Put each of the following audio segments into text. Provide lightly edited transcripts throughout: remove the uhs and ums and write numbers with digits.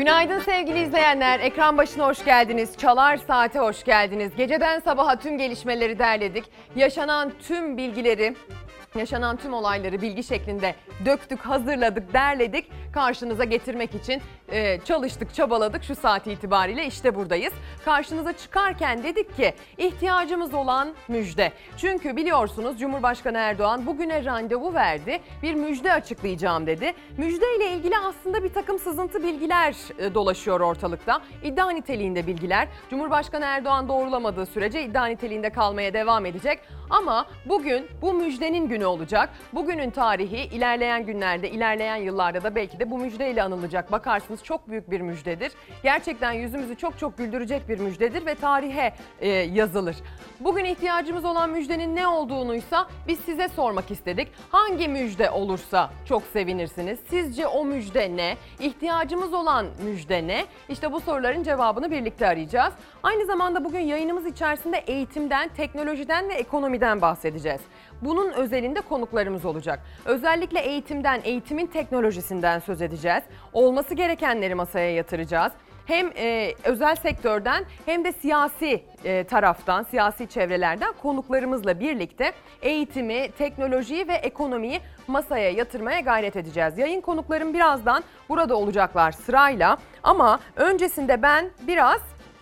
Günaydın sevgili izleyenler. Ekran başına hoş geldiniz. Çalar Saat'e hoş geldiniz. Geceden sabaha tüm gelişmeleri derledik. Yaşanan tüm bilgileri, yaşanan tüm olayları bilgi şeklinde döktük, hazırladık, derledik. Karşınıza getirmek için çalıştık, çabaladık. Şu saat itibariyle işte buradayız. Karşınıza çıkarken dedik ki ihtiyacımız olan müjde. Çünkü biliyorsunuz Cumhurbaşkanı Erdoğan bugüne randevu verdi. Bir müjde açıklayacağım dedi. Müjde ile ilgili aslında bir takım sızıntı bilgiler dolaşıyor ortalıkta. İddia niteliğinde bilgiler. Cumhurbaşkanı Erdoğan doğrulamadığı sürece iddia niteliğinde kalmaya devam edecek. Ama bugün bu müjdenin günü olacak. Bugünün tarihi ilerleyen günlerde, ilerleyen yıllarda da belki de bu müjdeyle anılacak. Bakarsınız çok büyük bir müjdedir. Gerçekten yüzümüzü çok güldürecek bir müjdedir ve tarihe yazılır. Bugün ihtiyacımız olan müjdenin ne olduğunuysa biz size sormak istedik. Hangi müjde olursa çok sevinirsiniz? Sizce o müjde ne? İhtiyacımız olan müjde ne? İşte bu soruların cevabını birlikte arayacağız. Aynı zamanda bugün yayınımız içerisinde eğitimden, teknolojiden ve ekonomiden bahsedeceğiz. Bunun özelinde konuklarımız olacak. Özellikle eğitimden, eğitimin teknolojisinden söz edeceğiz. Olması gerekenleri masaya yatıracağız. Hem özel sektörden hem de siyasi taraftan, siyasi çevrelerden konuklarımızla birlikte eğitimi, teknolojiyi ve ekonomiyi masaya yatırmaya gayret edeceğiz. Yayın konuklarım birazdan burada olacaklar sırayla ama öncesinde ben biraz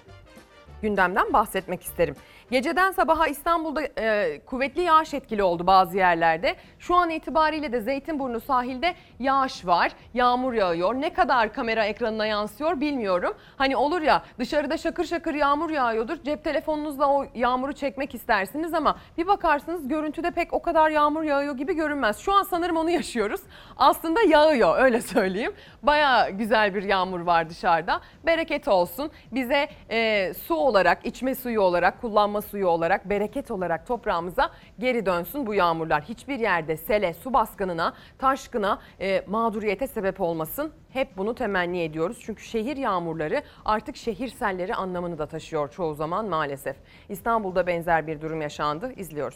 gündemden bahsetmek isterim. Geceden sabaha İstanbul'da kuvvetli yağış etkili oldu bazı yerlerde. Şu an itibariyle de Zeytinburnu sahilde yağış var. Yağmur yağıyor. Ne kadar kamera ekranına yansıyor bilmiyorum. Hani olur ya dışarıda şakır şakır yağmur yağıyordur. Cep telefonunuzla o yağmuru çekmek istersiniz ama bir bakarsınız görüntüde pek o kadar yağmur yağıyor gibi görünmez. Şu an sanırım onu yaşıyoruz. Aslında yağıyor öyle söyleyeyim. Baya güzel bir yağmur var dışarıda. Bereket olsun. Bize su olarak, içme suyu olarak, kullanma suyu olarak, bereket olarak toprağımıza geri dönsün bu yağmurlar. Hiçbir yerde sele, su baskınına, taşkına, mağduriyete sebep olmasın. Hep bunu temenni ediyoruz. Çünkü şehir yağmurları artık şehir selleri anlamını da taşıyor çoğu zaman maalesef. İstanbul'da benzer bir durum yaşandı. İzliyoruz.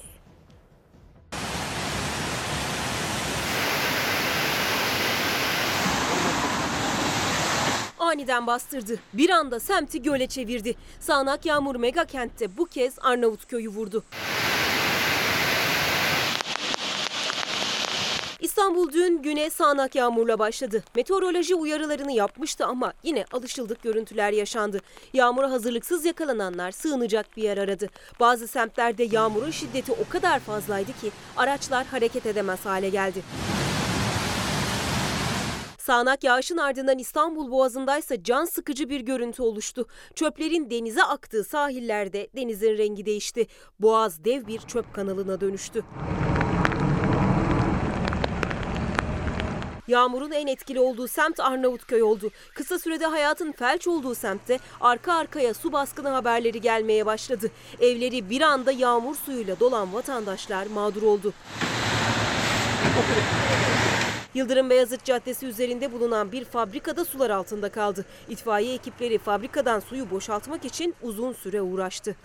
Aniden bastırdı. Bir anda semti göle çevirdi. Sağanak yağmur mega kentte bu kez Arnavutköy'ü vurdu. İstanbul dün güne sağanak yağmurla başladı. Meteoroloji uyarılarını yapmıştı ama yine alışıldık görüntüler yaşandı. Yağmura hazırlıksız yakalananlar sığınacak bir yer aradı. Bazı semtlerde yağmurun şiddeti o kadar fazlaydı ki araçlar hareket edemez hale geldi. Sağanak yağışın ardından İstanbul Boğazı'ndaysa can sıkıcı bir görüntü oluştu. Çöplerin denize aktığı sahillerde denizin rengi değişti. Boğaz dev bir çöp kanalına dönüştü. Yağmurun en etkili olduğu semt Arnavutköy oldu. Kısa sürede hayatın felç olduğu semtte arka arkaya su baskını haberleri gelmeye başladı. Evleri bir anda yağmur suyuyla dolan vatandaşlar mağdur oldu. Yıldırım Beyazıt Caddesi üzerinde bulunan bir fabrikada sular altında kaldı. İtfaiye ekipleri fabrikadan suyu boşaltmak için uzun süre uğraştı.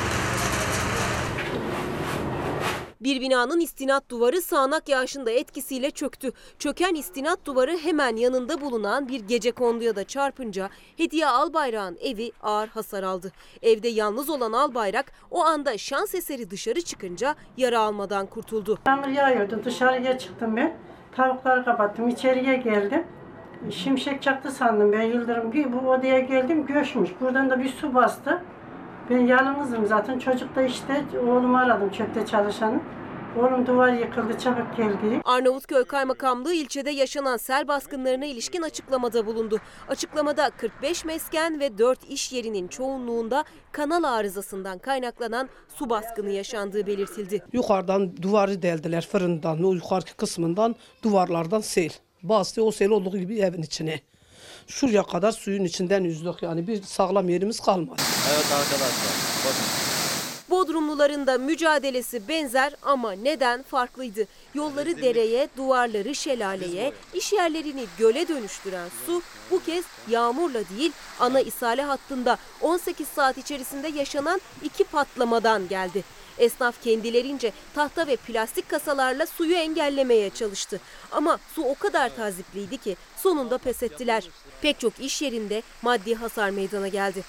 Bir binanın istinat duvarı sağanak yağışın da etkisiyle çöktü. Çöken istinat duvarı hemen yanında bulunan bir gecekonduya da çarpınca Hediye Albayrak'ın evi ağır hasar aldı. Evde yalnız olan Albayrak o anda şans eseri dışarı çıkınca yara almadan kurtuldu. Yağmur yağıyordu, dışarıya çıktım ben. Tavukları kapattım, içeriye geldim. Şimşek çaktı sandım ben, yıldırım. Bir bu odaya geldim, göçmüş. Buradan da bir su bastı. Ben yalnızım zaten. Çocuk da işte oğlumu aradım, çöpte çalışanı. Oğlum duvar yıkıldı, çabuk geldi. Arnavutköy Kaymakamlığı ilçede yaşanan sel baskınlarına ilişkin açıklamada bulundu. Açıklamada 45 mesken ve 4 iş yerinin çoğunluğunda kanal arızasından kaynaklanan su baskını yaşandığı belirtildi. Yukarıdan duvarı deldiler fırından, o yukarı kısmından duvarlardan sel. Bastı, o sel olduğu gibi evin içine. Şuraya kadar suyun içinden yüzdük, yani bir sağlam yerimiz kalmadı. Evet arkadaşlar, bakın. Bodrumluların da mücadelesi benzer ama neden farklıydı? Yolları dereye, duvarları şelaleye, iş yerlerini göle dönüştüren su bu kez yağmurla değil ana isale hattında 18 saat içerisinde yaşanan 2 patlamadan geldi. Esnaf kendilerince tahta ve plastik kasalarla suyu engellemeye çalıştı. Ama su o kadar tazipliydi ki sonunda pes ettiler. Pek çok iş yerinde maddi hasar meydana geldi.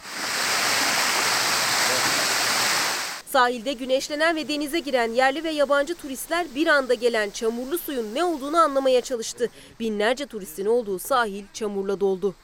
Sahilde güneşlenen ve denize giren yerli ve yabancı turistler bir anda gelen çamurlu suyun ne olduğunu anlamaya çalıştı. Binlerce turistin olduğu sahil çamurla doldu.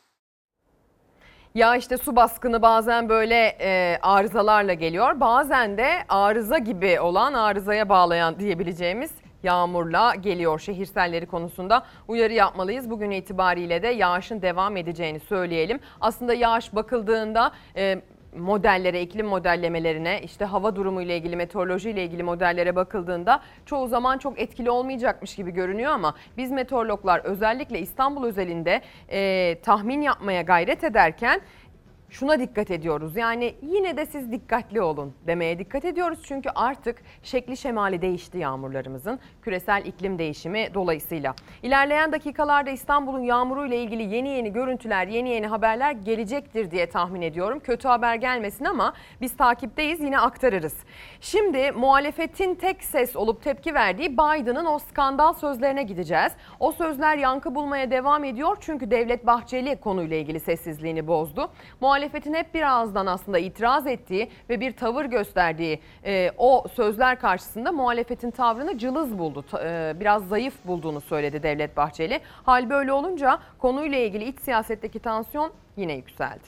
Ya işte su baskını bazen böyle arızalarla geliyor. Bazen de arıza gibi olan, arızaya bağlayan diyebileceğimiz yağmurla geliyor. Şehir selleri konusunda uyarı yapmalıyız. Bugün itibariyle de yağışın devam edeceğini söyleyelim. Aslında yağış bakıldığında modellere, iklim modellemelerine, işte hava durumu ile ilgili, meteoroloji ile ilgili modellere bakıldığında çoğu zaman çok etkili olmayacakmış gibi görünüyor ama biz meteorologlar özellikle İstanbul özelinde tahmin yapmaya gayret ederken şuna dikkat ediyoruz. Yani yine de siz dikkatli olun demeye dikkat ediyoruz. Çünkü artık şekli şemali değişti yağmurlarımızın, küresel iklim değişimi dolayısıyla. İlerleyen dakikalarda İstanbul'un yağmuruyla ilgili yeni görüntüler, yeni haberler gelecektir diye tahmin ediyorum. Kötü haber gelmesin ama biz takipteyiz, yine aktarırız. Şimdi muhalefetin tek ses olup tepki verdiği Biden'ın o skandal sözlerine gideceğiz. O sözler yankı bulmaya devam ediyor çünkü Devlet Bahçeli konuyla ilgili sessizliğini bozdu. Muhalefetin hep bir ağızdan aslında itiraz ettiği ve bir tavır gösterdiği o sözler karşısında muhalefetin tavrını cılız buldu. Biraz zayıf bulduğunu söyledi Devlet Bahçeli. Hal böyle olunca konuyla ilgili iç siyasetteki tansiyon yine yükseldi.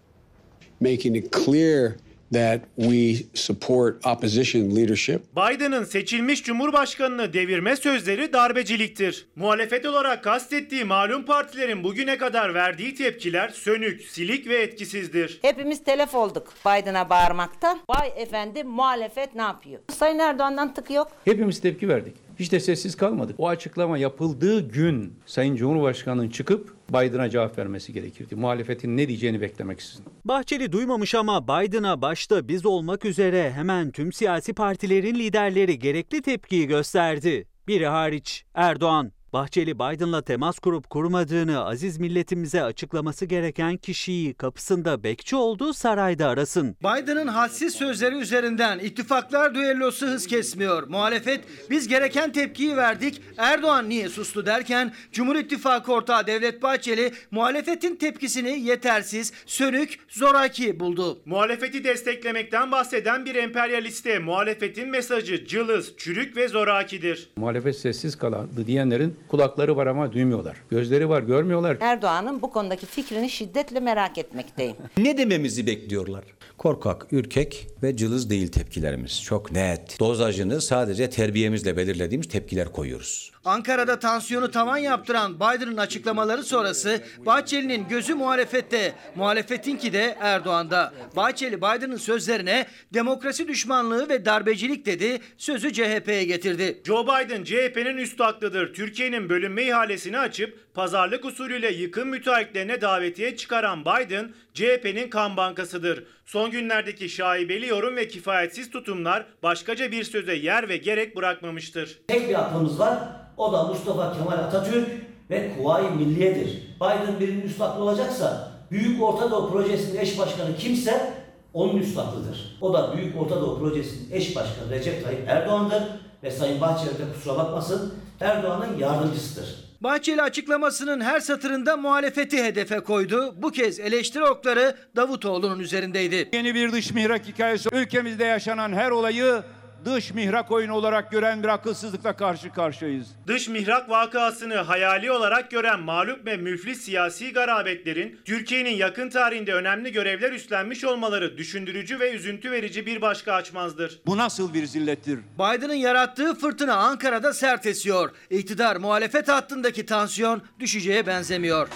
Making it clear that we support opposition leadership. Biden'ın seçilmiş Cumhurbaşkanını devirme sözleri darbeciliktir. Muhalefet olarak kastettiği malum partilerin bugüne kadar verdiği tepkiler sönük, silik ve etkisizdir. Hepimiz telef olduk Biden'a bağırmaktan. Vay efendim, muhalefet ne yapıyor? Sayın Erdoğan'dan tık yok. Hepimiz tepki verdik. Hiç de sessiz kalmadık. O açıklama yapıldığı gün Sayın Cumhurbaşkanı'nın çıkıp Biden'a cevap vermesi gerekirdi. Muhalefetin ne diyeceğini beklemeksizin. Bahçeli duymamış ama Biden'a başta biz olmak üzere hemen tüm siyasi partilerin liderleri gerekli tepkiyi gösterdi. Biri hariç Erdoğan. Bahçeli Biden'la temas kurup kurmadığını aziz milletimize açıklaması gereken kişiyi kapısında bekçi olduğu sarayda arasın. Biden'ın hadsiz sözleri üzerinden ittifaklar düellosu hız kesmiyor. Muhalefet biz gereken tepkiyi verdik, Erdoğan niye sustu derken Cumhur İttifakı ortağı Devlet Bahçeli muhalefetin tepkisini yetersiz, sönük, zoraki buldu. Muhalefeti desteklemekten bahseden bir emperyaliste muhalefetin mesajı cılız, çürük ve zorakidir. Muhalefet sessiz kaldı diyenlerin kulakları var ama duymuyorlar. Gözleri var, görmüyorlar. Erdoğan'ın bu konudaki fikrini şiddetle merak etmekteyim. Ne dememizi bekliyorlar? Korkak, ürkek ve cılız değil tepkilerimiz. Çok net. Dozajını sadece terbiyemizle belirlediğimiz tepkiler koyuyoruz. Ankara'da tansiyonu tavan yaptıran Biden'ın açıklamaları sonrası Bahçeli'nin gözü muhalefette, muhalefetinki de Erdoğan'da. Bahçeli Biden'ın sözlerine demokrasi düşmanlığı ve darbecilik dedi, sözü CHP'ye getirdi. Joe Biden CHP'nin üstadlıdır. Türkiye'nin bölünme ihalesini açıp pazarlık usulüyle yıkım müteahhitlerine davetiye çıkaran Biden, CHP'nin kan bankasıdır. Son günlerdeki şaibeli yorum ve kifayetsiz tutumlar başkaca bir söze yer ve gerek bırakmamıştır. Tek bir aklımız var, o da Mustafa Kemal Atatürk ve Kuvayi Milliye'dir. Biden birinin üstadlı olacaksa, Büyük Orta Doğu Projesi'nin eş başkanı kimse onun üstadlıdır. O da Büyük Orta Doğu Projesi'nin eş başkanı Recep Tayyip Erdoğan'dır ve Sayın Bahçeli de kusura bakmasın Erdoğan'ın yardımcısıdır. Bahçeli açıklamasının her satırında muhalefeti hedefe koydu. Bu kez eleştiri okları Davutoğlu'nun üzerindeydi. Yeni bir dış mihrak hikayesi. Ülkemizde yaşanan her olayı dış mihrak oyunu olarak gören bir akılsızlıkla karşı karşıyayız. Dış mihrak vakasını hayali olarak gören mağlup ve müflis siyasi garabetlerin Türkiye'nin yakın tarihinde önemli görevler üstlenmiş olmaları düşündürücü ve üzüntü verici bir başka açmazdır. Bu nasıl bir zillettir? Biden'ın yarattığı fırtına Ankara'da sert esiyor. İktidar muhalefet hattındaki tansiyon düşeceğe benzemiyor.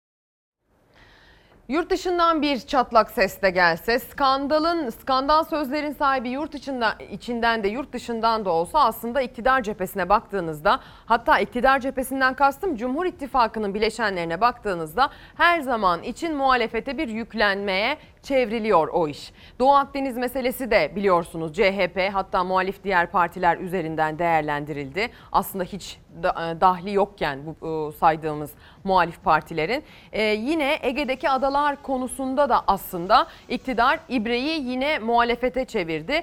Yurt dışından bir çatlak ses de gelse, skandal sözlerin sahibi yurt içinden de yurt dışından da olsa aslında iktidar cephesine baktığınızda, hatta iktidar cephesinden kastım Cumhur İttifakı'nın bileşenlerine baktığınızda her zaman için muhalefete bir yüklenmeye çevriliyor o iş. Doğu Akdeniz meselesi de biliyorsunuz CHP hatta muhalif diğer partiler üzerinden değerlendirildi. Aslında hiç dahli yokken bu saydığımız muhalif partilerin. Yine Ege'deki adalar konusunda da aslında iktidar ibreyi yine muhalefete çevirdi.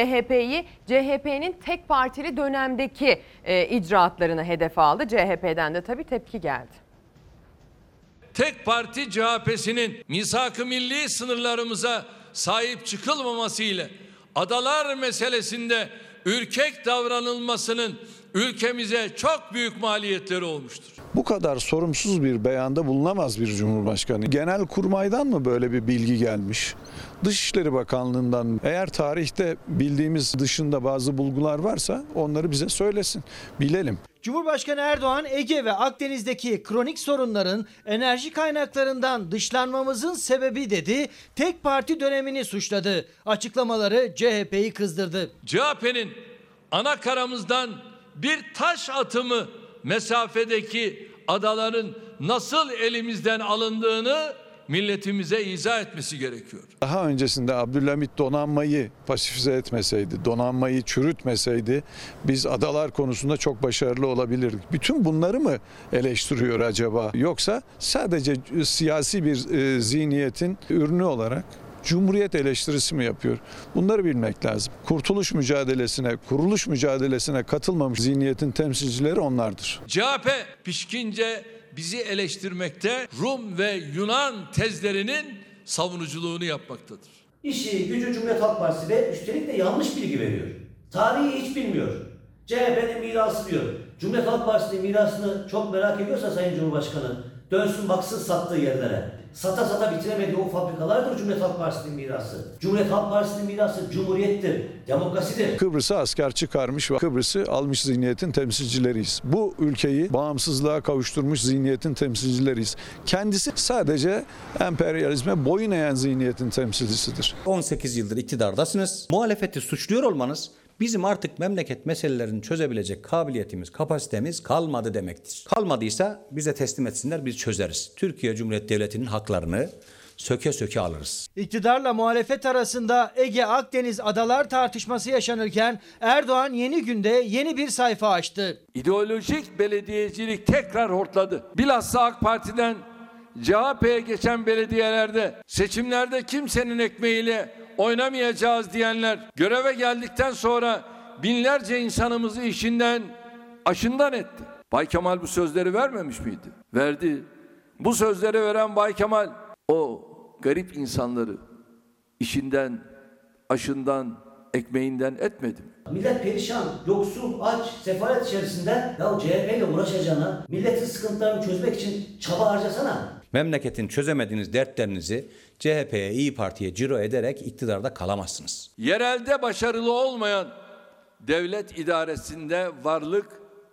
CHP'nin tek partili dönemdeki icraatlarını hedef aldı. CHP'den de tabii tepki geldi. Tek parti CHP'sinin misak-ı milli sınırlarımıza sahip çıkılmaması ile adalar meselesinde ürkek davranılmasının ülkemize çok büyük maliyetleri olmuştur. Bu kadar sorumsuz bir beyanda bulunamaz bir cumhurbaşkanı. Genelkurmay'dan mı böyle bir bilgi gelmiş? Dışişleri Bakanlığı'ndan, eğer tarihte bildiğimiz dışında bazı bulgular varsa onları bize söylesin, bilelim. Cumhurbaşkanı Erdoğan, Ege ve Akdeniz'deki kronik sorunların enerji kaynaklarından dışlanmamızın sebebi dedi. Tek parti dönemini suçladı. Açıklamaları CHP'yi kızdırdı. CHP'nin ana karamızdan bir taş atımı mesafedeki adaların nasıl elimizden alındığını milletimize izah etmesi gerekiyor. Daha öncesinde Abdülhamit donanmayı pasifize etmeseydi, donanmayı çürütmeseydi biz adalar konusunda çok başarılı olabilirdik. Bütün bunları mı eleştiriyor acaba? Yoksa sadece siyasi bir zihniyetin ürünü olarak Cumhuriyet eleştirisi mi yapıyor? Bunları bilmek lazım. Kuruluş mücadelesine katılmamış zihniyetin temsilcileri onlardır. CHP pişkince bizi eleştirmekte, Rum ve Yunan tezlerinin savunuculuğunu yapmaktadır. İşi gücü Cumhuriyet Halk Partisi ve üstelik de yanlış bilgi veriyor. Tarihi hiç bilmiyor. CHP'nin mirası diyor. Cumhuriyet Halk Partisi'nin mirasını çok merak ediyorsa Sayın Cumhurbaşkanı dönsün baksın sattığı yerlere. Sata sata bitiremediği o fabrikalardır Cumhuriyet Halk Partisi'nin mirası. Cumhuriyet Halk Partisi'nin mirası cumhuriyettir, demokrasidir. Kıbrıs'a asker çıkarmış ve Kıbrıs'ı almış zihniyetin temsilcileriyiz. Bu ülkeyi bağımsızlığa kavuşturmuş zihniyetin temsilcileriyiz. Kendisi sadece emperyalizme boyun eğen zihniyetin temsilcisidir. 18 yıldır iktidardasınız. Muhalefeti suçluyor olmanız bizim artık memleket meselelerini çözebilecek kabiliyetimiz, kapasitemiz kalmadı demektir. Kalmadıysa bize teslim etsinler, biz çözeriz. Türkiye Cumhuriyeti Devleti'nin haklarını söke söke alırız. İktidarla muhalefet arasında Ege-Akdeniz adalar tartışması yaşanırken Erdoğan yeni günde yeni bir sayfa açtı. İdeolojik belediyecilik tekrar hortladı. Bilhassa AK Parti'den CHP'ye geçen belediyelerde seçimlerde kimsenin ekmeğiyle oynamayacağız diyenler göreve geldikten sonra binlerce insanımızı işinden, aşından etti. Bay Kemal bu sözleri vermemiş miydi? Verdi. Bu sözleri veren Bay Kemal o garip insanları işinden, aşından, ekmeğinden etmedi mi? Millet perişan, yoksul, aç, sefalet içerisinde ya CHP ile uğraşacağına, milletin sıkıntılarını çözmek için çaba harcasana. Memleketin çözemediğiniz dertlerinizi CHP'ye, İYİ Parti'ye ciro ederek iktidarda kalamazsınız. Yerelde başarılı olmayan devlet idaresinde varlık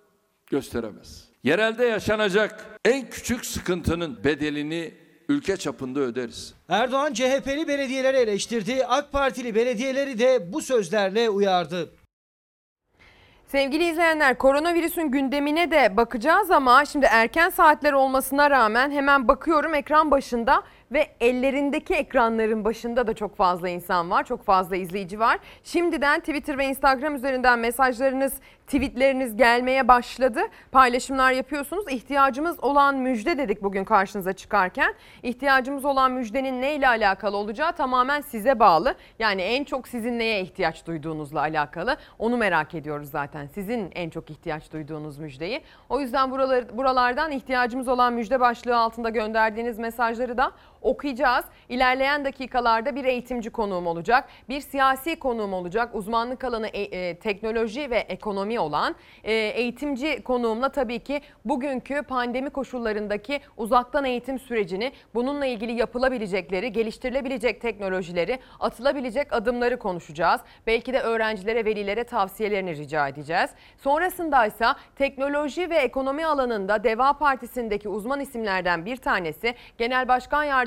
gösteremez. Yerelde yaşanacak en küçük sıkıntının bedelini ülke çapında öderiz. Erdoğan CHP'li belediyeleri eleştirdi. AK Partili belediyeleri de bu sözlerle uyardı. Sevgili izleyenler, koronavirüsün gündemine de bakacağız ama şimdi erken saatler olmasına rağmen hemen bakıyorum ekran başında ve ellerindeki ekranların başında da çok fazla insan var, çok fazla izleyici var. Şimdiden Twitter ve Instagram üzerinden mesajlarınız, tweetleriniz gelmeye başladı. Paylaşımlar yapıyorsunuz. İhtiyacımız olan müjde dedik bugün karşınıza çıkarken. İhtiyacımız olan müjdenin neyle alakalı olacağı tamamen size bağlı. Yani en çok sizin neye ihtiyaç duyduğunuzla alakalı. Onu merak ediyoruz zaten. Sizin en çok ihtiyaç duyduğunuz müjdeyi. O yüzden buralardan ihtiyacımız olan müjde başlığı altında gönderdiğiniz mesajları da okuyacağız. İlerleyen dakikalarda bir eğitimci konuğum olacak. Bir siyasi konuğum olacak. Uzmanlık alanı teknoloji ve ekonomi olan eğitimci konuğumla tabii ki bugünkü pandemi koşullarındaki uzaktan eğitim sürecini, bununla ilgili yapılabilecekleri, geliştirilebilecek teknolojileri, atılabilecek adımları konuşacağız. Belki de öğrencilere, velilere tavsiyelerini rica edeceğiz. Sonrasında ise teknoloji ve ekonomi alanında Deva Partisi'ndeki uzman isimlerden bir tanesi, Genel Başkan Yardımcısı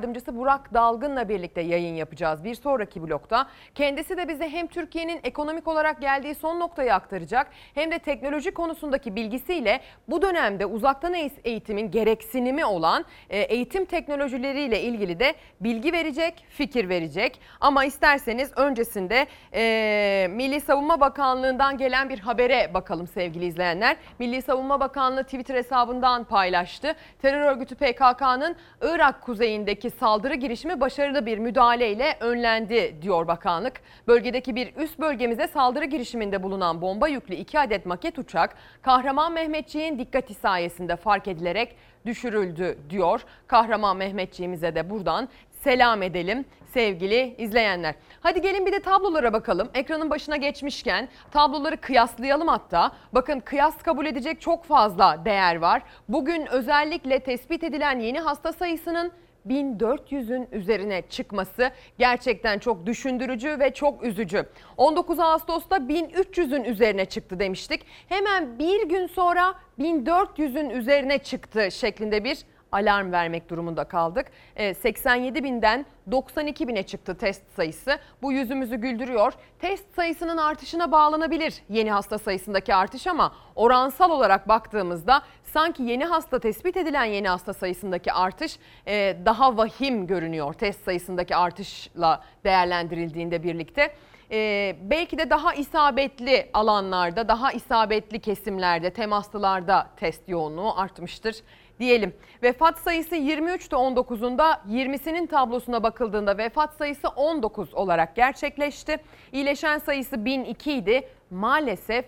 Yardımcısı Burak Dalgın'la birlikte yayın yapacağız bir sonraki blokta. Kendisi de bize hem Türkiye'nin ekonomik olarak geldiği son noktayı aktaracak hem de teknoloji konusundaki bilgisiyle bu dönemde uzaktan eğitimin gereksinimi olan eğitim teknolojileriyle ilgili de bilgi verecek, fikir verecek. Ama isterseniz öncesinde Milli Savunma Bakanlığı'ndan gelen bir habere bakalım sevgili izleyenler. Milli Savunma Bakanlığı Twitter hesabından paylaştı. Terör örgütü PKK'nın Irak kuzeyindeki saldırı girişimi başarılı bir müdahaleyle önlendi diyor bakanlık. Bölgedeki bir üst bölgemize saldırı girişiminde bulunan bomba yüklü 2 adet maket uçak Kahraman Mehmetçiğin dikkati sayesinde fark edilerek düşürüldü diyor. Kahraman Mehmetçiğimize de buradan selam edelim sevgili izleyenler. Hadi gelin bir de tablolara bakalım. Ekranın başına geçmişken tabloları kıyaslayalım hatta. Bakın kıyas kabul edecek çok fazla değer var. Bugün özellikle tespit edilen yeni hasta sayısının 1400'ün üzerine çıkması gerçekten çok düşündürücü ve çok üzücü. 19 Ağustos'ta 1300'ün üzerine çıktı demiştik. Hemen bir gün sonra 1400'ün üzerine çıktı şeklinde bir alarm vermek durumunda kaldık. 87 binden 92 bine çıktı test sayısı. Bu yüzümüzü güldürüyor. Test sayısının artışına bağlanabilir yeni hasta sayısındaki artış ama oransal olarak baktığımızda sanki yeni hasta tespit edilen yeni hasta sayısındaki artış daha vahim görünüyor test sayısındaki artışla değerlendirildiğinde birlikte. Belki de daha isabetli alanlarda, daha isabetli kesimlerde, temaslılarda test yoğunluğu artmıştır diyelim. Vefat sayısı 23'te 19'unda 20'sinin tablosuna bakıldığında vefat sayısı 19 olarak gerçekleşti. İyileşen sayısı 1002 idi. Maalesef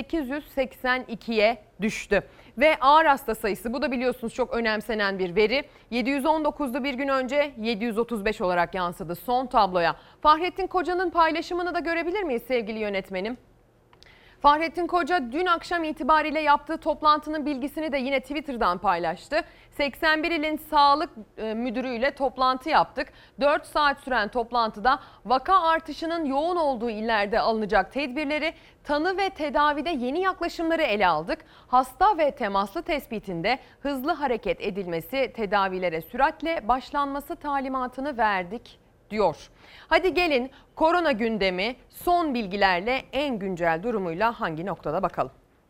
882'ye düştü. Ve ağır hasta sayısı, bu da biliyorsunuz çok önemsenen bir veri. 719'du bir gün önce, 735 olarak yansıdı son tabloya. Fahrettin Koca'nın paylaşımını da görebilir miyiz sevgili yönetmenim? Fahrettin Koca dün akşam itibariyle yaptığı toplantının bilgisini de yine Twitter'dan paylaştı. 81 ilin sağlık müdürüyle toplantı yaptık. 4 saat süren toplantıda vaka artışının yoğun olduğu illerde alınacak tedbirleri, tanı ve tedavide yeni yaklaşımları ele aldık. Hasta ve temaslı tespitinde hızlı hareket edilmesi, tedavilere süratle başlanması talimatını verdik diyor. Hadi gelin korona gündemi son bilgilerle en güncel durumuyla hangi noktada bakalım.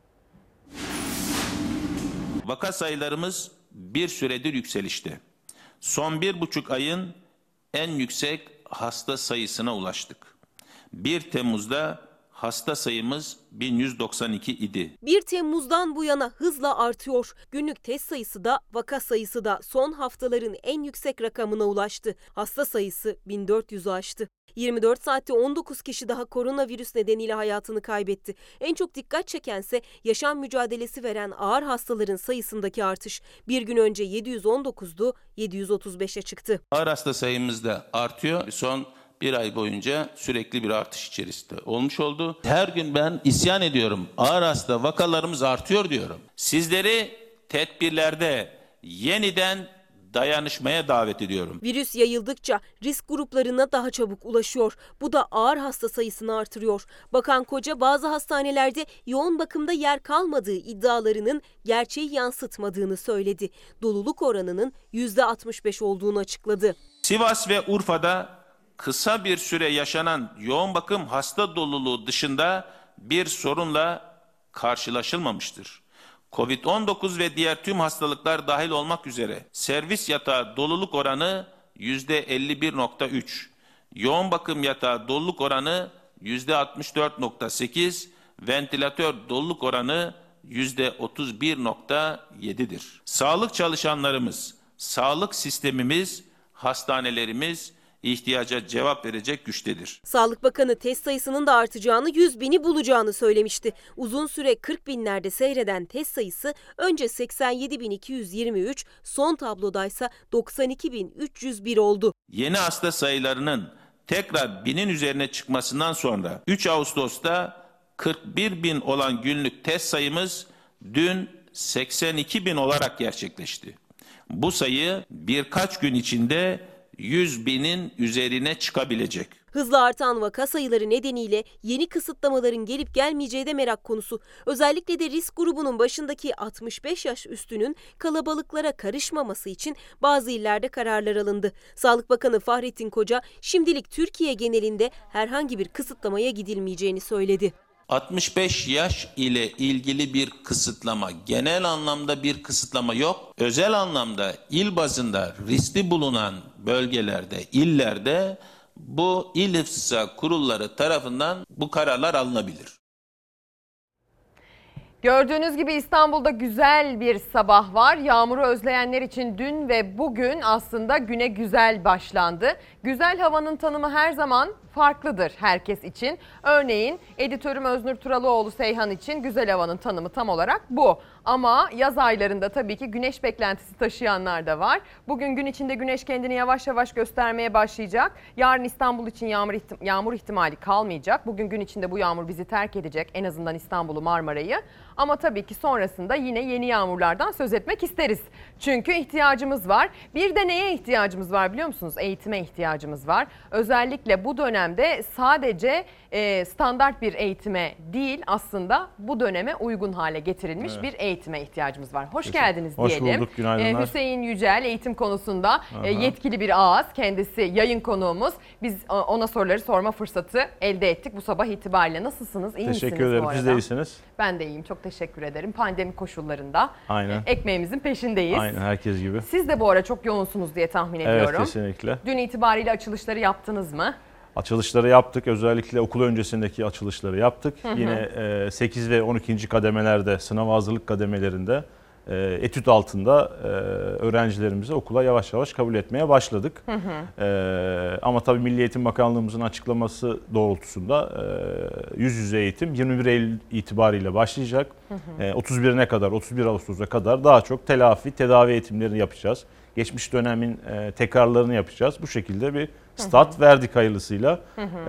Vaka sayılarımız bir süredir yükselişte. Son 1,5 ayın en yüksek hasta sayısına ulaştık. 1 Temmuz'da hasta sayımız 1192 idi. 1 Temmuz'dan bu yana hızla artıyor. Günlük test sayısı da vaka sayısı da son haftaların en yüksek rakamına ulaştı. Hasta sayısı 1400'ü aştı. 24 saatte 19 kişi daha koronavirüs nedeniyle hayatını kaybetti. En çok dikkat çekense yaşam mücadelesi veren ağır hastaların sayısındaki artış. Bir gün önce 719'du, 735'e çıktı. Ağır hasta sayımız da artıyor. Son bir ay boyunca sürekli bir artış içerisinde olmuş oldu. Her gün ben isyan ediyorum. Ağır hasta vakalarımız artıyor diyorum. Sizleri tedbirlerde yeniden dayanışmaya davet ediyorum. Virüs yayıldıkça risk gruplarına daha çabuk ulaşıyor. Bu da ağır hasta sayısını artırıyor. Bakan Koca bazı hastanelerde yoğun bakımda yer kalmadığı iddialarının gerçeği yansıtmadığını söyledi. Doluluk oranının %65 olduğunu açıkladı. Sivas ve Urfa'da kısa bir süre yaşanan yoğun bakım hasta doluluğu dışında bir sorunla karşılaşılmamıştır. Covid-19 ve diğer tüm hastalıklar dahil olmak üzere servis yatağı doluluk oranı %51.3, yoğun bakım yatağı doluluk oranı %64.8, ventilatör doluluk oranı %31.7'dir. Sağlık çalışanlarımız, sağlık sistemimiz, hastanelerimiz ihtiyaca cevap verecek güçtedir. Sağlık Bakanı test sayısının da artacağını, 100 bini bulacağını söylemişti. Uzun süre 40 binlerde seyreden test sayısı önce 87.223, son tablodaysa 92.301 oldu. Yeni hasta sayılarının tekrar binin üzerine çıkmasından sonra 3 Ağustos'ta 41 bin olan günlük test sayımız dün 82 bin olarak gerçekleşti. Bu sayı birkaç gün içinde 100 binin üzerine çıkabilecek. Hızla artan vaka sayıları nedeniyle yeni kısıtlamaların gelip gelmeyeceği de merak konusu. Özellikle de risk grubunun başındaki 65 yaş üstünün kalabalıklara karışmaması için bazı illerde kararlar alındı. Sağlık Bakanı Fahrettin Koca şimdilik Türkiye genelinde herhangi bir kısıtlamaya gidilmeyeceğini söyledi. 65 yaş ile ilgili bir kısıtlama, genel anlamda bir kısıtlama yok. Özel anlamda il bazında riskli bulunan bölgelerde, illerde bu il ihtisas kurulları tarafından bu kararlar alınabilir. Gördüğünüz gibi İstanbul'da güzel bir sabah var. Yağmuru özleyenler için dün ve bugün aslında güne güzel başlandı. Güzel havanın tanımı her zaman farklıdır herkes için. Örneğin editörüm Öznur Turalıoğlu Seyhan için güzel havanın tanımı tam olarak bu. Ama yaz aylarında tabii ki güneş beklentisi taşıyanlar da var. Bugün gün içinde güneş kendini yavaş yavaş göstermeye başlayacak. Yarın İstanbul için yağmur ihtimali kalmayacak. Bugün gün içinde bu yağmur bizi terk edecek. En azından İstanbul'u, Marmara'yı. Ama tabii ki sonrasında yine yeni yağmurlardan söz etmek isteriz. Çünkü ihtiyacımız var. Bir de neye ihtiyacımız var biliyor musunuz? Eğitime ihtiyacımız var. Özellikle bu dönemde sadece standart bir eğitime değil, aslında bu döneme uygun hale getirilmiş bir eğitime ihtiyacımız var. Hoş geldiniz diyelim. Hoş bulduk, günaydınlar. Hüseyin Yücel eğitim konusunda yetkili bir ağız. Kendisi yayın konuğumuz. Biz ona soruları sorma fırsatı elde ettik bu sabah itibariyle. Nasılsınız? İyi misiniz bu arada? Teşekkür ederim. Siz de iyisiniz. Ben de iyiyim. Çok teşekkür ederim. Pandemi koşullarında Aynen. ekmeğimizin peşindeyiz. Aynen, herkes gibi. Siz de bu ara çok yoğunsunuz diye tahmin ediyorum. Evet, kesinlikle. Dün itibariyle açılışları yaptınız mı? Açılışları yaptık. Özellikle okul öncesindeki açılışları yaptık. Yine 8 ve 12. kademelerde, sınav hazırlık kademelerinde etüt altında öğrencilerimizi okula yavaş yavaş kabul etmeye başladık. Ama tabii Milli Eğitim Bakanlığımızın açıklaması doğrultusunda yüz yüze eğitim 21 Eylül itibariyle başlayacak. 31'ine kadar, 31 Ağustos'a kadar daha çok tedavi eğitimlerini yapacağız. Geçmiş dönemin tekrarlarını yapacağız. Bu şekilde bir start verdik hayırlısıyla.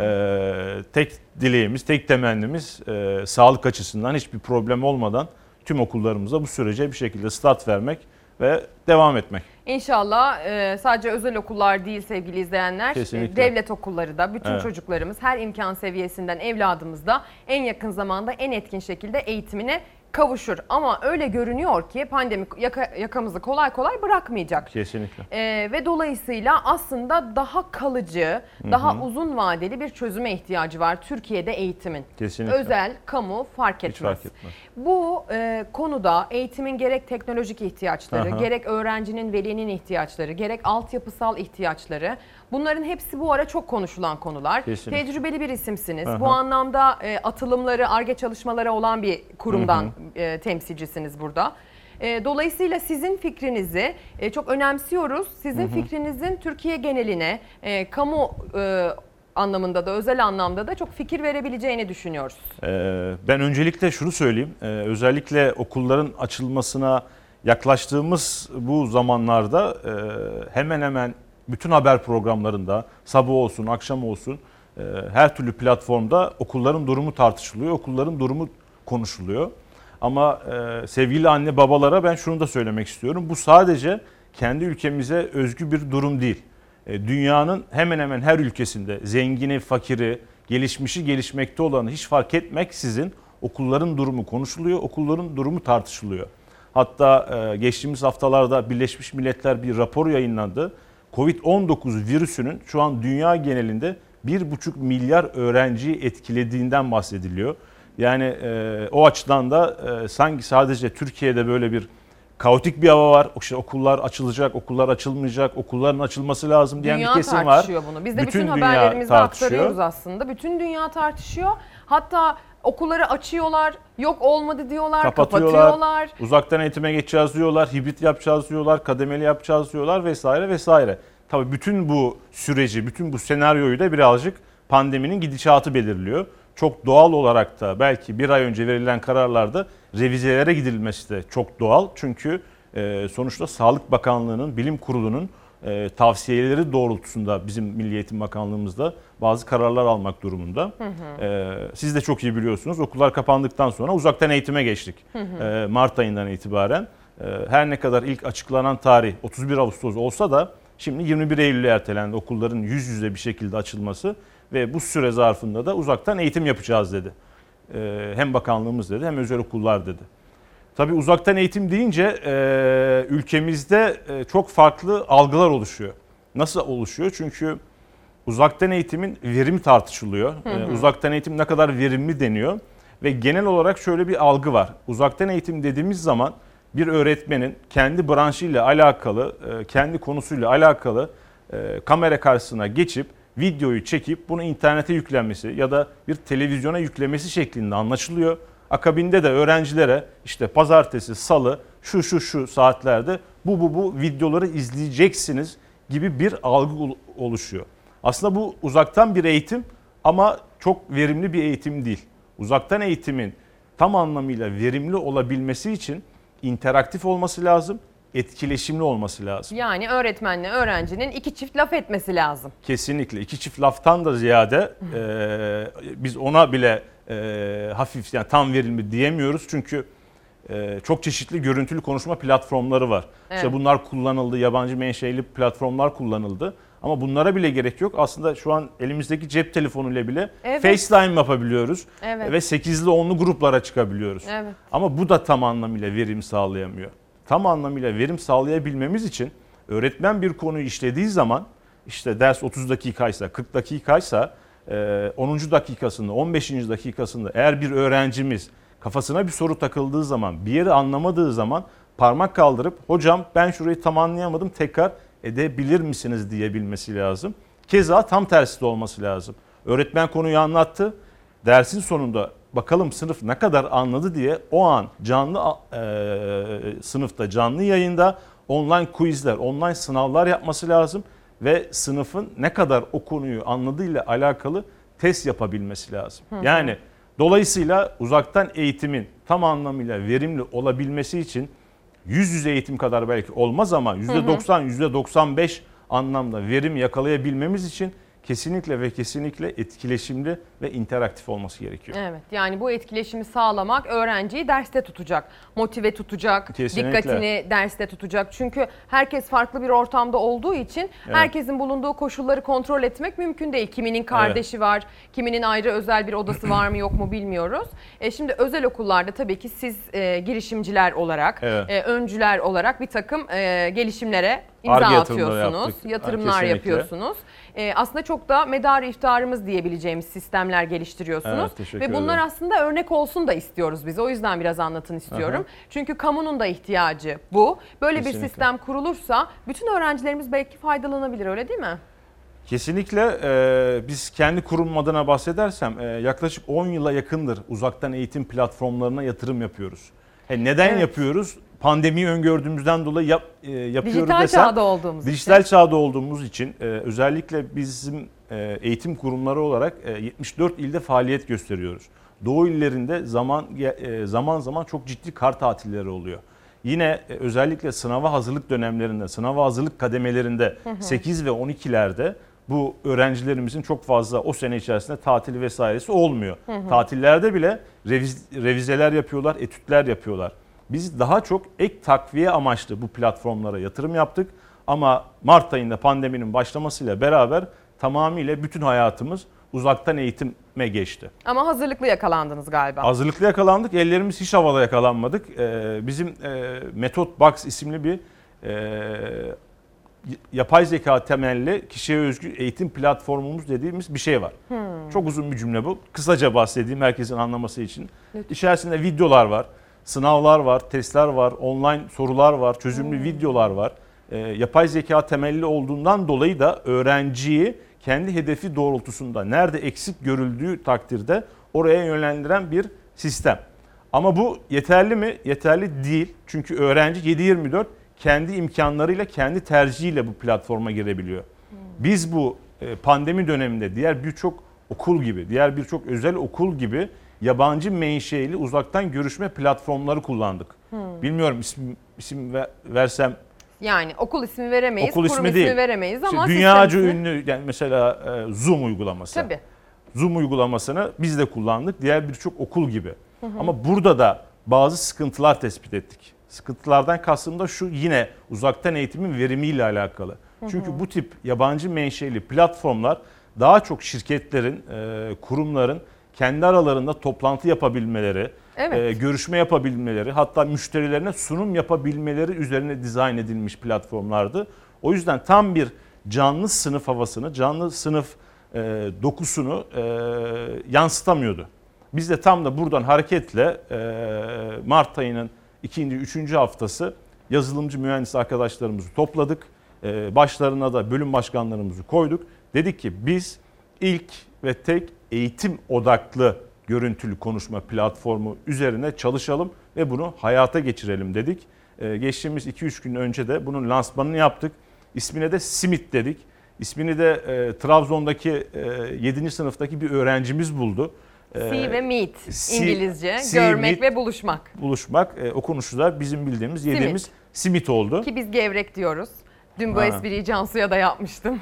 Tek dileğimiz, tek temennimiz sağlık açısından hiçbir problem olmadan tüm okullarımıza bu sürece bir şekilde start vermek ve devam etmek. İnşallah sadece özel okullar değil sevgili izleyenler, devlet okulları da bütün çocuklarımız her imkan seviyesinden evladımız da en yakın zamanda en etkin şekilde eğitimine kavuşur. Ama öyle görünüyor ki pandemi yakamızı kolay kolay bırakmayacak. Kesinlikle. Ve dolayısıyla aslında daha kalıcı, daha uzun vadeli bir çözüme ihtiyacı var Türkiye'de eğitimin. Kesinlikle. Özel, kamu fark etmez. Hiç fark etmez. Bu konuda eğitimin gerek teknolojik ihtiyaçları, gerek öğrencinin, velinin ihtiyaçları, gerek altyapısal ihtiyaçları, bunların hepsi bu ara çok konuşulan konular. Kesinlikle. Tecrübeli bir isimsiniz. Bu anlamda atılımları, Ar-Ge çalışmaları olan bir kurumdan temsilcisiniz burada. Dolayısıyla sizin fikrinizi çok önemsiyoruz. Sizin fikrinizin Türkiye geneline, kamu anlamında da, özel anlamda da çok fikir verebileceğini düşünüyoruz. Ben öncelikle şunu söyleyeyim. Özellikle okulların açılmasına yaklaştığımız bu zamanlarda hemen hemen bütün haber programlarında, sabah olsun, akşam olsun her türlü platformda okulların durumu tartışılıyor, okulların durumu konuşuluyor. Ama sevgili anne babalara ben şunu da söylemek istiyorum. Bu sadece kendi ülkemize özgü bir durum değil. Dünyanın hemen hemen her ülkesinde zengini, fakiri, gelişmişi, gelişmekte olanı hiç fark etmeksizin okulların durumu konuşuluyor, okulların durumu tartışılıyor. Hatta geçtiğimiz haftalarda Birleşmiş Milletler bir rapor yayınlandı. Covid-19 virüsünün şu an dünya genelinde 1,5 milyar öğrenciyi etkilediğinden bahsediliyor. Yani o açıdan da sanki sadece Türkiye'de böyle bir kaotik bir hava var. İşte okullar açılacak, okullar açılmayacak, okulların açılması lazım diyen bir kesim var. Dünya tartışıyor bunu. Biz de bütün haberlerimizde aktarıyoruz aslında. Bütün dünya tartışıyor. Hatta okulları açıyorlar, yok olmadı diyorlar, kapatıyorlar. Uzaktan eğitime geçeceğiz diyorlar, hibrit yapacağız diyorlar, kademeli yapacağız diyorlar vesaire vesaire. Tabii bütün bu süreci, bütün bu senaryoyu da birazcık pandeminin gidişatı belirliyor. Çok doğal olarak da belki bir ay önce verilen kararlarda revizelere gidilmesi de çok doğal. Çünkü sonuçta Sağlık Bakanlığı'nın, Bilim Kurulu'nun tavsiyeleri doğrultusunda bizim Milli Eğitim Bakanlığımızda bazı kararlar almak durumunda. Siz de çok iyi biliyorsunuz, okullar kapandıktan sonra uzaktan eğitime geçtik. Mart ayından itibaren. Her ne kadar ilk açıklanan tarih 31 Ağustos olsa da şimdi 21 Eylül'e ertelendi okulların yüz yüze bir şekilde açılması. ve bu süre zarfında da uzaktan eğitim yapacağız dedi. Hem bakanlığımız dedi hem özel okullar dedi. Tabii uzaktan eğitim deyince ülkemizde çok farklı algılar oluşuyor. Nasıl oluşuyor? Çünkü uzaktan eğitimin verimi tartışılıyor. Uzaktan eğitim ne kadar verimli deniyor. Ve genel olarak şöyle bir algı var. Uzaktan eğitim dediğimiz zaman bir öğretmenin kendi branşıyla alakalı, kendi konusuyla alakalı kamera karşısına geçip videoyu çekip bunu internete yüklenmesi ya da bir televizyona yüklemesi şeklinde anlaşılıyor. Akabinde de öğrencilere işte pazartesi, salı, şu saatlerde bu videoları izleyeceksiniz gibi bir algı oluşuyor. Aslında bu uzaktan bir eğitim ama çok verimli bir eğitim değil. Uzaktan eğitimin tam anlamıyla verimli olabilmesi için interaktif olması lazım, etkileşimli olması lazım. Yani öğretmenle öğrencinin iki çift laf etmesi lazım. Kesinlikle. İki çift laftan da ziyade biz ona bile hafif yani tam verimli diyemiyoruz. Çünkü çok çeşitli görüntülü konuşma platformları var. Evet. İşte bunlar kullanıldı, yabancı menşeli platformlar kullanıldı. Ama bunlara bile gerek yok. Aslında şu an elimizdeki cep telefonuyla bile FaceTime yapabiliyoruz. Evet. Ve 8'li 10'lu gruplara çıkabiliyoruz. Evet. Ama bu da tam anlamıyla verim sağlayamıyor. Tam anlamıyla verim sağlayabilmemiz için öğretmen bir konuyu işlediği zaman işte ders 30 dakikaysa 40 dakikaysa 10. dakikasında 15. dakikasında eğer bir öğrencimiz kafasına bir soru takıldığı zaman bir yeri anlamadığı zaman parmak kaldırıp hocam ben şurayı tam anlayamadım tekrar edebilir misiniz diyebilmesi lazım. Keza tam tersi de olması lazım. Öğretmen konuyu anlattı. Dersin sonunda bakalım sınıf ne kadar anladı diye o an canlı sınıfta canlı yayında online quizler, online sınavlar yapması lazım ve sınıfın ne kadar o konuyu anladığıyla alakalı test yapabilmesi lazım. Yani dolayısıyla uzaktan eğitimin tam anlamıyla verimli olabilmesi için yüz yüze eğitim kadar belki olmaz ama %90, %95 anlamda verim yakalayabilmemiz için kesinlikle ve kesinlikle etkileşimli ve interaktif olması gerekiyor. Evet, yani bu etkileşimi sağlamak öğrenciyi derste tutacak, motive tutacak, Kesinlikle. dikkatini derste tutacak. Çünkü herkes farklı bir ortamda olduğu için herkesin bulunduğu koşulları kontrol etmek mümkün değil. Kiminin kardeşi var, kiminin ayrı özel bir odası var mı yok mu bilmiyoruz. Şimdi özel okullarda tabii ki siz girişimciler olarak, öncüler olarak bir takım gelişimlere imza atıyorsunuz, yatırımlar yapıyorsunuz. Aslında çok da medarı iftarımız diyebileceğimiz sistemler geliştiriyorsunuz. Ve bunlar aslında örnek olsun da istiyoruz biz. O yüzden biraz anlatın istiyorum. Çünkü kamunun da ihtiyacı bu. Böyle bir sistem kurulursa bütün öğrencilerimiz belki faydalanabilir, öyle değil mi? Kesinlikle biz kendi kurum adına bahsedersem yaklaşık 10 yıla yakındır uzaktan eğitim platformlarına yatırım yapıyoruz. Neden yapıyoruz? Pandemiyi öngördüğümüzden dolayı yapıyoruz dijital desem, çağda olduğumuz dijital çağda olduğumuz için özellikle bizim eğitim kurumları olarak 74 ilde faaliyet gösteriyoruz. Doğu illerinde zaman zaman çok ciddi kar tatilleri oluyor. Yine özellikle sınava hazırlık dönemlerinde, sınava hazırlık kademelerinde 8 ve 12'lerde bu öğrencilerimizin çok fazla o sene içerisinde tatili vesairesi olmuyor. Tatillerde bile revizeler yapıyorlar, etütler yapıyorlar. Biz daha çok ek takviye amaçlı bu platformlara yatırım yaptık. Ama Mart ayında pandeminin başlamasıyla beraber tamamıyla bütün hayatımız uzaktan eğitime geçti. Ama hazırlıklı yakalandınız galiba. Hazırlıklı yakalandık. Ellerimiz hiç havada yakalanmadık. Bizim Metot Box isimli bir yapay zeka temelli kişiye özgü eğitim platformumuz dediğimiz bir şey var. Çok uzun bir cümle bu. Kısaca bahsedeyim herkesin anlaması için. İçerisinde videolar var. Sınavlar var, testler var, online sorular var, çözümlü videolar var. Yapay zeka temelli olduğundan dolayı da öğrenciyi kendi hedefi doğrultusunda nerede eksik görüldüğü takdirde oraya yönlendiren bir sistem. Ama bu yeterli mi? Yeterli değil. Çünkü öğrenci 7/24 kendi imkanlarıyla, kendi tercihiyle bu platforma girebiliyor. Biz bu pandemi döneminde diğer birçok okul gibi, diğer birçok özel okul gibi yabancı menşeli uzaktan görüşme platformları kullandık. Bilmiyorum isim versem. Yani okul ismi veremeyiz, okul kurum ismi veremeyiz ama dünyaca ünlü yani mesela Zoom uygulaması. Tabii. Zoom uygulamasını biz de kullandık. Diğer birçok okul gibi. Ama burada da bazı sıkıntılar tespit ettik. Sıkıntılardan kastım da şu, yine uzaktan eğitimin verimiyle alakalı. Çünkü bu tip yabancı menşeli platformlar daha çok şirketlerin, kurumların kendi aralarında toplantı yapabilmeleri, Evet. görüşme yapabilmeleri, hatta müşterilerine sunum yapabilmeleri üzerine dizayn edilmiş platformlardı. O yüzden tam bir canlı sınıf havasını, canlı sınıf dokusunu yansıtamıyordu. Biz de tam da buradan hareketle Mart ayının 2. 3. haftası yazılımcı mühendis arkadaşlarımızı topladık. Başlarına da bölüm başkanlarımızı koyduk. Dedik ki biz ilk ve tek eğitim odaklı görüntülü konuşma platformu üzerine çalışalım ve bunu hayata geçirelim dedik. Geçtiğimiz 2-3 gün önce de bunun lansmanını yaptık. İsmine de Simit dedik. İsmini de Trabzon'daki 7. sınıftaki bir öğrencimiz buldu. See ve meet İngilizce, görmek ve buluşmak. Buluşmak, okunuşu da bizim bildiğimiz, yediğimiz simit oldu. Ki biz gevrek diyoruz. Dün bu espriyi Cansu'ya da yapmıştım.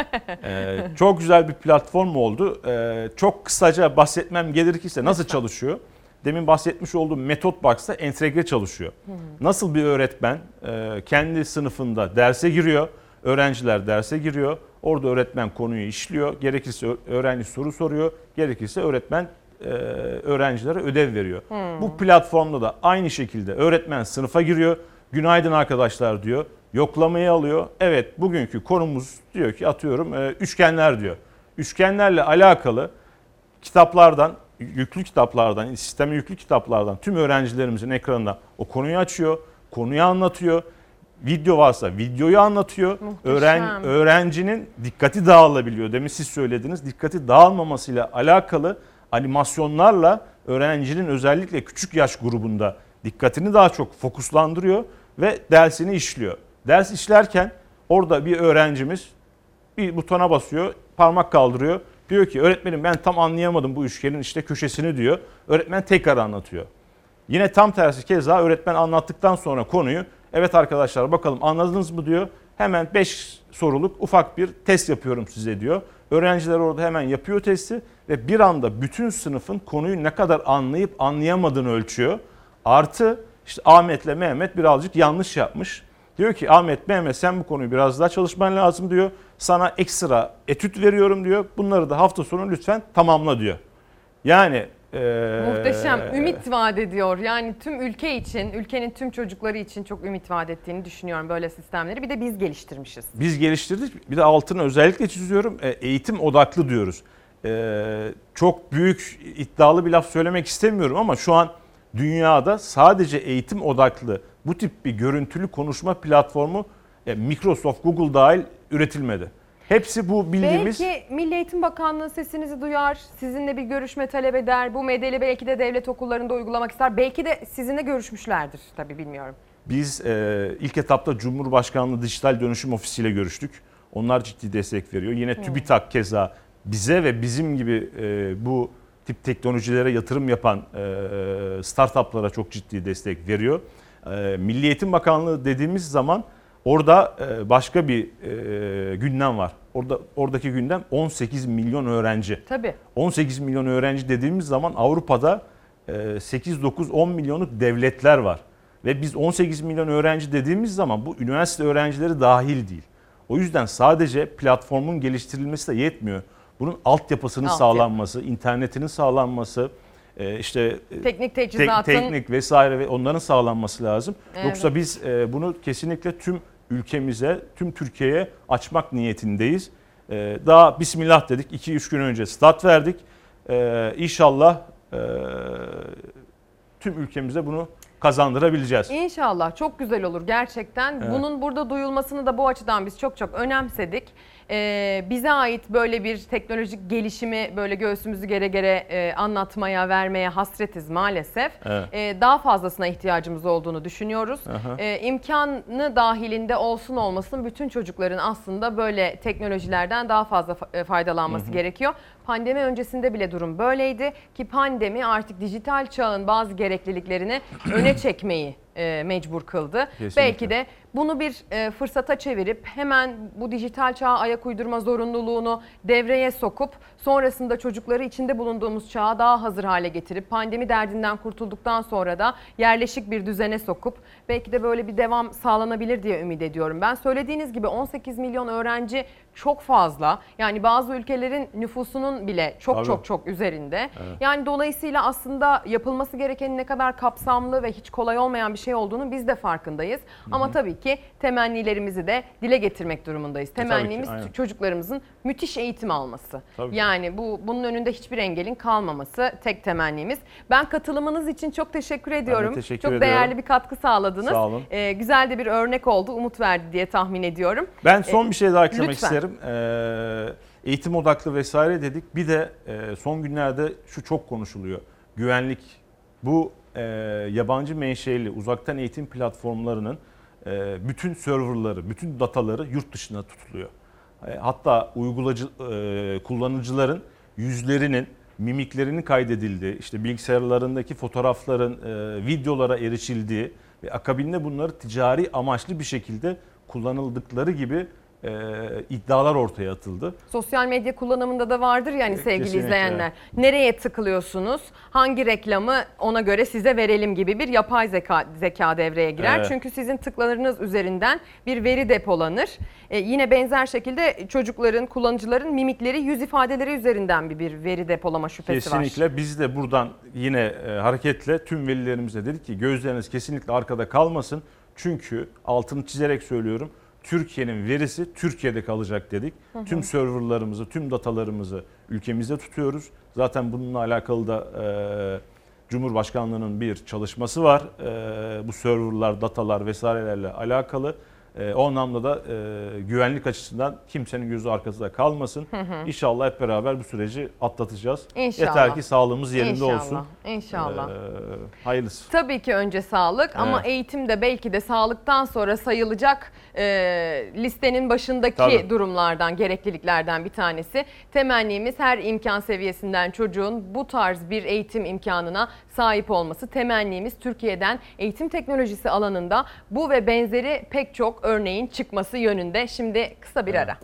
Çok güzel bir platform oldu. Çok kısaca bahsetmem gerekirse nasıl çalışıyor? Demin bahsetmiş olduğum MethodBox'ta entegre çalışıyor. Nasıl bir öğretmen kendi sınıfında derse giriyor, öğrenciler derse giriyor. Orada öğretmen konuyu işliyor. Gerekirse öğrenci soru soruyor. Gerekirse öğretmen öğrencilere ödev veriyor. Bu platformda da aynı şekilde öğretmen sınıfa giriyor. Günaydın arkadaşlar diyor. Yoklamayı alıyor. Evet, bugünkü konumuz diyor ki atıyorum üçgenler diyor. Üçgenlerle alakalı kitaplardan, yüklü kitaplardan, sisteme yüklü kitaplardan tüm öğrencilerimizin ekranında o konuyu açıyor. Konuyu anlatıyor. Video varsa videoyu anlatıyor. Öğrencinin dikkati dağılabiliyor. Demin siz söylediniz. Dikkati dağılmamasıyla alakalı animasyonlarla öğrencinin özellikle küçük yaş grubunda dikkatini daha çok fokuslandırıyor ve dersini işliyor. Ders işlerken orada bir öğrencimiz bir butona basıyor, parmak kaldırıyor. Diyor ki öğretmenim ben tam anlayamadım bu üçgenin işte köşesini diyor. Öğretmen tekrar anlatıyor. Yine tam tersi keza öğretmen anlattıktan sonra konuyu evet arkadaşlar bakalım anladınız mı diyor. Hemen 5 soruluk ufak bir test yapıyorum size diyor. Öğrenciler orada hemen yapıyor testi ve bir anda bütün sınıfın konuyu ne kadar anlayıp anlayamadığını ölçüyor. Artı işte Ahmet'le Mehmet birazcık yanlış yapmış. Diyor ki Ahmet, Mehmet sen bu konuyu biraz daha çalışman lazım diyor. Sana ekstra etüt veriyorum diyor. Bunları da hafta sonu lütfen tamamla diyor. Yani muhteşem, ümit vaat ediyor. Yani tüm ülke için, ülkenin tüm çocukları için çok ümit vaat ettiğini düşünüyorum böyle sistemleri. Bir de biz geliştirmişiz. Biz geliştirdik. Bir de altını özellikle çiziyorum. Eğitim odaklı diyoruz. Çok büyük iddialı bir laf söylemek istemiyorum ama şu an dünyada sadece eğitim odaklı bu tip bir görüntülü konuşma platformu Microsoft, Google dahil üretilmedi. Hepsi bu bildiğimiz... Belki Milli Eğitim Bakanlığı sesinizi duyar, sizinle bir görüşme talep eder. Bu modeli belki de devlet okullarında uygulamak ister. Belki de sizinle görüşmüşlerdir tabii bilmiyorum. Biz ilk etapta Cumhurbaşkanlığı Dijital Dönüşüm Ofisi ile görüştük. Onlar ciddi destek veriyor. Yine TÜBİTAK keza bize ve bizim gibi bu tip teknolojilere yatırım yapan startuplara çok ciddi destek veriyor. Milli Eğitim Bakanlığı dediğimiz zaman orada başka bir gündem var. Oradaki gündem 18 milyon öğrenci. Tabii. 18 milyon öğrenci dediğimiz zaman Avrupa'da 8-9-10 milyonluk devletler var. Ve biz 18 milyon öğrenci dediğimiz zaman bu üniversite öğrencileri dahil değil. O yüzden sadece platformun geliştirilmesi de yetmiyor. Bunun altyapısının sağlanması, internetinin sağlanması, işte teknik teçhizatın teknik vesaire ve onların sağlanması lazım. Evet. Yoksa biz bunu kesinlikle tüm ülkemize, tüm Türkiye'ye açmak niyetindeyiz. Daha bismillah dedik. 2-3 gün önce start verdik. İnşallah tüm ülkemize bunu kazandırabileceğiz. İnşallah çok güzel olur gerçekten. Evet. Bunun burada duyulmasını da bu açıdan biz çok önemsedik. Bize ait böyle bir teknolojik gelişimi böyle göğsümüzü gere gere anlatmaya, vermeye hasretiz maalesef. Evet. Daha fazlasına ihtiyacımız olduğunu düşünüyoruz. İmkanı dahilinde olsun olmasın bütün çocukların aslında böyle teknolojilerden daha fazla faydalanması gerekiyor. Pandemi öncesinde bile durum böyleydi ki pandemi artık dijital çağın bazı gerekliliklerini öne çekmeyi mecbur kıldı. Kesinlikle. Belki de bunu bir fırsata çevirip hemen bu dijital çağa ayak uydurma zorunluluğunu devreye sokup sonrasında çocukları içinde bulunduğumuz çağa daha hazır hale getirip pandemi derdinden kurtulduktan sonra da yerleşik bir düzene sokup belki de böyle bir devam sağlanabilir diye ümit ediyorum. Ben söylediğiniz gibi 18 milyon öğrenci çok fazla. Yani bazı ülkelerin nüfusunun bile çok üzerinde. Evet. Yani dolayısıyla aslında yapılması gerekenin ne kadar kapsamlı ve hiç kolay olmayan bir şey olduğunu biz de farkındayız. Ama tabii ki temennilerimizi de dile getirmek durumundayız. Temennimiz çocuklarımızın müthiş eğitim alması. Yani bunun önünde hiçbir engelin kalmaması tek temennimiz. Ben katılımınız için çok teşekkür ediyorum. Çok değerli bir katkı sağladınız. Sağ olun. Güzel de bir örnek oldu, umut verdi diye tahmin ediyorum. Ben son bir şey daha eklemek lütfen. isterim. Eğitim odaklı vesaire dedik. Bir de son günlerde şu çok konuşuluyor. Güvenlik. Bu yabancı menşeli uzaktan eğitim platformlarının bütün serverları, bütün dataları yurt dışına tutuluyor. Hatta kullanıcıların yüzlerinin, mimiklerinin kaydedildiği, işte bilgisayarlarındaki fotoğrafların videolara erişildiği ve akabinde bunları ticari amaçlı bir şekilde kullanıldıkları gibi iddialar ortaya atıldı. Sosyal medya kullanımında da vardır yani sevgili Kesinlikle. izleyenler. Nereye tıklıyorsunuz? Hangi reklamı ona göre size verelim gibi bir yapay zeka devreye girer. Evet. Çünkü sizin tıklarınız üzerinden bir veri depolanır. Yine benzer şekilde çocukların, kullanıcıların mimikleri, yüz ifadeleri üzerinden bir veri depolama şüphesi var. Kesinlikle. Biz de buradan yine hareketle tüm velilerimize dedik ki gözleriniz kesinlikle arkada kalmasın. Çünkü altını çizerek söylüyorum. Türkiye'nin verisi Türkiye'de kalacak dedik. Tüm serverlarımızı, tüm datalarımızı ülkemizde tutuyoruz. Zaten bununla alakalı da Cumhurbaşkanlığı'nın bir çalışması var. Bu serverlar, datalar vesairelerle alakalı. O anlamda da güvenlik açısından kimsenin gözü arkasında kalmasın. İnşallah hep beraber bu süreci atlatacağız. İnşallah. Yeter ki sağlığımız yerinde olsun. İnşallah. Hayırlısı. Tabii ki önce sağlık ama eğitim de belki de sağlıktan sonra sayılacak listenin başındaki durumlardan, gerekliliklerden bir tanesi. Temennimiz her imkan seviyesinden çocuğun bu tarz bir eğitim imkanına sahip olması. Temennimiz Türkiye'den eğitim teknolojisi alanında bu ve benzeri pek çok örneğin çıkması yönünde. Şimdi kısa bir ara.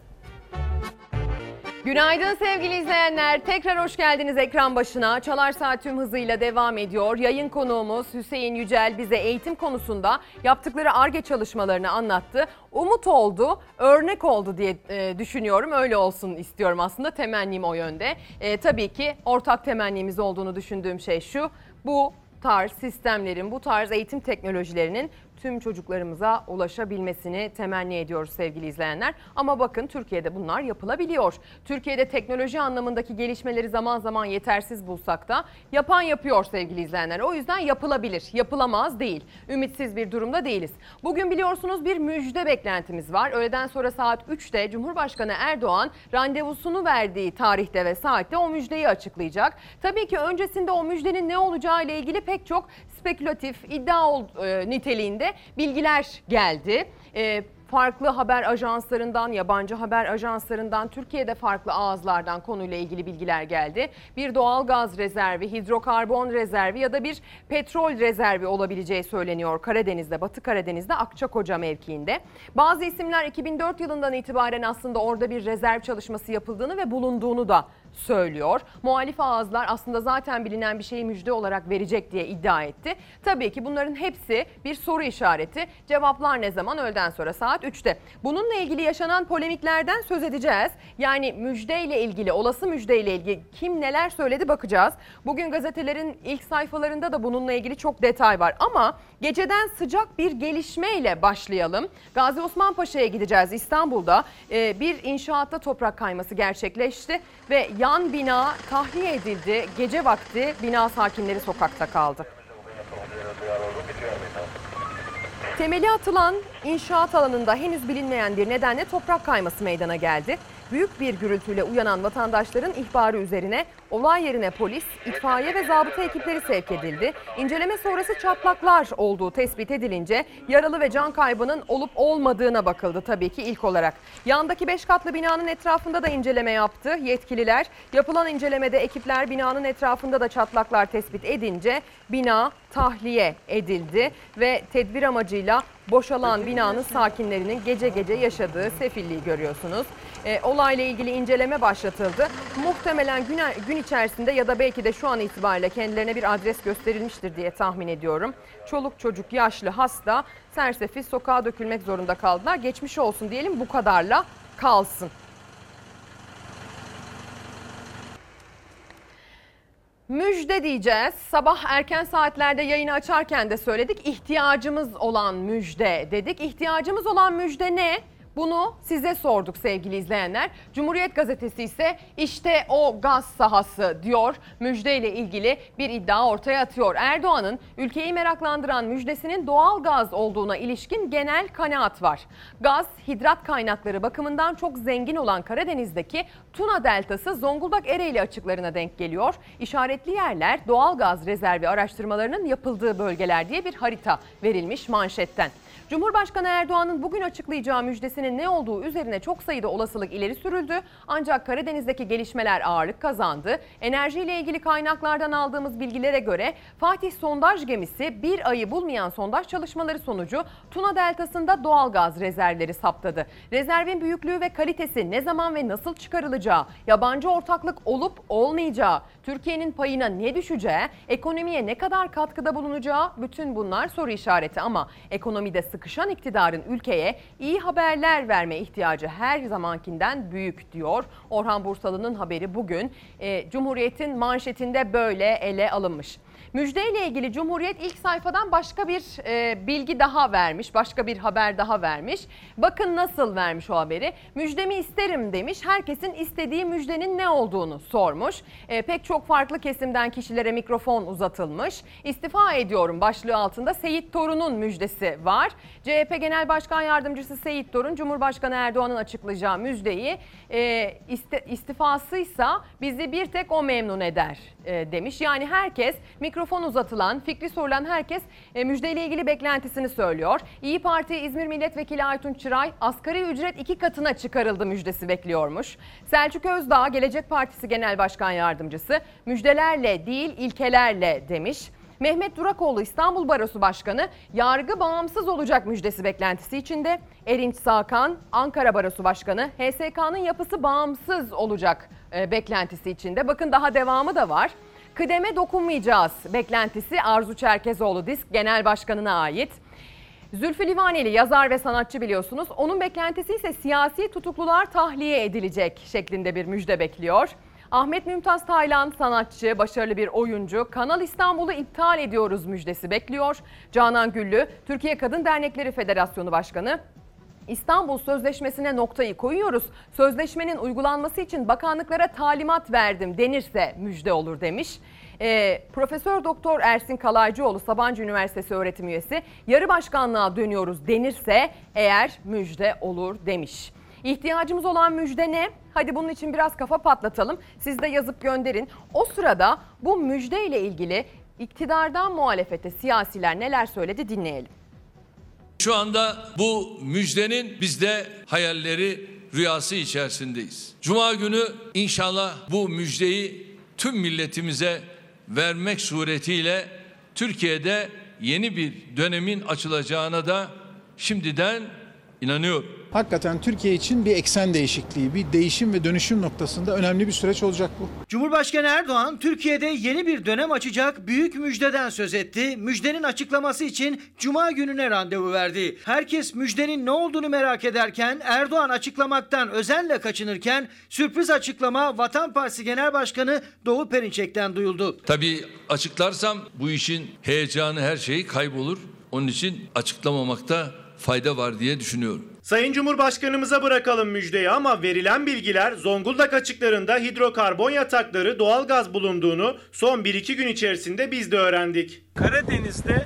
Günaydın sevgili izleyenler. Tekrar hoş geldiniz ekran başına. Çalar Saat tüm hızıyla devam ediyor. Yayın konuğumuz Hüseyin Yücel bize eğitim konusunda yaptıkları Ar-Ge çalışmalarını anlattı. Umut oldu, örnek oldu diye düşünüyorum. Öyle olsun istiyorum aslında. Temennim o yönde. Tabii ki ortak temennimiz olduğunu düşündüğüm şey şu. Bu tarz sistemlerin, bu tarz eğitim teknolojilerinin tüm çocuklarımıza ulaşabilmesini temenni ediyoruz sevgili izleyenler. Ama bakın Türkiye'de bunlar yapılabiliyor. Türkiye'de teknoloji anlamındaki gelişmeleri zaman zaman yetersiz bulsak da yapan yapıyor sevgili izleyenler. O yüzden yapılabilir, yapılamaz değil. Ümitsiz bir durumda değiliz. Bugün biliyorsunuz bir müjde beklentimiz var. Öğleden sonra saat 3'te Cumhurbaşkanı Erdoğan randevusunu verdiği tarihte ve saatte o müjdeyi açıklayacak. Tabii ki öncesinde o müjdenin ne olacağı ile ilgili pek çok spekülatif, iddia niteliğinde bilgiler geldi. Farklı haber ajanslarından, yabancı haber ajanslarından, Türkiye'de farklı ağızlardan konuyla ilgili bilgiler geldi. Bir doğal gaz rezervi, hidrokarbon rezervi ya da bir petrol rezervi olabileceği söyleniyor Karadeniz'de, Batı Karadeniz'de Akçakoca mevkiinde. Bazı isimler 2004 yılından itibaren aslında orada bir rezerv çalışması yapıldığını ve bulunduğunu da söylüyor. Muhalif ağızlar aslında zaten bilinen bir şeyi müjde olarak verecek diye iddia etti. Tabii ki bunların hepsi bir soru işareti. Cevaplar ne zaman? Öğleden sonra saat 3'te. Bununla ilgili yaşanan polemiklerden söz edeceğiz. Yani müjdeyle ilgili, olası müjdeyle ilgili kim neler söyledi bakacağız. Bugün gazetelerin ilk sayfalarında da bununla ilgili çok detay var. Ama geceden sıcak bir gelişmeyle başlayalım. Gazi Osman Paşa'ya gideceğiz İstanbul'da. Bir inşaatta toprak kayması gerçekleşti ve yan bina tahliye edildi. Gece vakti bina sakinleri sokakta kaldı. Temeli atılan inşaat alanında henüz bilinmeyen bir nedenle toprak kayması meydana geldi. Büyük bir gürültüyle uyanan vatandaşların ihbarı üzerine Olay yerine polis, itfaiye ve zabıta ekipleri sevk edildi. İnceleme sonrası çatlaklar olduğu tespit edilince yaralı ve can kaybının olup olmadığına bakıldı tabii ki ilk olarak. Yandaki 5 katlı binanın etrafında da inceleme yaptı yetkililer. Yapılan incelemede ekipler binanın etrafında da çatlaklar tespit edince bina tahliye edildi ve tedbir amacıyla boşalan binanın sakinlerinin gece gece yaşadığı sefilliği görüyorsunuz. Olayla ilgili inceleme başlatıldı. Muhtemelen gün içerisinde ya da belki de şu an itibariyle kendilerine bir adres gösterilmiştir diye tahmin ediyorum. Çoluk çocuk, yaşlı, hasta, sersefil sokağa dökülmek zorunda kaldılar. Geçmiş olsun diyelim, bu kadarla kalsın. Müjde diyeceğiz. Sabah erken saatlerde yayını açarken de söyledik. İhtiyacımız olan müjde dedik. İhtiyacımız olan müjde ne? Bunu size sorduk sevgili izleyenler. Cumhuriyet Gazetesi ise işte o gaz sahası diyor. Müjdeyle ilgili bir iddia ortaya atıyor. Erdoğan'ın ülkeyi meraklandıran müjdesinin doğal gaz olduğuna ilişkin genel kanaat var. Gaz, hidrat kaynakları bakımından çok zengin olan Karadeniz'deki Tuna Deltası Zonguldak Ereğli açıklarına denk geliyor. İşaretli yerler doğal gaz rezervi araştırmalarının yapıldığı bölgeler diye bir harita verilmiş manşetten. Cumhurbaşkanı Erdoğan'ın bugün açıklayacağı müjdesinin ne olduğu üzerine çok sayıda olasılık ileri sürüldü. Ancak Karadeniz'deki gelişmeler ağırlık kazandı. Enerjiyle ilgili kaynaklardan aldığımız bilgilere göre Fatih sondaj gemisi bir ayı bulmayan sondaj çalışmaları sonucu Tuna Deltası'nda doğal gaz rezervleri saptadı. Rezervin büyüklüğü ve kalitesi, ne zaman ve nasıl çıkarılacağı, yabancı ortaklık olup olmayacağı, Türkiye'nin payına ne düşeceği, ekonomiye ne kadar katkıda bulunacağı, bütün bunlar soru işareti. Ama ekonomide sıkışan iktidarın ülkeye iyi haberler verme ihtiyacı her zamankinden büyük diyor. Orhan Bursalı'nın haberi bugün Cumhuriyet'in manşetinde böyle ele alınmış. Müjdeyle ilgili Cumhuriyet ilk sayfadan başka bir bilgi daha vermiş, başka bir haber daha vermiş. Bakın nasıl vermiş o haberi. Müjdemi isterim demiş, herkesin istediği müjdenin ne olduğunu sormuş. Pek çok farklı kesimden kişilere mikrofon uzatılmış. İstifa ediyorum başlığı altında Seyit Torun'un müjdesi var. CHP Genel Başkan Yardımcısı Seyit Torun, Cumhurbaşkanı Erdoğan'ın açıklayacağı müjdeyi istifasıysa bizi bir tek o memnun eder demiş. Yani herkes, mikrofon uzatılan, fikri sorulan herkes müjdeyle ilgili beklentisini söylüyor. İyi Parti İzmir Milletvekili Aytunç Çıray, asgari ücret 2 katına çıkarıldı müjdesi bekliyormuş. Selçuk Özdağ, Gelecek Partisi Genel Başkan Yardımcısı, müjdelerle değil ilkelerle demiş. Mehmet Durakoğlu, İstanbul Barosu Başkanı, yargı bağımsız olacak müjdesi beklentisi içinde. Erinç Sağkan, Ankara Barosu Başkanı, HSK'nın yapısı bağımsız olacak beklentisi içinde. Bakın daha devamı da var. Kıdeme dokunmayacağız beklentisi Arzu Çerkezoğlu Disk Genel Başkanı'na ait. Zülfü Livaneli yazar ve sanatçı biliyorsunuz. Onun beklentisi ise siyasi tutuklular tahliye edilecek şeklinde bir müjde bekliyor. Ahmet Mümtaz Taylan sanatçı, başarılı bir oyuncu. Kanal İstanbul'u iptal ediyoruz müjdesi bekliyor. Canan Güllü, Türkiye Kadın Dernekleri Federasyonu Başkanı. İstanbul Sözleşmesi'ne noktayı koyuyoruz. Sözleşmenin uygulanması için bakanlıklara talimat verdim denirse müjde olur demiş. Profesör Doktor Ersin Kalaycıoğlu, Sabancı Üniversitesi öğretim üyesi, yarı başkanlığa dönüyoruz denirse eğer müjde olur demiş. İhtiyacımız olan müjde ne? Hadi bunun için biraz kafa patlatalım. Siz de yazıp gönderin. O sırada bu müjde ile ilgili iktidardan muhalefete siyasiler neler söyledi dinleyelim. Şu anda bu müjdenin biz de hayalleri, rüyası içerisindeyiz. Cuma günü inşallah bu müjdeyi tüm milletimize vermek suretiyle Türkiye'de yeni bir dönemin açılacağına da şimdiden inanıyorum. Hakikaten Türkiye için bir eksen değişikliği, bir değişim ve dönüşüm noktasında önemli bir süreç olacak bu. Cumhurbaşkanı Erdoğan Türkiye'de yeni bir dönem açacak büyük müjdeden söz etti. Müjdenin açıklaması için Cuma gününe randevu verdi. Herkes müjdenin ne olduğunu merak ederken, Erdoğan açıklamaktan özenle kaçınırken sürpriz açıklama Vatan Partisi Genel Başkanı Doğu Perinçek'ten duyuldu. Tabii açıklarsam bu işin heyecanı, her şeyi kaybolur. Onun için açıklamamakta fayda var diye düşünüyorum. Sayın Cumhurbaşkanımıza bırakalım müjdeyi ama verilen bilgiler Zonguldak açıklarında hidrokarbon yatakları, doğalgaz bulunduğunu son 1-2 gün içerisinde biz de öğrendik. Karadeniz'de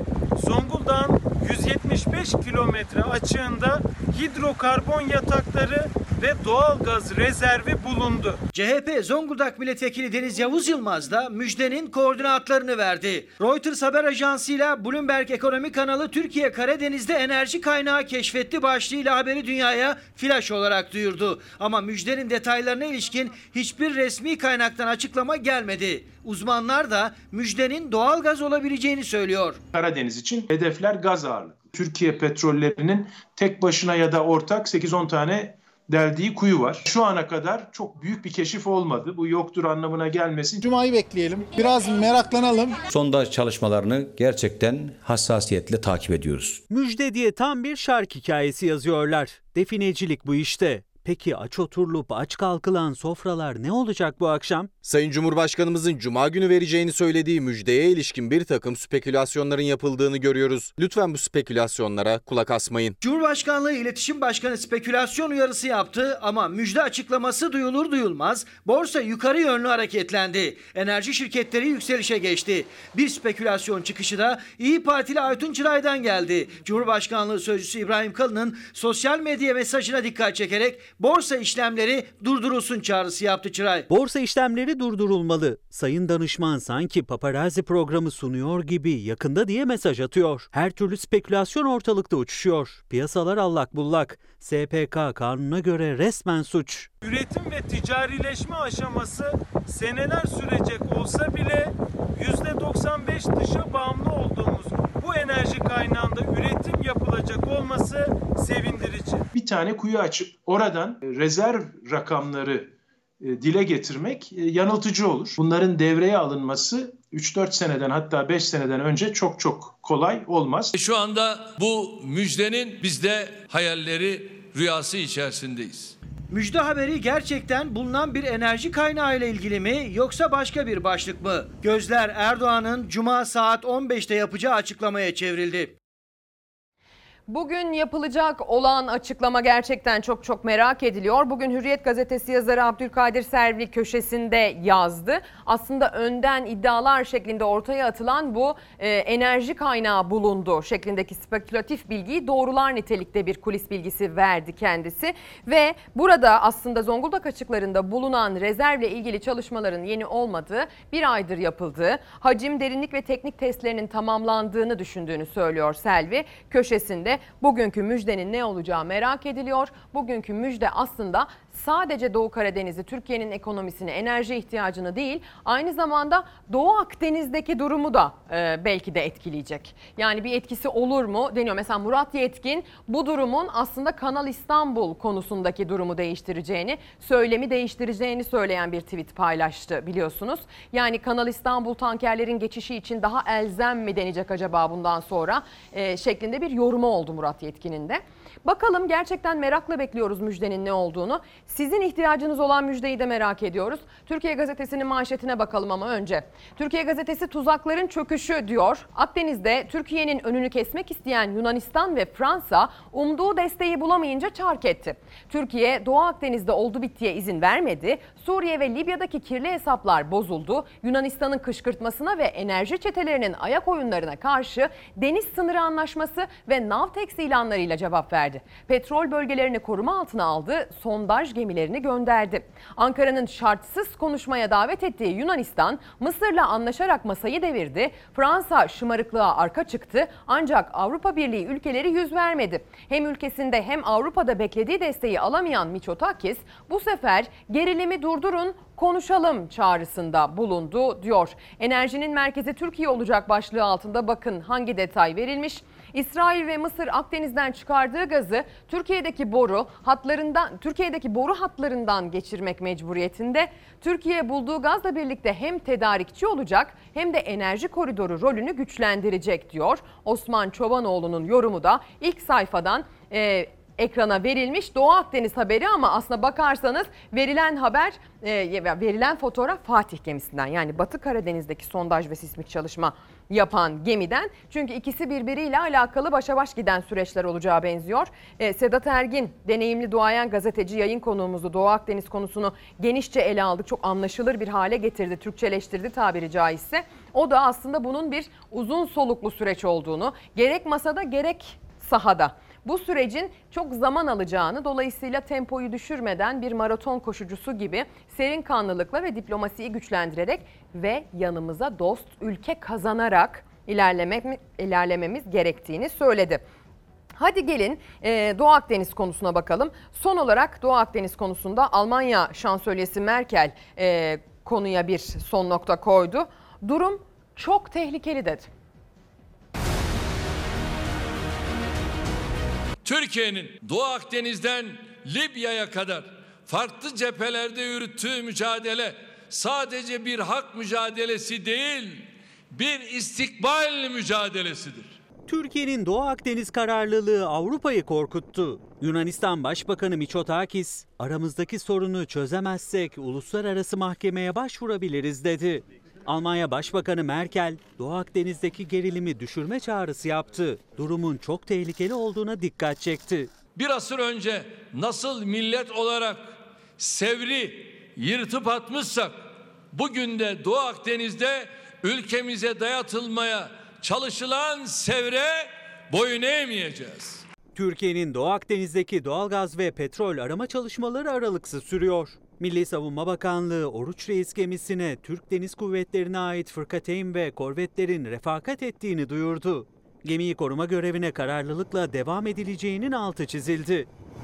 Zonguldak'ın 175 kilometre açığında hidrokarbon yatakları ve doğalgaz rezervi bulundu. CHP Zonguldak Milletvekili Deniz Yavuz Yılmaz da müjdenin koordinatlarını verdi. Reuters haber ajansıyla Bloomberg Ekonomi kanalı Türkiye Karadeniz'de enerji kaynağı keşfetti başlığıyla haberi dünyaya flash olarak duyurdu. Ama müjdenin detaylarına ilişkin hiçbir resmi kaynaktan açıklama gelmedi. Uzmanlar da müjdenin doğalgaz olabileceğini söylüyor. Karadeniz için hedefler gaz ağırlıklı. Türkiye petrollerinin tek başına ya da ortak 8-10 tane deldiği kuyu var. Şu ana kadar çok büyük bir keşif olmadı. Bu yoktur anlamına gelmesin. Cuma'yı bekleyelim. Biraz meraklanalım. Sondaj çalışmalarını gerçekten hassasiyetle takip ediyoruz. Müjde diye tam bir şark hikayesi yazıyorlar. Definecilik bu işte. Peki aç oturulup aç kalkılan sofralar ne olacak bu akşam? Sayın Cumhurbaşkanımızın Cuma günü vereceğini söylediği müjdeye ilişkin bir takım spekülasyonların yapıldığını görüyoruz. Lütfen bu spekülasyonlara kulak asmayın. Cumhurbaşkanlığı İletişim Başkanı spekülasyon uyarısı yaptı ama müjde açıklaması duyulur duyulmaz borsa yukarı yönlü hareketlendi. Enerji şirketleri yükselişe geçti. Bir spekülasyon çıkışı da İYİ Partili Aytun Çıray'dan geldi. Cumhurbaşkanlığı Sözcüsü İbrahim Kalın'ın sosyal medya mesajına dikkat çekerek borsa işlemleri durdurulsun çağrısı yaptı Çıray. Borsa işlemleri durdurulmalı. Sayın danışman sanki paparazzi programı sunuyor gibi yakında diye mesaj atıyor. Her türlü spekülasyon ortalıkta uçuşuyor. Piyasalar allak bullak. SPK kanuna göre resmen suç. Üretim ve ticarileşme aşaması seneler sürecek olsa bile %95 dışa bağımlı olduğumuz bu enerji kaynağında üretim yapılacak olması sevindirici. Bir tane kuyu açıp oradan rezerv rakamları dile getirmek yanıltıcı olur. Bunların devreye alınması 3-4 seneden hatta 5 seneden önce çok kolay olmaz. Şu anda bu müjdenin biz de hayalleri, rüyası içerisindeyiz. Müjde haberi gerçekten bulunan bir enerji kaynağı ile ilgili mi yoksa başka bir başlık mı? Gözler Erdoğan'ın Cuma saat 15'te yapacağı açıklamaya çevrildi. Bugün yapılacak olan açıklama gerçekten çok merak ediliyor. Bugün Hürriyet gazetesi yazarı Abdülkadir Selvi köşesinde yazdı. Aslında önden iddialar şeklinde ortaya atılan bu enerji kaynağı bulundu şeklindeki spekülatif bilgiyi doğrular nitelikte bir kulis bilgisi verdi kendisi. Ve burada aslında Zonguldak açıklarında bulunan rezervle ilgili çalışmaların yeni olmadığı, bir aydır yapıldığı, hacim, derinlik ve teknik testlerinin tamamlandığını düşündüğünü söylüyor Selvi köşesinde. Bugünkü müjdenin ne olacağı merak ediliyor. Bugünkü müjde aslında sadece Doğu Karadeniz'i, Türkiye'nin ekonomisini, enerji ihtiyacını değil, aynı zamanda Doğu Akdeniz'deki durumu da belki de etkileyecek. Yani bir etkisi olur mu deniyor. Mesela Murat Yetkin bu durumun aslında Kanal İstanbul konusundaki durumu değiştireceğini, söylemi değiştireceğini söyleyen bir tweet paylaştı biliyorsunuz. Yani Kanal İstanbul tankerlerin geçişi için daha elzem mi denecek acaba bundan sonra şeklinde bir yorumu oldu Murat Yetkin'in de. Bakalım, gerçekten merakla bekliyoruz müjdenin ne olduğunu. Sizin ihtiyacınız olan müjdeyi de merak ediyoruz. Türkiye Gazetesi'nin manşetine bakalım ama önce. Türkiye Gazetesi tuzakların çöküşü diyor. Akdeniz'de Türkiye'nin önünü kesmek isteyen Yunanistan ve Fransa umduğu desteği bulamayınca çark etti. Türkiye Doğu Akdeniz'de oldu bittiye izin vermedi. Suriye ve Libya'daki kirli hesaplar bozuldu. Yunanistan'ın kışkırtmasına ve enerji çetelerinin ayak oyunlarına karşı deniz sınırı anlaşması ve Navtex ilanlarıyla cevap verdi. Petrol bölgelerini koruma altına aldı, sondaj gemilerini gönderdi. Ankara'nın şartsız konuşmaya davet ettiği Yunanistan, Mısır'la anlaşarak masayı devirdi. Fransa şımarıklığa arka çıktı ancak Avrupa Birliği ülkeleri yüz vermedi. Hem ülkesinde hem Avrupa'da beklediği desteği alamayan Mitsotakis bu sefer gerilimi durdurun, konuşalım çağrısında bulundu diyor. Enerjinin merkezi Türkiye olacak başlığı altında bakın hangi detay verilmiş. İsrail ve Mısır Akdeniz'den çıkardığı gazı Türkiye'deki boru hatlarından geçirmek mecburiyetinde. Türkiye bulduğu gazla birlikte hem tedarikçi olacak hem de enerji koridoru rolünü güçlendirecek diyor. Osman Çobanoğlu'nun yorumu da ilk sayfadan ekrana verilmiş. Doğu Akdeniz haberi ama aslına bakarsanız verilen fotoğraf Fatih gemisinden, yani Batı Karadeniz'deki sondaj ve sismik çalışma yapan gemiden. Çünkü ikisi birbiriyle alakalı başa baş giden süreçler olacağı benziyor. Sedat Ergin, deneyimli duayen gazeteci, yayın konuğumuzu, Doğu Akdeniz konusunu genişçe ele aldık. Çok anlaşılır bir hale getirdi, Türkçeleştirdi tabiri caizse. O da aslında bunun bir uzun soluklu süreç olduğunu, gerek masada gerek sahada Bu sürecin çok zaman alacağını, dolayısıyla tempoyu düşürmeden bir maraton koşucusu gibi serin kanlılıkla ve diplomasiyi güçlendirerek ve yanımıza dost ülke kazanarak ilerlememiz gerektiğini söyledi. Hadi gelin Doğu Akdeniz konusuna bakalım. Son olarak Doğu Akdeniz konusunda Almanya Şansölyesi Merkel konuya bir son nokta koydu. Durum çok tehlikeli dedi. Türkiye'nin Doğu Akdeniz'den Libya'ya kadar farklı cephelerde yürüttüğü mücadele sadece bir hak mücadelesi değil, bir istikbal mücadelesidir. Türkiye'nin Doğu Akdeniz kararlılığı Avrupa'yı korkuttu. Yunanistan Başbakanı Mitsotakis, aramızdaki sorunu çözemezsek uluslararası mahkemeye başvurabiliriz dedi. Almanya Başbakanı Merkel, Doğu Akdeniz'deki gerilimi düşürme çağrısı yaptı. Durumun çok tehlikeli olduğuna dikkat çekti. Bir asır önce nasıl millet olarak Sevr'i yırtıp atmışsak, bugün de Doğu Akdeniz'de ülkemize dayatılmaya çalışılan Sevr'e boyun eğmeyeceğiz. Türkiye'nin Doğu Akdeniz'deki doğalgaz ve petrol arama çalışmaları aralıksız sürüyor. Milli Savunma Bakanlığı Oruç Reis gemisine Türk Deniz Kuvvetleri'ne ait fırkateyn ve korvetlerin refakat ettiğini duyurdu. Gemiyi koruma görevine kararlılıkla devam edileceğinin altı çizildi.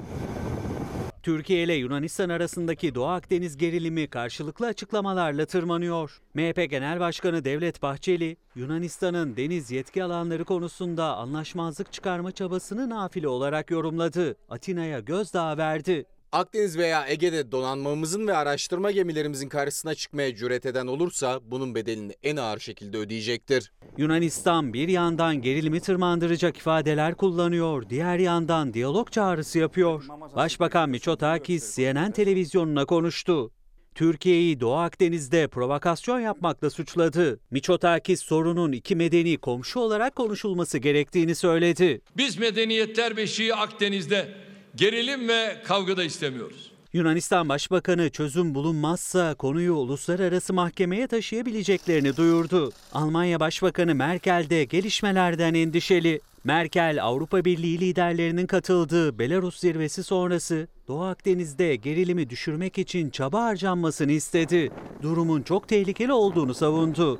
Türkiye ile Yunanistan arasındaki Doğu Akdeniz gerilimi karşılıklı açıklamalarla tırmanıyor. MHP Genel Başkanı Devlet Bahçeli, Yunanistan'ın deniz yetki alanları konusunda anlaşmazlık çıkarma çabasını nafile olarak yorumladı. Atina'ya gözdağı verdi. Akdeniz veya Ege'de donanmamızın ve araştırma gemilerimizin karşısına çıkmaya cüret eden olursa bunun bedelini en ağır şekilde ödeyecektir. Yunanistan bir yandan gerilimi tırmandıracak ifadeler kullanıyor, diğer yandan diyalog çağrısı yapıyor. Başbakan Mitsotakis CNN televizyonuna konuştu. Türkiye'yi Doğu Akdeniz'de provokasyon yapmakla suçladı. Mitsotakis sorunun iki medeni komşu olarak konuşulması gerektiğini söyledi. Biz medeniyetler beşiği Akdeniz'de gerilim ve kavga da istemiyoruz. Yunanistan Başbakanı çözüm bulunmazsa konuyu uluslararası mahkemeye taşıyabileceklerini duyurdu. Almanya Başbakanı Merkel de gelişmelerden endişeli. Merkel, Avrupa Birliği liderlerinin katıldığı Belarus zirvesi sonrası Doğu Akdeniz'de gerilimi düşürmek için çaba harcanmasını istedi. Durumun çok tehlikeli olduğunu savundu.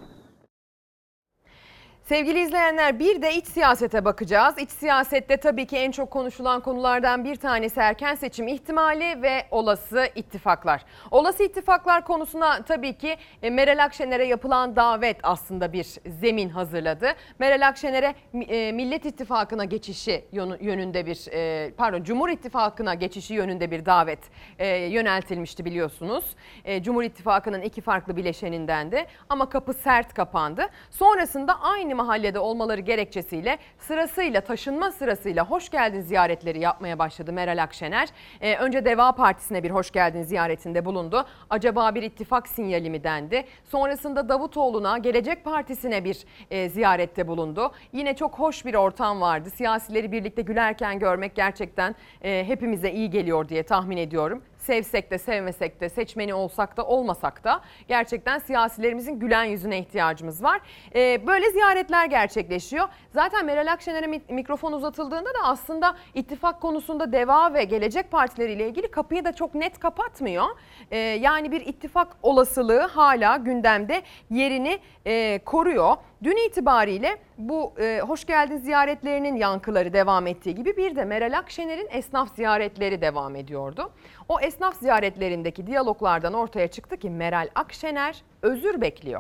Sevgili izleyenler, bir de iç siyasete bakacağız. İç siyasette tabii ki en çok konuşulan konulardan bir tanesi erken seçim ihtimali ve olası ittifaklar. Olası ittifaklar konusuna tabii ki Meral Akşener'e yapılan davet aslında bir zemin hazırladı. Meral Akşener'e Millet İttifakı'na geçişi yönünde bir Cumhur İttifakı'na geçişi yönünde bir davet yöneltilmişti biliyorsunuz. Cumhur İttifakı'nın iki farklı bileşenindendi ama kapı sert kapandı. Sonrasında aynı mahallede olmaları gerekçesiyle taşınma sırasıyla hoş geldin ziyaretleri yapmaya başladı Meral Akşener. Önce Deva Partisi'ne bir hoş geldin ziyaretinde bulundu. Acaba bir ittifak sinyali mi dendi? Sonrasında Davutoğlu'na, Gelecek Partisi'ne bir ziyarette bulundu. Yine çok hoş bir ortam vardı. Siyasileri birlikte gülerken görmek gerçekten hepimize iyi geliyor diye tahmin ediyorum. Sevsek de sevmesek de, seçmeni olsak da olmasak da gerçekten siyasilerimizin gülen yüzüne ihtiyacımız var. Böyle ziyaretler gerçekleşiyor. Zaten Meral Akşener'e mikrofon uzatıldığında da aslında ittifak konusunda Deva ve Gelecek Partileriyle ilgili kapıyı da çok net kapatmıyor. Yani bir ittifak olasılığı hala gündemde yerini koruyor. Dün itibariyle bu hoş geldin ziyaretlerinin yankıları devam ettiği gibi bir de Meral Akşener'in esnaf ziyaretleri devam ediyordu. O esnaf ziyaretlerindeki diyaloglardan ortaya çıktı ki Meral Akşener özür bekliyor.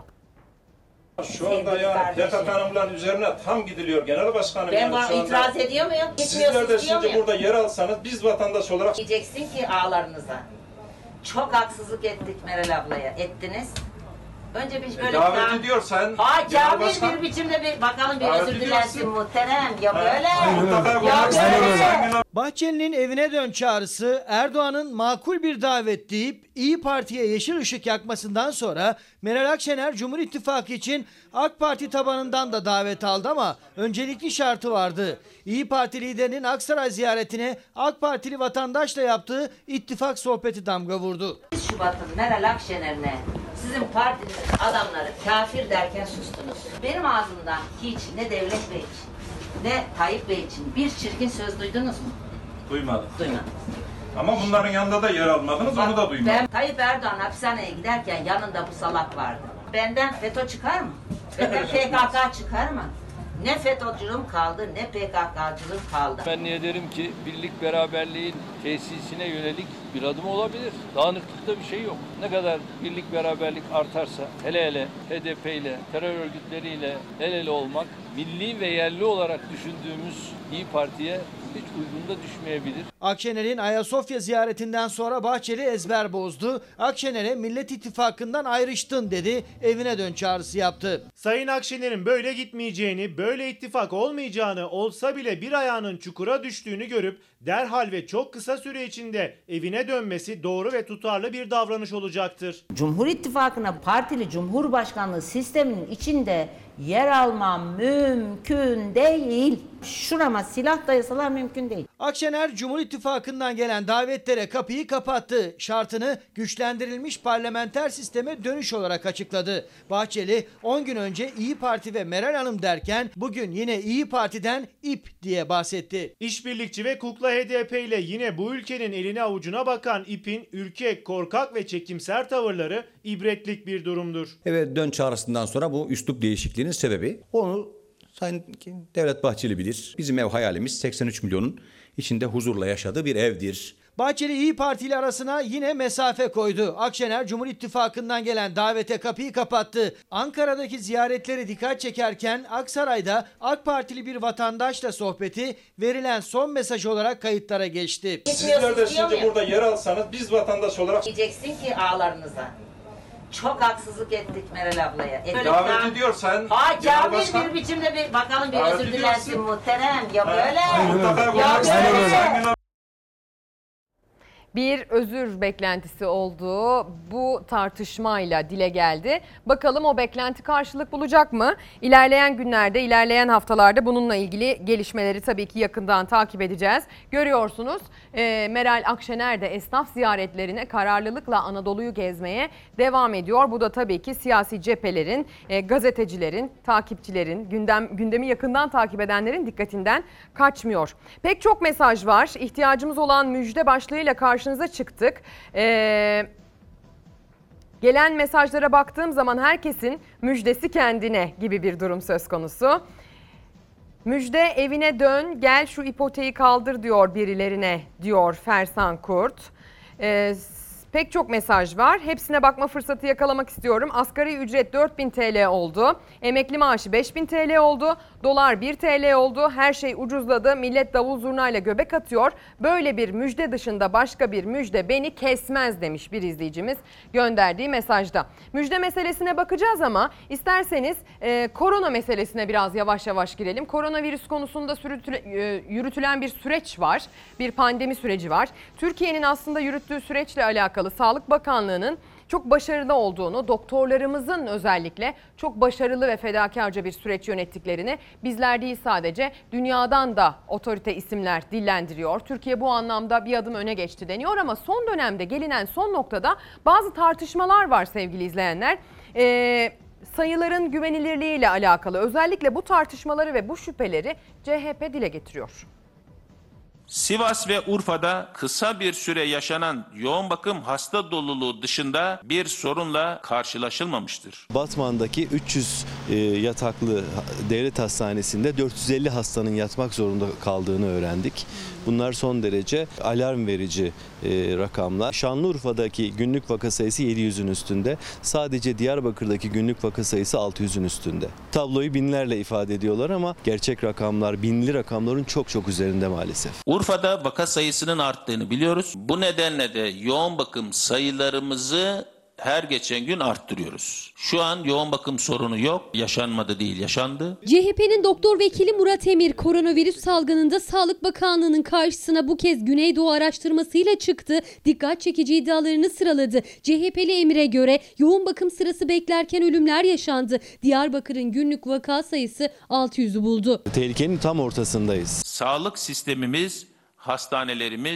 Şu anda ya PKK Hanımların üzerine tam gidiliyor Genel Başkanım. Ben buna itiraz ediyor muyum? Sizler de şimdi burada yer alsanız biz vatandaş olarak... Diyeceksin ki ağlarınıza. Çok haksızlık ettik Meral ablaya. Ettiniz. Önce bir böyle davet ediyorsan... Camil bir biçimde bir bakalım bir özür dilersin muhterem. Ya böyle. Ya böyle. Bahçeli'nin evine dön çağrısı Erdoğan'ın makul bir davet deyip İyi Parti'ye yeşil ışık yakmasından sonra Meral Akşener Cumhur İttifakı için AK Parti tabanından da davet aldı ama öncelikli şartı vardı. İyi Parti liderinin Aksaray ziyaretine AK Partili vatandaşla yaptığı ittifak sohbeti damga vurdu. Şubat'ın Meral Akşener'ine sizin partinizin adamları kafir derken sustunuz. Benim ağzımdan hiç ne Devlet Bey için ne Tayyip Bey için bir çirkin söz duydunuz mu? Duymadım. Duymadım. Ama bunların yanında da yer almadınız, onu da duymadım. Ben Tayyip Erdoğan hapishaneye giderken yanında bu salak vardı. Benden FETÖ çıkar mı? Benden PKK çıkar mı? Ne FETÖ'cülüğüm kaldı, ne PKK'cılığım kaldı. Ben niye derim ki birlik beraberliğin tesisine yönelik bir adım olabilir. Dağınıklıkta bir şey yok. Ne kadar birlik beraberlik artarsa, hele HDP ile, terör örgütleriyle el ele olmak, milli ve yerli olarak düşündüğümüz İYİ Parti'ye hiç uygun da düşmeyebilir. Akşener'in Ayasofya ziyaretinden sonra Bahçeli ezber bozdu. Akşener'e Millet İttifakı'ndan ayrıştın dedi, evine dön çağrısı yaptı. Sayın Akşener'in böyle gitmeyeceğini, böyle ittifak olmayacağını, olsa bile bir ayağının çukura düştüğünü görüp derhal ve çok kısa süre içinde evine dönmesi doğru ve tutarlı bir davranış olacaktır. Cumhur İttifakı'na partili Cumhurbaşkanlığı sisteminin içinde yer almam mümkün değil. Şurama silah dayasalar mümkün değil. Akşener Cumhur İttifakı'ndan gelen davetlere kapıyı kapattı. Şartını güçlendirilmiş parlamenter sisteme dönüş olarak açıkladı. Bahçeli 10 gün önce İYİ Parti ve Meral Hanım derken bugün yine İYİ Parti'den İP diye bahsetti. İşbirlikçi ve kukla HDP ile yine bu ülkenin eline avucuna bakan İP'in ürkek, korkak ve çekimser tavırları ibretlik bir durumdur. Evet, dön çağrısından sonra bu üslup değişikliğinin sebebi, onu Sayın Devlet Bahçeli bilir. Bizim ev hayalimiz 83 milyonun içinde huzurla yaşadığı bir evdir. Bahçeli İYİ Parti ile arasına yine mesafe koydu. Akşener Cumhur İttifakı'ndan gelen davete kapıyı kapattı. Ankara'daki ziyaretleri dikkat çekerken Aksaray'da AK Partili bir vatandaşla sohbeti verilen son mesaj olarak kayıtlara geçti. Sizler de şimdi burada yer alsanız biz vatandaş olarak... Diyeceksin ki ağlarınıza. Çok haksızlık ettik Meral ablaya. Davet ediyorsan... Ha kamil bir biçimde bir bakalım bir özür dilersin muhterem. Ya böyle. Ya böyle. Bir özür beklentisi olduğu bu tartışmayla dile geldi. Bakalım o beklenti karşılık bulacak mı? İlerleyen günlerde, ilerleyen haftalarda bununla ilgili gelişmeleri tabii ki yakından takip edeceğiz. Görüyorsunuz Meral Akşener de esnaf ziyaretlerine kararlılıkla Anadolu'yu gezmeye devam ediyor. Bu da tabii ki siyasi cephelerin, gazetecilerin, takipçilerin, gündemi yakından takip edenlerin dikkatinden kaçmıyor. Pek çok mesaj var. İhtiyacımız olan müjde başlığıyla karşınıza çıktık. Gelen mesajlara baktığım zaman herkesin müjdesi kendine gibi bir durum söz konusu. Müjde evine dön, gel şu ipoteği kaldır diyor birilerine, diyor Fersan Kurt. Pek çok mesaj var. Hepsine bakma fırsatı yakalamak istiyorum. Asgari ücret 4.000 TL oldu. Emekli maaşı 5.000 TL oldu. Dolar 1 TL oldu. Her şey ucuzladı. Millet davul zurnayla göbek atıyor. Böyle bir müjde dışında başka bir müjde beni kesmez demiş bir izleyicimiz gönderdiği mesajda. Müjde meselesine bakacağız ama isterseniz korona meselesine biraz yavaş yavaş girelim. Koronavirüs konusunda yürütülen bir süreç var. Bir pandemi süreci var. Türkiye'nin aslında yürüttüğü süreçle alakalı Sağlık Bakanlığı'nın çok başarılı olduğunu, doktorlarımızın özellikle çok başarılı ve fedakarca bir süreç yönettiklerini bizler değil sadece dünyadan da otorite isimler dillendiriyor. Türkiye bu anlamda bir adım öne geçti deniyor ama son dönemde gelinen son noktada bazı tartışmalar var sevgili izleyenler. Sayıların güvenilirliğiyle alakalı özellikle bu tartışmaları ve bu şüpheleri CHP dile getiriyor. Sivas ve Urfa'da kısa bir süre yaşanan yoğun bakım hasta doluluğu dışında bir sorunla karşılaşılmamıştır. Batman'daki 300 yataklı devlet hastanesinde 450 hastanın yatmak zorunda kaldığını öğrendik. Bunlar son derece alarm verici rakamlar. Şanlıurfa'daki günlük vaka sayısı 700'ün üstünde. Sadece Diyarbakır'daki günlük vaka sayısı 600'ün üstünde. Tabloyu binlerle ifade ediyorlar ama gerçek rakamlar, binli rakamların çok çok üzerinde maalesef. Urfa'da vaka sayısının arttığını biliyoruz. Bu nedenle de yoğun bakım sayılarımızı her geçen gün arttırıyoruz. Şu an yoğun bakım sorunu yok. Yaşanmadı değil, yaşandı. CHP'nin doktor vekili Murat Emir koronavirüs salgınında Sağlık Bakanlığı'nın karşısına bu kez Güneydoğu araştırmasıyla çıktı. Dikkat çekici iddialarını sıraladı. CHP'li Emir'e göre yoğun bakım sırası beklerken ölümler yaşandı. Diyarbakır'ın günlük vaka sayısı 600'ü buldu. Tehlikenin tam ortasındayız. Sağlık sistemimiz, hastanelerimiz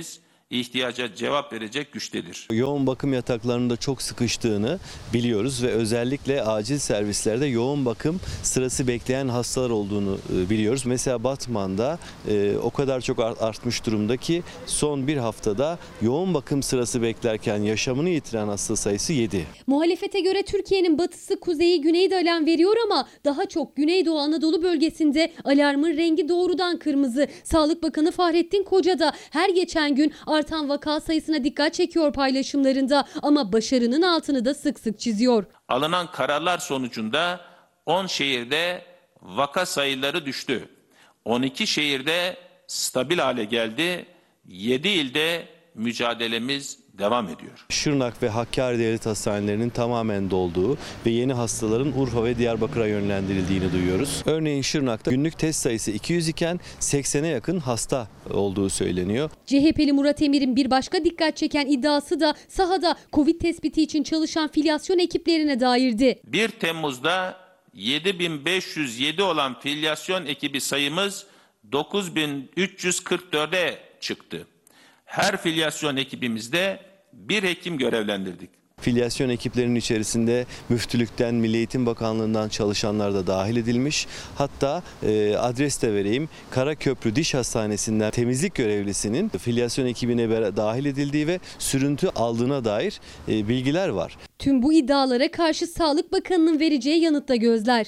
ihtiyaca cevap verecek güçtedir. Yoğun bakım yataklarında çok sıkıştığını biliyoruz ve özellikle acil servislerde yoğun bakım sırası bekleyen hastalar olduğunu biliyoruz. Mesela Batman'da o kadar çok artmış durumda ki son bir haftada yoğun bakım sırası beklerken yaşamını yitiren hasta sayısı 7. Muhalefete göre Türkiye'nin batısı, kuzeyi, güneyi de alarm veriyor ama daha çok Güneydoğu Anadolu bölgesinde alarmın rengi doğrudan kırmızı. Sağlık Bakanı Fahrettin Koca da her geçen gün artan vaka sayısına dikkat çekiyor paylaşımlarında ama başarının altını da sık sık çiziyor. Alınan kararlar sonucunda 10 şehirde vaka sayıları düştü. 12 şehirde stabil hale geldi. 7 ilde mücadelemiz devam ediyor. Şırnak ve Hakkari Devlet Hastanelerinin tamamen dolduğu ve yeni hastaların Urfa ve Diyarbakır'a yönlendirildiğini duyuyoruz. Örneğin Şırnak'ta günlük test sayısı 200 iken 80'e yakın hasta olduğu söyleniyor. CHP'li Murat Emir'in bir başka dikkat çeken iddiası da sahada Covid tespiti için çalışan filyasyon ekiplerine dairdi. 1 Temmuz'da 7.507 olan filyasyon ekibi sayımız 9.344'e çıktı. Her filyasyon ekibimizde bir hekim görevlendirdik. Filyasyon ekiplerinin içerisinde müftülükten, Milli Eğitim Bakanlığı'ndan çalışanlar da dahil edilmiş. Hatta adres de vereyim. Karaköprü Diş Hastanesi'nden temizlik görevlisinin filyasyon ekibine dahil edildiği ve sürüntü aldığına dair bilgiler var. Tüm bu iddialara karşı Sağlık Bakanı'nın vereceği yanıtta gözler.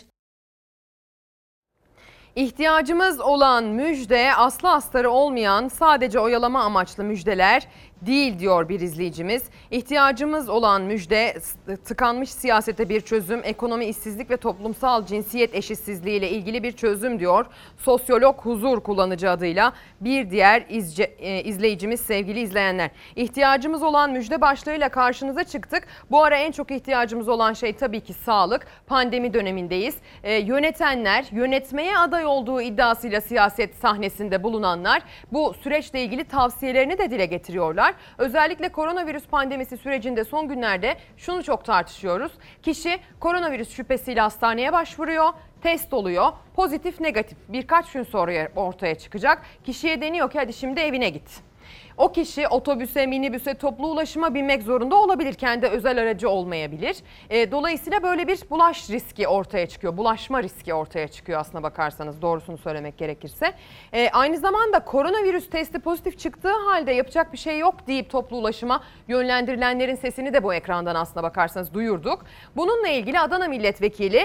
İhtiyacımız olan müjde aslı astarı olmayan sadece oyalama amaçlı müjdeler değil diyor bir izleyicimiz. İhtiyacımız olan müjde tıkanmış siyasete bir çözüm, ekonomi, işsizlik ve toplumsal cinsiyet eşitsizliği ile ilgili bir çözüm diyor. Sosyolog Huzur kullanıcı adıyla bir diğer izleyicimiz sevgili izleyenler. İhtiyacımız olan müjde başlığıyla karşınıza çıktık. Bu ara en çok ihtiyacımız olan şey tabii ki sağlık. Pandemi dönemindeyiz. Yönetenler, yönetmeye aday olduğu iddiasıyla siyaset sahnesinde bulunanlar bu süreçle ilgili tavsiyelerini de dile getiriyorlar. Özellikle koronavirüs pandemisi sürecinde son günlerde şunu çok tartışıyoruz. Kişi koronavirüs şüphesiyle hastaneye başvuruyor, test oluyor, pozitif negatif birkaç gün sonra ortaya çıkacak. Kişiye deniyor ki hadi şimdi evine git. O kişi otobüse, minibüse, toplu ulaşıma binmek zorunda olabilir. Kendi özel aracı olmayabilir. Dolayısıyla böyle bir bulaş riski ortaya çıkıyor. Bulaşma riski ortaya çıkıyor aslına bakarsanız, doğrusunu söylemek gerekirse. Aynı zamanda koronavirüs testi pozitif çıktığı halde yapacak bir şey yok deyip toplu ulaşıma yönlendirilenlerin sesini de bu ekrandan aslına bakarsanız duyurduk. Bununla ilgili Adana Milletvekili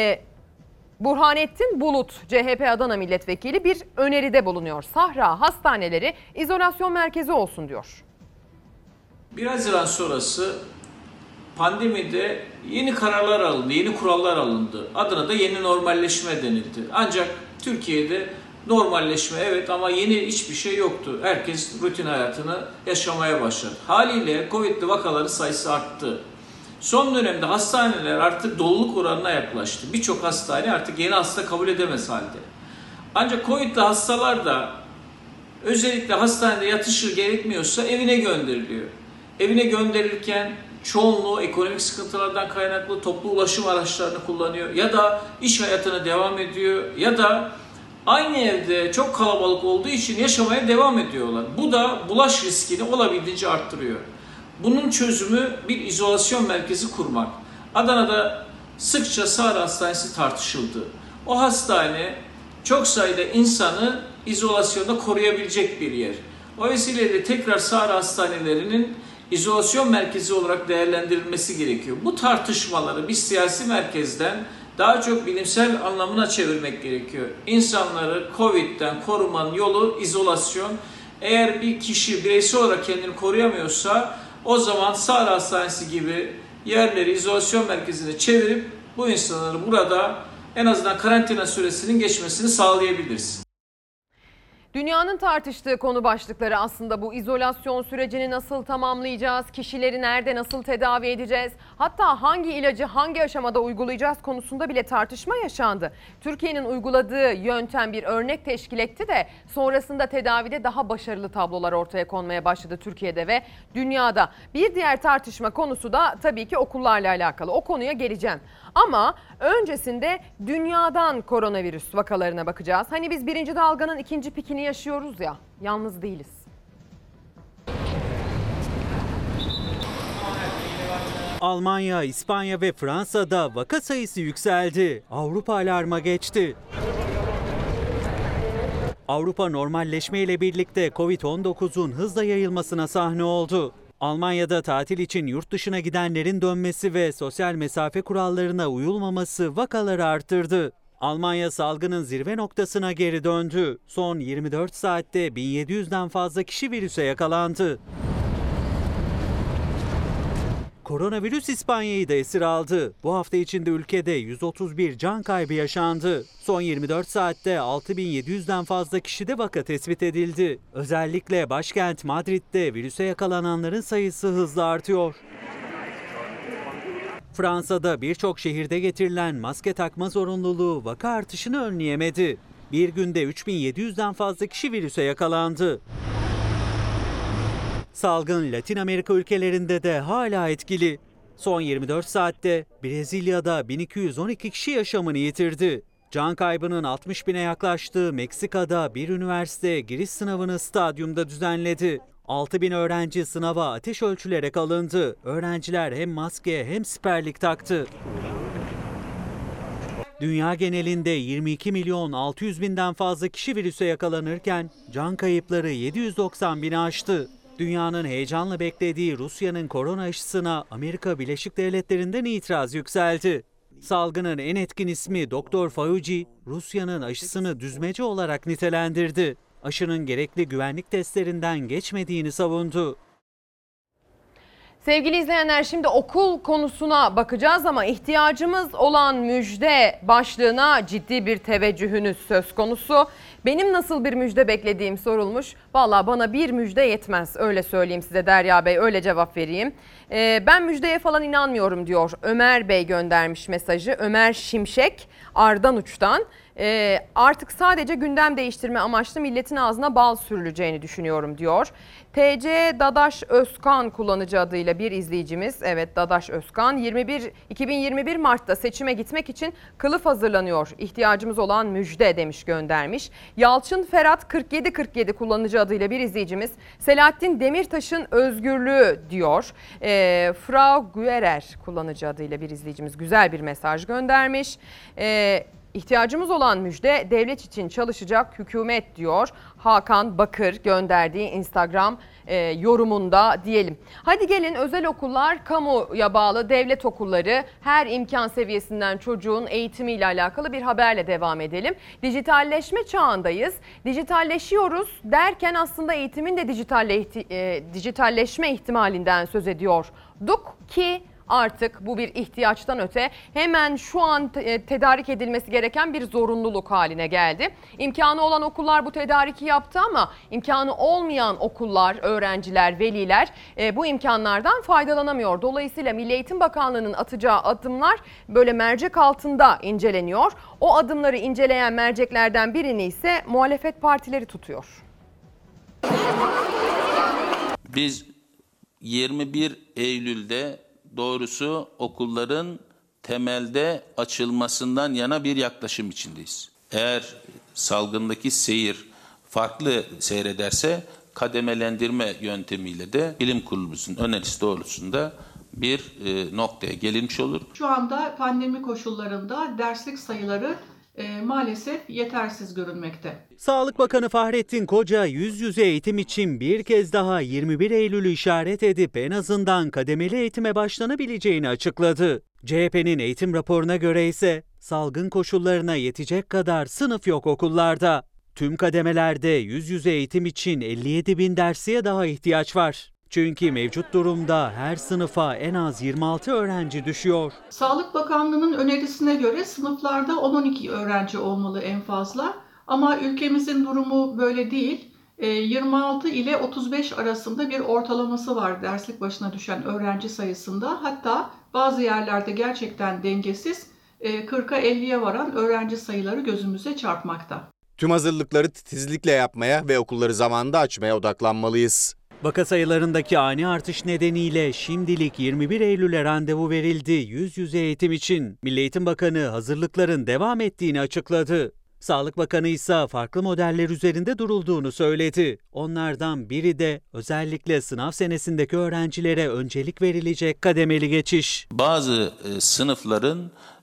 Burhanettin Bulut, CHP Adana Milletvekili bir öneride bulunuyor. Sahra hastaneleri izolasyon merkezi olsun diyor. 1 Haziran sonrası pandemide yeni kararlar alındı, yeni kurallar alındı. Adana'da yeni normalleşme denildi. Ancak Türkiye'de normalleşme evet ama yeni hiçbir şey yoktu. Herkes rutin hayatını yaşamaya başladı. Haliyle Covid'li vakaların sayısı arttı. Son dönemde hastaneler artık doluluk oranına yaklaştı. Birçok hastane artık yeni hasta kabul edemez halde. Ancak Covid'li hastalar da özellikle hastanede yatışı gerekmiyorsa evine gönderiliyor. Evine gönderilirken çoğunluğu ekonomik sıkıntılardan kaynaklı toplu ulaşım araçlarını kullanıyor ya da iş hayatına devam ediyor ya da aynı evde çok kalabalık olduğu için yaşamaya devam ediyorlar. Bu da bulaş riskini olabildiğince arttırıyor. Bunun çözümü bir izolasyon merkezi kurmak. Adana'da sıkça Sahra Hastanesi tartışıldı. O hastane çok sayıda insanı izolasyonda koruyabilecek bir yer. O vesileyle tekrar Sahra Hastanelerinin izolasyon merkezi olarak değerlendirilmesi gerekiyor. Bu tartışmaları bir siyasi merkezden daha çok bilimsel anlamına çevirmek gerekiyor. İnsanları Covid'den korumanın yolu izolasyon. Eğer bir kişi bireysel olarak kendini koruyamıyorsa o zaman Sahra Hastanesi gibi yerleri izolasyon merkezine çevirip bu insanları burada en azından karantina süresinin geçmesini sağlayabiliriz. Dünyanın tartıştığı konu başlıkları aslında bu. İzolasyon sürecini nasıl tamamlayacağız? Kişileri nerede nasıl tedavi edeceğiz? Hatta hangi ilacı hangi aşamada uygulayacağız konusunda bile tartışma yaşandı. Türkiye'nin uyguladığı yöntem bir örnek teşkil etti de sonrasında tedavide daha başarılı tablolar ortaya konmaya başladı Türkiye'de ve dünyada. Bir diğer tartışma konusu da tabii ki okullarla alakalı. O konuya geleceğim. Ama öncesinde dünyadan koronavirüs vakalarına bakacağız. Hani biz birinci dalganın ikinci pikini yaşıyoruz ya, yalnız değiliz. Almanya, İspanya ve Fransa'da vaka sayısı yükseldi. Avrupa alarma geçti. Avrupa normalleşmeyle birlikte Covid-19'un hızla yayılmasına sahne oldu. Almanya'da tatil için yurt dışına gidenlerin dönmesi ve sosyal mesafe kurallarına uyulmaması vakaları arttırdı. Almanya salgının zirve noktasına geri döndü. Son 24 saatte 1700'den fazla kişi virüse yakalandı. Koronavirüs İspanya'yı da esir aldı. Bu hafta içinde ülkede 131 can kaybı yaşandı. Son 24 saatte 6700'den fazla kişide vaka tespit edildi. Özellikle başkent Madrid'de virüse yakalananların sayısı hızla artıyor. Fransa'da birçok şehirde getirilen maske takma zorunluluğu vaka artışını önleyemedi. Bir günde 3700'den fazla kişi virüse yakalandı. Salgın Latin Amerika ülkelerinde de hala etkili. Son 24 saatte Brezilya'da 1212 kişi yaşamını yitirdi. Can kaybının 60 bine yaklaştığı Meksika'da bir üniversite giriş sınavını stadyumda düzenledi. 6000 öğrenci sınava ateş ölçülerek alındı. Öğrenciler hem maske hem siperlik taktı. Dünya genelinde 22 milyon 600 binden fazla kişi virüse yakalanırken can kayıpları 790 bini aştı. Dünyanın heyecanla beklediği Rusya'nın korona aşısına Amerika Birleşik Devletleri'nden itiraz yükseldi. Salgının en etkin ismi Dr. Fauci, Rusya'nın aşısını düzmece olarak nitelendirdi. Aşının gerekli güvenlik testlerinden geçmediğini savundu. Sevgili izleyenler, şimdi okul konusuna bakacağız ama ihtiyacımız olan müjde başlığına ciddi bir teveccühünüz söz konusu. Benim nasıl bir müjde beklediğim sorulmuş. Vallahi bana bir müjde yetmez, öyle söyleyeyim size Derya Bey, öyle cevap vereyim. Ben müjdeye falan inanmıyorum diyor. Ömer Bey göndermiş mesajı. Ömer Şimşek Ardanuç'tan. Artık sadece gündem değiştirme amaçlı milletin ağzına bal sürüleceğini düşünüyorum diyor. TC Dadaş Özkan kullanıcı adıyla bir izleyicimiz, evet Dadaş Özkan, 2021 Mart'ta seçime gitmek için kılıf hazırlanıyor. İhtiyacımız olan müjde demiş, göndermiş. Yalçın Ferhat 4747 kullanıcı adıyla bir izleyicimiz, Selahattin Demirtaş'ın özgürlüğü diyor. Frau Guerer kullanıcı adıyla bir izleyicimiz güzel bir mesaj göndermiş. İhtiyacımız olan müjde devlet için çalışacak hükümet diyor Hakan Bakır gönderdiği Instagram yorumunda diyelim. Hadi gelin özel okullar, kamuya bağlı devlet okulları, her imkan seviyesinden çocuğun eğitimiyle alakalı bir haberle devam edelim. Dijitalleşme çağındayız. Dijitalleşiyoruz derken aslında eğitimin de dijitalleşme ihtimalinden söz ediyorduk ki artık bu bir ihtiyaçtan öte hemen şu an tedarik edilmesi gereken bir zorunluluk haline geldi. İmkanı olan okullar bu tedariki yaptı ama imkanı olmayan okullar, öğrenciler, veliler bu imkanlardan faydalanamıyor. Dolayısıyla Milli Eğitim Bakanlığı'nın atacağı adımlar böyle mercek altında inceleniyor. O adımları inceleyen merceklerden birini ise muhalefet partileri tutuyor. Biz 21 Eylül'de doğrusu okulların temelde açılmasından yana bir yaklaşım içindeyiz. Eğer salgındaki seyir farklı seyrederse kademelendirme yöntemiyle de bilim kurulumuzun önerisi doğrultusunda bir noktaya gelinmiş olur. Şu anda pandemi koşullarında derslik sayıları maalesef yetersiz görünmekte. Sağlık Bakanı Fahrettin Koca yüz yüze eğitim için bir kez daha 21 Eylül'ü işaret edip en azından kademeli eğitime başlanabileceğini açıkladı. CHP'nin eğitim raporuna göre ise salgın koşullarına yetecek kadar sınıf yok okullarda. Tüm kademelerde yüz yüze eğitim için 57 bin dersiye daha ihtiyaç var. Çünkü mevcut durumda her sınıfa en az 26 öğrenci düşüyor. Sağlık Bakanlığı'nın önerisine göre sınıflarda 10-12 öğrenci olmalı en fazla. Ama ülkemizin durumu böyle değil. 26 ile 35 arasında bir ortalaması var derslik başına düşen öğrenci sayısında. Hatta bazı yerlerde gerçekten dengesiz 40'a 50'ye varan öğrenci sayıları gözümüze çarpmakta. Tüm hazırlıkları titizlikle yapmaya ve okulları zamanında açmaya odaklanmalıyız. Vaka sayılarındaki ani artış nedeniyle şimdilik 21 Eylül'e randevu verildi yüz yüze eğitim için. Milli Eğitim Bakanı hazırlıkların devam ettiğini açıkladı. Sağlık Bakanı ise farklı modeller üzerinde durulduğunu söyledi. Onlardan biri de özellikle sınav senesindeki öğrencilere öncelik verilecek kademeli geçiş. Bazı sınıfların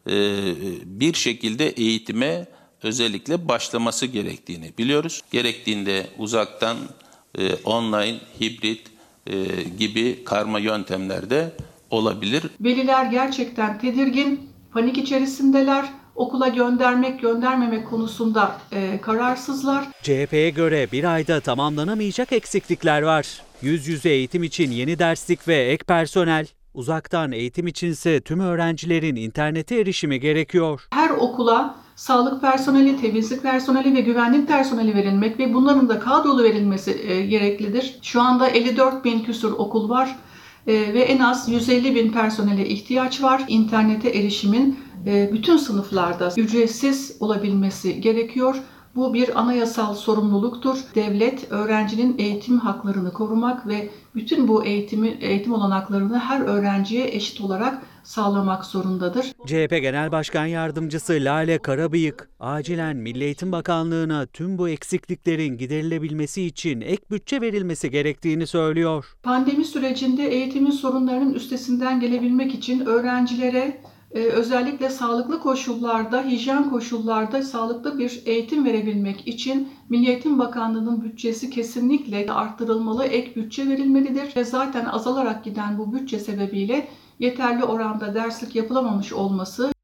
bir şekilde eğitime özellikle başlaması gerektiğini biliyoruz. Gerektiğinde uzaktan, online, hibrit gibi karma yöntemlerde olabilir. Veliler gerçekten tedirgin, panik içerisindeler. Okula göndermemek konusunda kararsızlar. CHP'ye göre bir ayda tamamlanamayacak eksiklikler var. Yüz yüze eğitim için yeni derslik ve ek personel, uzaktan eğitim içinse tüm öğrencilerin internete erişimi gerekiyor. Her okula sağlık personeli, temizlik personeli ve güvenlik personeli verilmek ve bunların da kadrolu verilmesi gereklidir. Şu anda 54 bin küsur okul var ve en az 150 bin personele ihtiyaç var. İnternete erişimin bütün sınıflarda ücretsiz olabilmesi gerekiyor. Bu bir anayasal sorumluluktur. Devlet, öğrencinin eğitim haklarını korumak ve bütün bu eğitim olanaklarını her öğrenciye eşit olarak sağlamak zorundadır. CHP Genel Başkan Yardımcısı Lale Karabıyık, acilen Milli Eğitim Bakanlığı'na tüm bu eksikliklerin giderilebilmesi için ek bütçe verilmesi gerektiğini söylüyor. Pandemi sürecinde eğitimin sorunlarının üstesinden gelebilmek için öğrencilere özellikle sağlıklı koşullarda, hijyen koşullarda sağlıklı bir eğitim verebilmek için Milli Eğitim Bakanlığı'nın bütçesi kesinlikle arttırılmalı, ek bütçe verilmelidir. Ve zaten azalarak giden bu bütçe sebebiyle yeterli oranda derslik yapılamamış olması.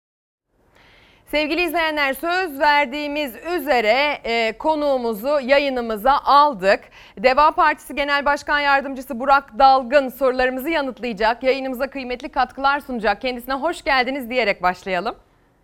Sevgili izleyenler, söz verdiğimiz üzere konuğumuzu yayınımıza aldık. Deva Partisi Genel Başkan Yardımcısı Burak Dalgın sorularımızı yanıtlayacak. Yayınımıza kıymetli katkılar sunacak. Kendisine hoş geldiniz diyerek başlayalım.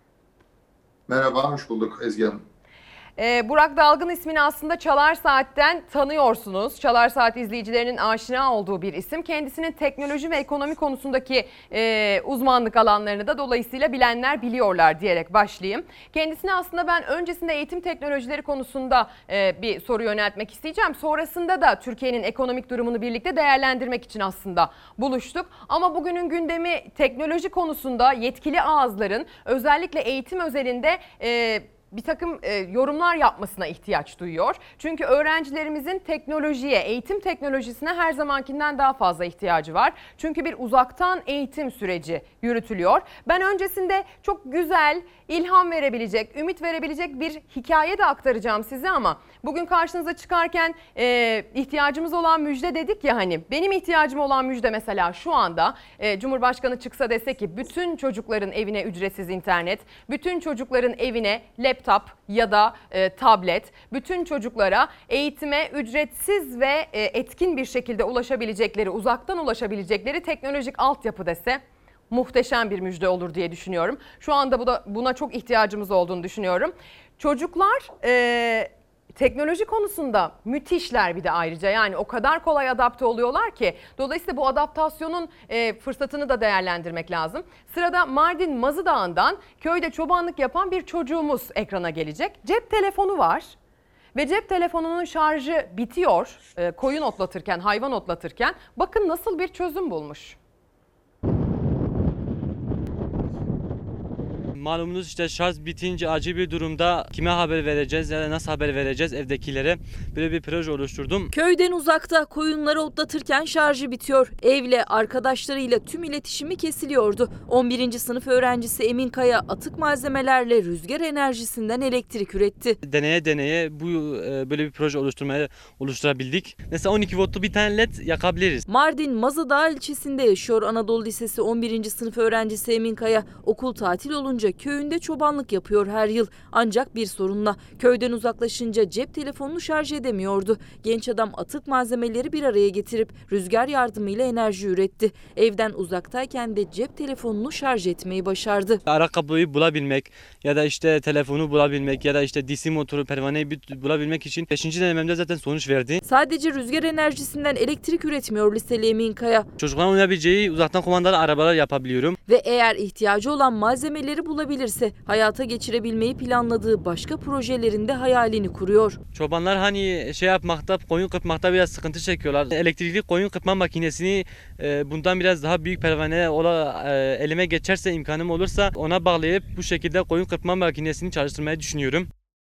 Merhaba, hoş bulduk Ezgi Hanım. Burak Dalgın ismini aslında Çalar Saat'ten tanıyorsunuz. Çalar Saat izleyicilerinin aşina olduğu bir isim. Kendisinin teknoloji ve ekonomi konusundaki uzmanlık alanlarını da dolayısıyla bilenler biliyorlar diyerek başlayayım. Kendisine aslında ben öncesinde eğitim teknolojileri konusunda bir soru yöneltmek isteyeceğim. Sonrasında da Türkiye'nin ekonomik durumunu birlikte değerlendirmek için aslında buluştuk. Ama bugünün gündemi teknoloji konusunda yetkili ağızların özellikle eğitim özelinde bir takım yorumlar yapmasına ihtiyaç duyuyor. Çünkü öğrencilerimizin teknolojiye, eğitim teknolojisine her zamankinden daha fazla ihtiyacı var. Çünkü bir uzaktan eğitim süreci yürütülüyor. Ben öncesinde çok güzel, ilham verebilecek, ümit verebilecek bir hikaye de aktaracağım size ama bugün karşınıza çıkarken ihtiyacımız olan müjde dedik ya hani. Benim ihtiyacım olan müjde mesela şu anda Cumhurbaşkanı çıksa dese ki bütün çocukların evine ücretsiz internet, bütün çocukların evine laptop ya da tablet, bütün çocuklara eğitime ücretsiz ve etkin bir şekilde ulaşabilecekleri, uzaktan ulaşabilecekleri teknolojik altyapı dese muhteşem bir müjde olur diye düşünüyorum. Şu anda buna çok ihtiyacımız olduğunu düşünüyorum. Çocuklar teknoloji konusunda müthişler bir de ayrıca, yani o kadar kolay adapte oluyorlar ki dolayısıyla bu adaptasyonun fırsatını da değerlendirmek lazım. Sırada Mardin Mazı Dağı'ndan köyde çobanlık yapan bir çocuğumuz ekrana gelecek. Cep telefonu var ve cep telefonunun şarjı bitiyor koyun otlatırken, hayvan otlatırken. Bakın nasıl bir çözüm bulmuş. Malumunuz işte şarj bitince acil bir durumda kime haber vereceğiz ya da nasıl haber vereceğiz evdekilere, böyle bir proje oluşturdum. Köyden uzakta koyunları otlatırken şarjı bitiyor. Evle, arkadaşlarıyla tüm iletişimi kesiliyordu. 11. sınıf öğrencisi Emin Kaya atık malzemelerle rüzgar enerjisinden elektrik üretti. Deneye bu böyle bir proje oluşturabildik. Mesela 12 voltlu bir tane led yakabiliriz. Mardin Mazıdağ ilçesinde yaşıyor Anadolu Lisesi 11. sınıf öğrencisi Emin Kaya. Okul tatil olunca köyünde çobanlık yapıyor her yıl. Ancak bir sorunla, köyden uzaklaşınca cep telefonunu şarj edemiyordu. Genç adam atık malzemeleri bir araya getirip rüzgar yardımıyla enerji üretti. Evden uzaktayken de cep telefonunu şarj etmeyi başardı. Ara kabloyu bulabilmek ya da işte telefonu bulabilmek ya da işte DC motoru, pervaneyi bulabilmek için 5. denememde zaten sonuç verdi. Sadece rüzgar enerjisinden elektrik üretmiyor liseli Emin Kaya. Çocukların oynayabileceği uzaktan kumandalı arabalar yapabiliyorum. Ve eğer ihtiyacı olan malzemeleri bulabilirse hayata geçirebilmeyi planladığı başka projelerinde hayalini kuruyor. Çobanlar hani yapmakta, koyun kırpmakta biraz sıkıntı çekiyorlar. Elektrikli koyun kırpma makinesini bundan biraz daha büyük pervane elime geçerse, imkanım olursa ona bağlayıp bu şekilde koyun kırpma makinesini çalıştırmayı düşünüyorum.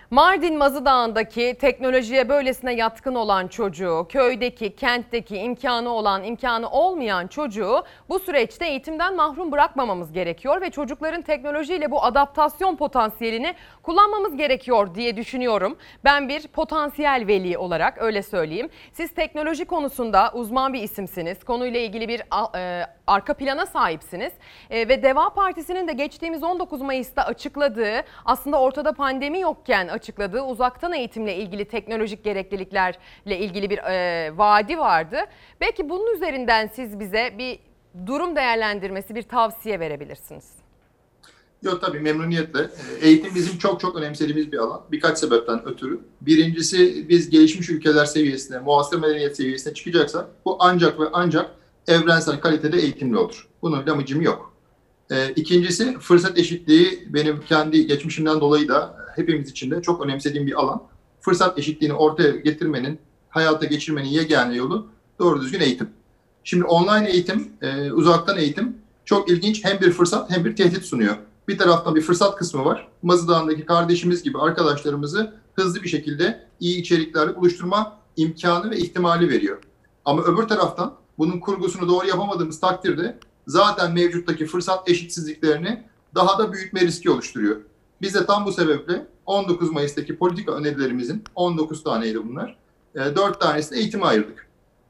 Mardin Mazıdağı'ndaki teknolojiye böylesine yatkın olan çocuğu, köydeki, kentteki imkanı olan, imkanı olmayan çocuğu bu süreçte eğitimden mahrum bırakmamamız gerekiyor ve çocukların teknolojiyle bu adaptasyon potansiyelini kullanmamız gerekiyor diye düşünüyorum. Ben bir potansiyel veli olarak öyle söyleyeyim. Siz teknoloji konusunda uzman bir isimsiniz. Konuyla ilgili bir arka plana sahipsiniz ve Deva Partisi'nin de geçtiğimiz 19 Mayıs'ta açıkladığı, aslında ortada pandemi yokken açıkladığı uzaktan eğitimle ilgili teknolojik gerekliliklerle ilgili bir vaadi vardı. Belki bunun üzerinden siz bize bir durum değerlendirmesi, bir tavsiye verebilirsiniz. Yok, tabii memnuniyetle. Eğitim bizim çok çok önemsediğimiz bir alan. Birkaç sebepten ötürü. Birincisi, biz gelişmiş ülkeler seviyesine, muasır medeniyet seviyesine çıkacaksak bu ancak ve ancak evrensel kalitede eğitimli olur. Bunun lamıcımı yok. İkincisi, fırsat eşitliği benim kendi geçmişimden dolayı da hepimiz için de çok önemsediğim bir alan. Fırsat eşitliğini ortaya getirmenin, hayata geçirmenin yegane yolu doğru düzgün eğitim. Şimdi online eğitim, uzaktan eğitim çok ilginç, hem bir fırsat hem bir tehdit sunuyor. Bir taraftan bir fırsat kısmı var. Mazıdağ'daki kardeşimiz gibi arkadaşlarımızı hızlı bir şekilde iyi içeriklerle buluşturma imkanı ve ihtimali veriyor. Ama öbür taraftan bunun kurgusunu doğru yapamadığımız takdirde zaten mevcuttaki fırsat eşitsizliklerini daha da büyütme riski oluşturuyor. Biz de tam bu sebeple 19 Mayıs'taki politika önerilerimizin 19 taneydi bunlar. 4 tanesini eğitime ayırdık.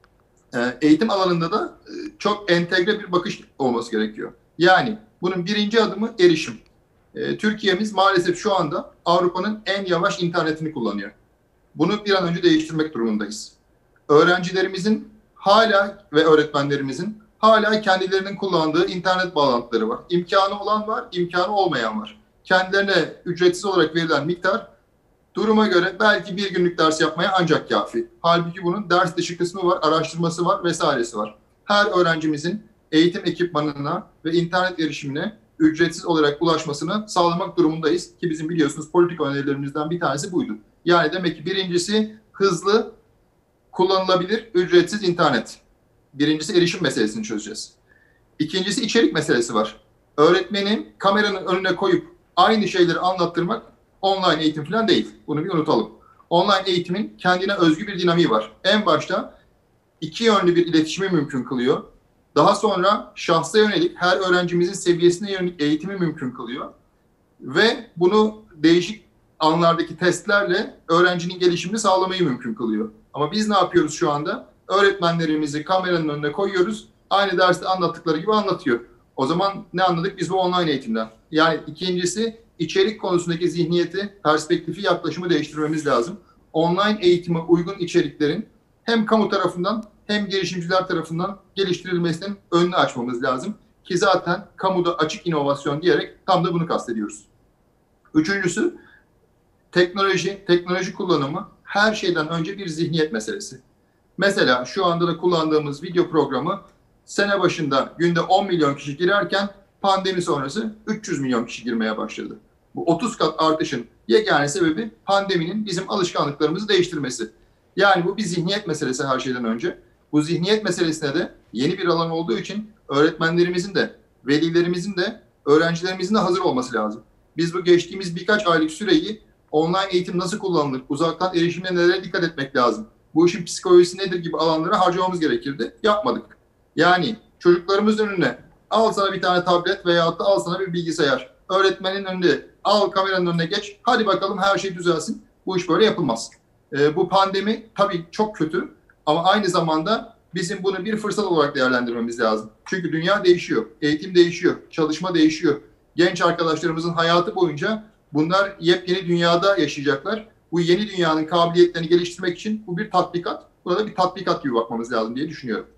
Eğitim alanında da çok entegre bir bakış olması gerekiyor. Yani bunun birinci adımı erişim. Türkiye'miz maalesef şu anda Avrupa'nın en yavaş internetini kullanıyor. Bunu bir an önce değiştirmek durumundayız. Öğrencilerimizin hala ve öğretmenlerimizin hala kendilerinin kullandığı internet bağlantıları var. İmkanı olan var, imkanı olmayan var. Kendilerine ücretsiz olarak verilen miktar duruma göre belki bir günlük ders yapmaya ancak kafi. Halbuki bunun ders dışı kısmı var, araştırması var vesairesi var. Her öğrencimizin eğitim ekipmanına ve internet erişimine ücretsiz olarak ulaşmasını sağlamak durumundayız. Ki bizim biliyorsunuz politika önerilerimizden bir tanesi buydu. Yani demek ki birincisi hızlı, kullanılabilir, ücretsiz internet. Birincisi erişim meselesini çözeceğiz. İkincisi içerik meselesi var. Öğretmenin kameranın önüne koyup aynı şeyleri anlattırmak online eğitim falan değil. Bunu bir unutalım. Online eğitimin kendine özgü bir dinamiği var. En başta iki yönlü bir iletişimi mümkün kılıyor. Daha sonra şahsa yönelik, her öğrencimizin seviyesine yönelik eğitimi mümkün kılıyor. Ve bunu değişik anlardaki testlerle öğrencinin gelişimini sağlamayı mümkün kılıyor. Ama biz ne yapıyoruz şu anda? Öğretmenlerimizi kameranın önüne koyuyoruz. Aynı derste anlattıkları gibi anlatıyor. O zaman ne anladık biz bu online eğitimden? Yani ikincisi içerik konusundaki zihniyeti, perspektifi, yaklaşımı değiştirmemiz lazım. Online eğitime uygun içeriklerin hem kamu tarafından hem girişimciler tarafından geliştirilmesinin önünü açmamız lazım. Ki zaten kamuda açık inovasyon diyerek tam da bunu kastediyoruz. Üçüncüsü teknoloji kullanımı her şeyden önce bir zihniyet meselesi. Mesela şu anda da kullandığımız video programı sene başında günde 10 milyon kişi girerken pandemi sonrası 300 milyon kişi girmeye başladı. Bu 30 kat artışın yegane sebebi pandeminin bizim alışkanlıklarımızı değiştirmesi. Yani bu bir zihniyet meselesi her şeyden önce. Bu zihniyet meselesine de yeni bir alan olduğu için öğretmenlerimizin de, velilerimizin de, öğrencilerimizin de hazır olması lazım. Biz bu geçtiğimiz birkaç aylık süreyi online eğitim nasıl kullanılır, uzaktan erişimine nelere dikkat etmek lazım, bu işin psikolojisi nedir gibi alanlara harcamamız gerekirdi. Yapmadık. Yani çocuklarımızın önüne al sana bir tane tablet veyahut da al sana bir bilgisayar. Öğretmenin önünde al kameranın önüne geç. Hadi bakalım her şey düzelsin. Bu iş böyle yapılmaz. Bu pandemi tabii çok kötü ama aynı zamanda bizim bunu bir fırsat olarak değerlendirmemiz lazım. Çünkü dünya değişiyor. Eğitim değişiyor. Çalışma değişiyor. Genç arkadaşlarımızın hayatı boyunca bunlar yepyeni dünyada yaşayacaklar. Bu yeni dünyanın kabiliyetlerini geliştirmek için bu bir tatbikat. Buna da bir tatbikat gibi bakmamız lazım diye düşünüyorum.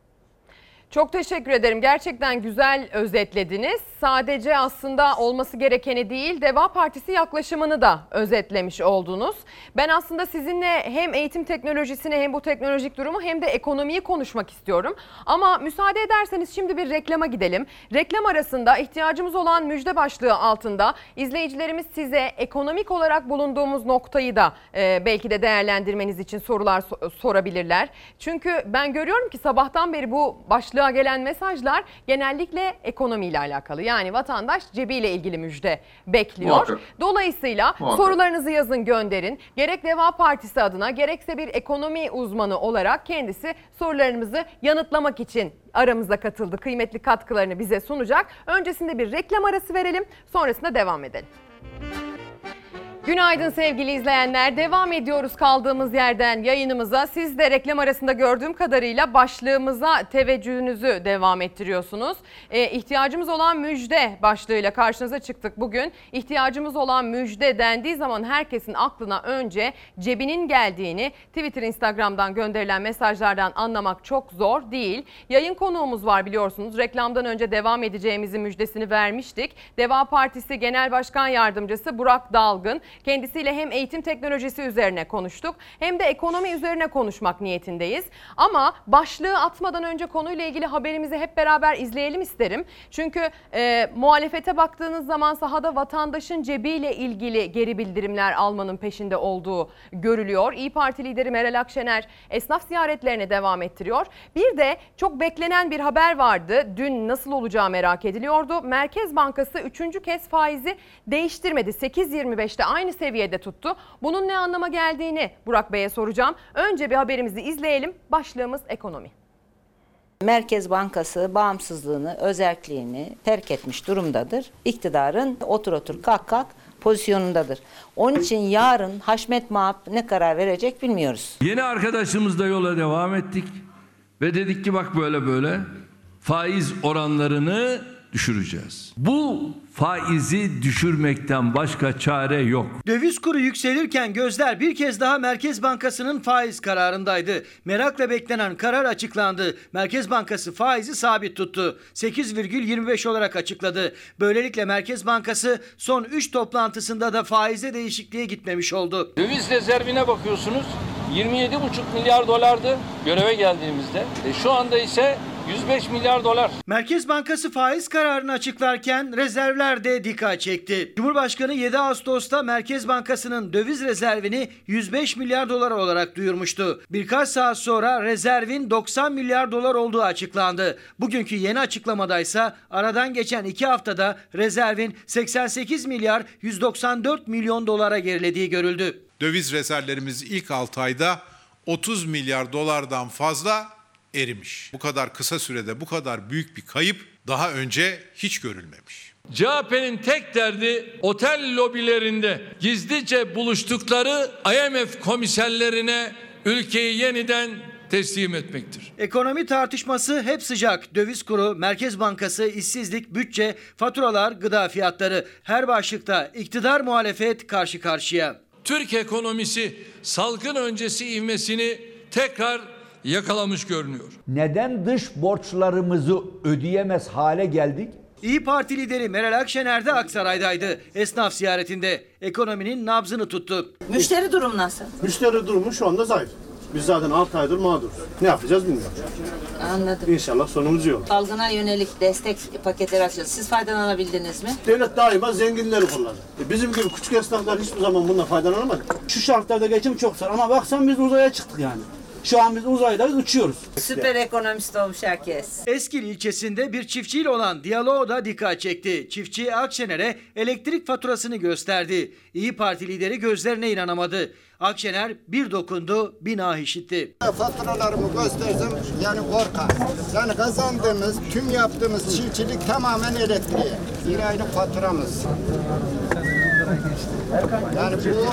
Çok teşekkür ederim. Gerçekten güzel özetlediniz. Sadece aslında olması gerekeni değil, Deva Partisi yaklaşımını da özetlemiş oldunuz. Ben aslında sizinle hem eğitim teknolojisini hem bu teknolojik durumu hem de ekonomiyi konuşmak istiyorum. Ama müsaade ederseniz şimdi bir reklama gidelim. Reklam arasında ihtiyacımız olan müjde başlığı altında izleyicilerimiz size ekonomik olarak bulunduğumuz noktayı da belki de değerlendirmeniz için sorular sorabilirler. Çünkü ben görüyorum ki sabahtan beri bu başlığı başlığa gelen mesajlar genellikle ekonomiyle alakalı. Yani vatandaş cebiyle ilgili müjde bekliyor. Muhakkak. Dolayısıyla Muhakkak. sorularınızı yazın, gönderin. Gerek Deva Partisi adına gerekse bir ekonomi uzmanı olarak kendisi sorularımızı yanıtlamak için aramıza katıldı. Kıymetli katkılarını bize sunacak. Öncesinde bir reklam arası verelim, sonrasında devam edelim. Günaydın sevgili izleyenler. Devam ediyoruz kaldığımız yerden yayınımıza. Siz de reklam arasında gördüğüm kadarıyla başlığımıza teveccühünüzü devam ettiriyorsunuz. İhtiyacımız olan müjde başlığıyla karşınıza çıktık bugün. İhtiyacımız olan müjde dendiği zaman herkesin aklına önce cebinin geldiğini Twitter, Instagram'dan gönderilen mesajlardan anlamak çok zor değil. Yayın konuğumuz var biliyorsunuz. Reklamdan önce devam edeceğimizin müjdesini vermiştik. Deva Partisi Genel Başkan Yardımcısı Burak Dalgın. Kendisiyle hem eğitim teknolojisi üzerine konuştuk hem de ekonomi üzerine konuşmak niyetindeyiz. Ama başlığı atmadan önce konuyla ilgili haberimizi hep beraber izleyelim isterim. Çünkü muhalefete baktığınız zaman sahada vatandaşın cebiyle ilgili geri bildirimler almanın peşinde olduğu görülüyor. İYİ Parti lideri Meral Akşener esnaf ziyaretlerine devam ettiriyor. Bir de çok beklenen bir haber vardı. Dün nasıl olacağı merak ediliyordu. Merkez Bankası 3. kez faizi değiştirmedi. 8.25'te aynı seviyede tuttu. Bunun ne anlama geldiğini Burak Bey'e soracağım. Önce bir haberimizi izleyelim. Başlığımız ekonomi. Merkez Bankası bağımsızlığını, özerkliğini terk etmiş durumdadır. İktidarın otur kalk kalk pozisyonundadır. Onun için yarın Haşmet Mahap ne karar verecek bilmiyoruz. Yeni arkadaşımızla yola devam ettik ve dedik ki bak böyle faiz oranlarını düşüreceğiz. Bu faizi düşürmekten başka çare yok. Döviz kuru yükselirken gözler bir kez daha Merkez Bankası'nın faiz kararındaydı. Merakla beklenen karar açıklandı. Merkez Bankası faizi sabit tuttu. 8,25 olarak açıkladı. Böylelikle Merkez Bankası son 3 toplantısında da faize değişikliğe gitmemiş oldu. Döviz rezervine bakıyorsunuz. 27,5 milyar dolardı göreve geldiğimizde. Şu anda ise 105 milyar dolar. Merkez Bankası faiz kararını açıklarken rezervler de dikkat çekti. Cumhurbaşkanı 7 Ağustos'ta Merkez Bankası'nın döviz rezervini 105 milyar dolar olarak duyurmuştu. Birkaç saat sonra rezervin 90 milyar dolar olduğu açıklandı. Bugünkü yeni açıklamadaysa aradan geçen 2 haftada rezervin 88 milyar 194 milyon dolara gerilediği görüldü. Döviz rezervlerimiz ilk 6 ayda 30 milyar dolardan fazla erimiş. Bu kadar kısa sürede bu kadar büyük bir kayıp daha önce hiç görülmemiş. CHP'nin tek derdi otel lobilerinde gizlice buluştukları IMF komiserlerine ülkeyi yeniden teslim etmektir. Ekonomi tartışması hep sıcak. Döviz kuru, Merkez Bankası, işsizlik, bütçe, faturalar, gıda fiyatları. Her başlıkta iktidar muhalefet karşı karşıya. Türk ekonomisi salgın öncesi ivmesini tekrar yakalamış görünüyor. Neden dış borçlarımızı ödeyemez hale geldik? İYİ Parti lideri Meral Akşener de Aksaray'daydı. Esnaf ziyaretinde ekonominin nabzını tuttu. Müşteri durum nasıl? Müşteri durumu şu anda zayıf. Biz zaten 6 aydır mağduruz. Ne yapacağız bilmiyorum. Anladım. İnşallah sonumuz iyi olur. Salgına yönelik destek paketleri açacağız. Siz faydalanabildiniz mi? Devlet daima zenginleri kullanır. Bizim gibi küçük esnaflar hiçbir zaman bundan faydalanamadı. Şu şartlarda geçim çok zor ama baksan biz uzaya çıktık yani. Şu an biz uzaydayız, uçuyoruz. Süper ekonomist olmuş herkes. Eskil ilçesinde bir çiftçiyle olan diyaloğu da dikkat çekti. Çiftçi Akşener'e elektrik faturasını gösterdi. İYİ Parti lideri gözlerine inanamadı. Akşener bir dokundu, bina işitti. Faturalarımı göstersem yani korkar. Yani kazandığımız, tüm yaptığımız çiftçilik tamamen elektriğe. Bir aylık faturamız. Yani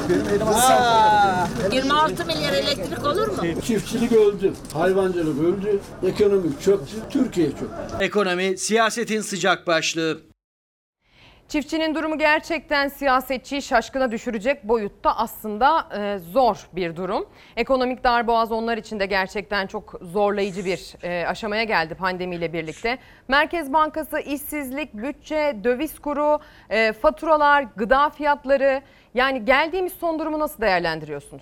bu 26 milyar elektrik olur mu? Çiftçilik öldü, hayvancılık öldü, ekonomik çöktü, Türkiye çöktü. Ekonomi siyasetin sıcak başlığı. Çiftçinin durumu gerçekten siyasetçiyi şaşkına düşürecek boyutta aslında zor bir durum. Ekonomik darboğaz onlar için de gerçekten çok zorlayıcı bir aşamaya geldi pandemiyle birlikte. Merkez Bankası, işsizlik, bütçe, döviz kuru, faturalar, gıda fiyatları, yani geldiğimiz son durumu nasıl değerlendiriyorsunuz?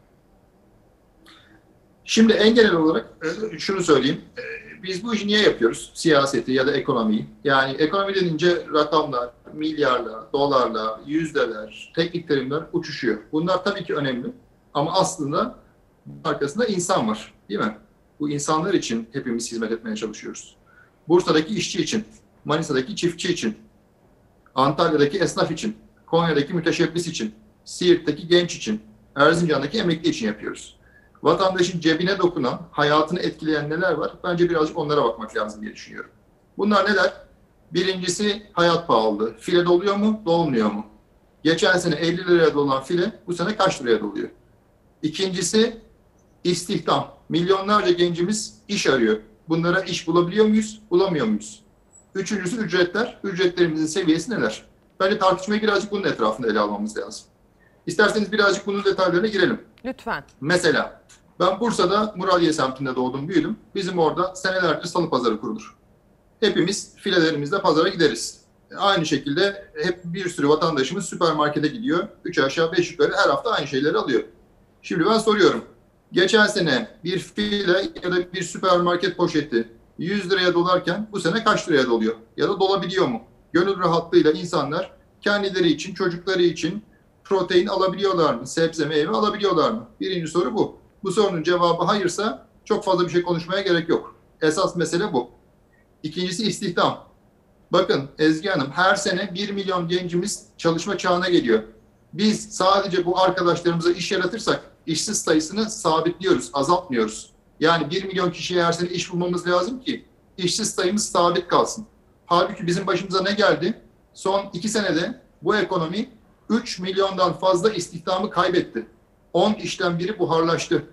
Şimdi en genel olarak şunu söyleyeyim. Biz bu işi niye yapıyoruz? Siyaseti ya da ekonomiyi. Yani ekonomi denince rakamlar, milyarlar, dolarlar, yüzdeler, teknik terimler uçuşuyor. Bunlar tabii ki önemli. Ama aslında arkasında insan var. Değil mi? bu insanlar için hepimiz hizmet etmeye çalışıyoruz. Bursa'daki işçi için, Manisa'daki çiftçi için, Antalya'daki esnaf için, Konya'daki müteşebbis için, Siirt'teki genç için, Erzincan'daki emekli için yapıyoruz. Vatandaşın cebine dokunan, hayatını etkileyen neler var? Bence birazcık onlara bakmak lazım diye düşünüyorum. Bunlar neler? Birincisi hayat pahalılığı. File doluyor mu, dolmuyor mu? Geçen sene 50 liraya dolan file bu sene kaç liraya doluyor? İkincisi istihdam. Milyonlarca gencimiz iş arıyor. Bunlara iş bulabiliyor muyuz, bulamıyor muyuz? Üçüncüsü ücretler. Ücretlerimizin seviyesi neler? Bence tartışmayı birazcık bunun etrafında ele almamız lazım. İsterseniz birazcık bunun detaylarına girelim. Lütfen. Mesela ben Bursa'da Muradiye semtinde doğdum, büyüdüm. Bizim orada senelerdir salı pazarı kurulur. Hepimiz filelerimizle pazara gideriz. Aynı şekilde hep bir sürü vatandaşımız süpermarkete gidiyor. 3 aşağı 5 yukarı her hafta aynı şeyleri alıyor. Şimdi ben soruyorum. Geçen sene bir file ya da bir süpermarket poşeti 100 liraya dolarken bu sene kaç liraya doluyor? Ya da dolabiliyor mu? Gönül rahatlığıyla insanlar kendileri için, çocukları için protein alabiliyorlar mı? Sebze, meyve alabiliyorlar mı? Birinci soru bu. Bu sorunun cevabı hayırsa çok fazla bir şey konuşmaya gerek yok. Esas mesele bu. İkincisi istihdam. Bakın Ezgi Hanım, her sene 1 milyon gencimiz çalışma çağına geliyor. Biz sadece bu arkadaşlarımıza iş yaratırsak işsiz sayısını sabitliyoruz, azaltmıyoruz. Yani 1 milyon kişiye her sene iş bulmamız lazım ki işsiz sayımız sabit kalsın. Halbuki bizim başımıza ne geldi? Son 2 senede bu ekonomi 3 milyondan fazla istihdamı kaybetti. 10 işten biri buharlaştı.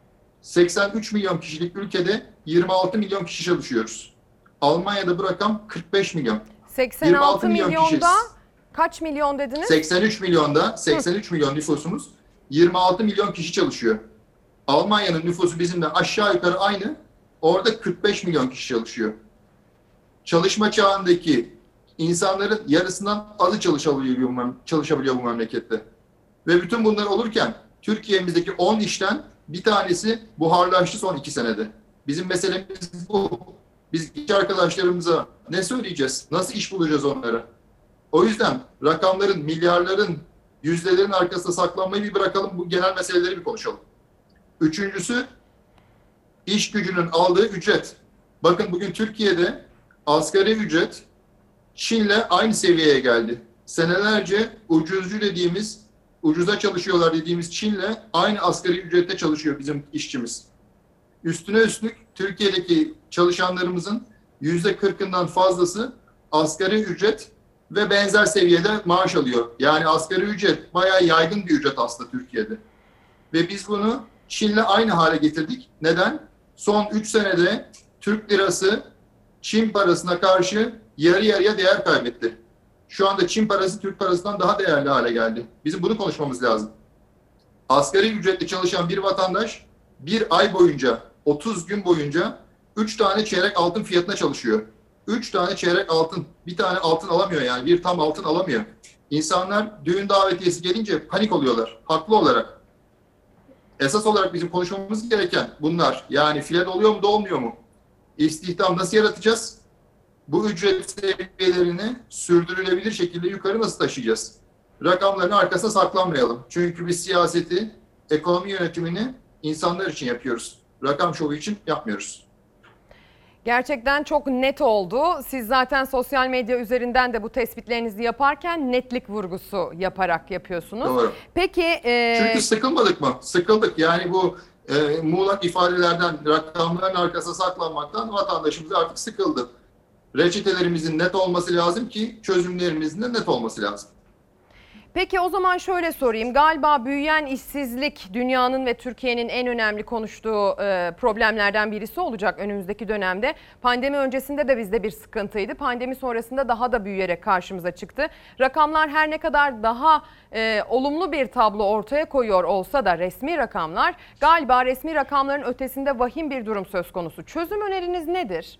83 milyon kişilik ülkede 26 milyon kişi çalışıyoruz. Almanya'da bu rakam 45 milyon. 86 milyonda kaç milyon dediniz? 83 milyonda 83 milyon nüfusumuz, 26 milyon kişi çalışıyor. Almanya'nın nüfusu bizimle aşağı yukarı aynı. Orada 45 milyon kişi çalışıyor. Çalışma çağındaki insanların yarısından azı çalışabiliyor bu memlekette. Ve bütün bunlar olurken Türkiye'mizdeki 10 işten bir tanesi buharlaştı son 2 senede. Bizim meselemiz bu. Biz iş arkadaşlarımıza ne söyleyeceğiz? Nasıl iş bulacağız onlara? O yüzden rakamların, milyarların, yüzdelerin arkasında saklanmayı bir bırakalım. Bu genel meseleleri bir konuşalım. Üçüncüsü, iş gücünün aldığı ücret. Bakın bugün Türkiye'de asgari ücret Çin'le aynı seviyeye geldi. Senelerce ucuzcu dediğimiz, ucuza çalışıyorlar dediğimiz Çin'le aynı asgari ücrette çalışıyor bizim işçimiz. Üstüne üstlük Türkiye'deki çalışanlarımızın %40'ından fazlası asgari ücret ve benzer seviyede maaş alıyor. Yani asgari ücret bayağı yaygın bir ücret aslında Türkiye'de. Ve biz bunu Çin'le aynı hale getirdik. Neden? Son 3 senede Türk lirası Çin parasına karşı yarı yarıya değer kaybetti. Şu anda Çin parası Türk parasından daha değerli hale geldi. Bizim bunu konuşmamız lazım. Asgari ücretli çalışan bir vatandaş bir ay boyunca, 30 gün boyunca 3 tane çeyrek altın fiyatına çalışıyor. 3 tane çeyrek altın, bir tane altın alamıyor yani. Bir tam altın alamıyor. İnsanlar düğün davetiyesi gelince panik oluyorlar. Haklı olarak. Esas olarak bizim konuşmamız gereken bunlar. Yani file doluyor mu, dolmuyor mu? İstihdam nasıl yaratacağız? Bu ücret seviyelerini sürdürülebilir şekilde yukarı nasıl taşıyacağız? Rakamların arkasına saklanmayalım. Çünkü biz siyaseti, ekonomi yönetimini insanlar için yapıyoruz. Rakam şovu için yapmıyoruz. Gerçekten çok net oldu. Siz zaten sosyal medya üzerinden de bu tespitlerinizi yaparken netlik vurgusu yaparak yapıyorsunuz. Doğru. Peki... Çünkü sıkılmadık mı? Sıkıldık. Yani bu muğlak ifadelerden, rakamların arkasına saklanmaktan vatandaşımız artık sıkıldı. Reçetelerimizin net olması lazım ki çözümlerimizin de net olması lazım. Peki o zaman şöyle sorayım. Galiba büyüyen işsizlik dünyanın ve Türkiye'nin en önemli konuştuğu problemlerden birisi olacak önümüzdeki dönemde. Pandemi öncesinde de bizde bir sıkıntıydı. Pandemi sonrasında daha da büyüyerek karşımıza çıktı. Rakamlar her ne kadar daha olumlu bir tablo ortaya koyuyor olsa da resmi rakamlar galiba resmi rakamların ötesinde vahim bir durum söz konusu. Çözüm öneriniz nedir?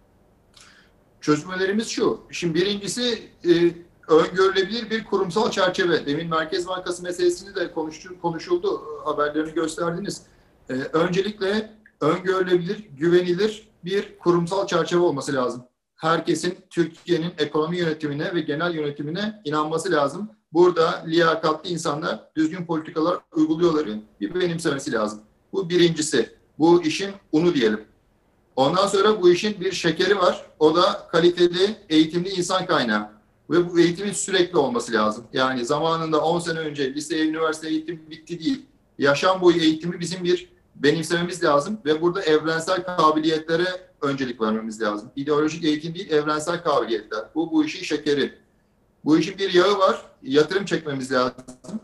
Çözüm önerimiz şu. Şimdi birincisi öngörülebilir bir kurumsal çerçeve. Demin Merkez Bankası meselesini de konuşuldu. Haberlerini gösterdiniz. Öncelikle öngörülebilir, güvenilir bir kurumsal çerçeve olması lazım. Herkesin Türkiye'nin ekonomi yönetimine ve genel yönetimine inanması lazım. Burada liyakatli insanlar düzgün politikalar uyguluyorları bir benimsemesi lazım. Bu birincisi. Bu işin unu diyelim. Ondan sonra bu işin bir şekeri var. O da kaliteli, eğitimli insan kaynağı. Ve bu eğitimin sürekli olması lazım. Yani zamanında 10 sene önce lise, üniversite eğitim bitti değil. Yaşam boyu eğitimi bizim benimsememiz lazım. Ve burada evrensel kabiliyetlere öncelik vermemiz lazım. İdeolojik eğitim değil, evrensel kabiliyetler. Bu işin şekeri. Bu işin bir yağı var. Yatırım çekmemiz lazım.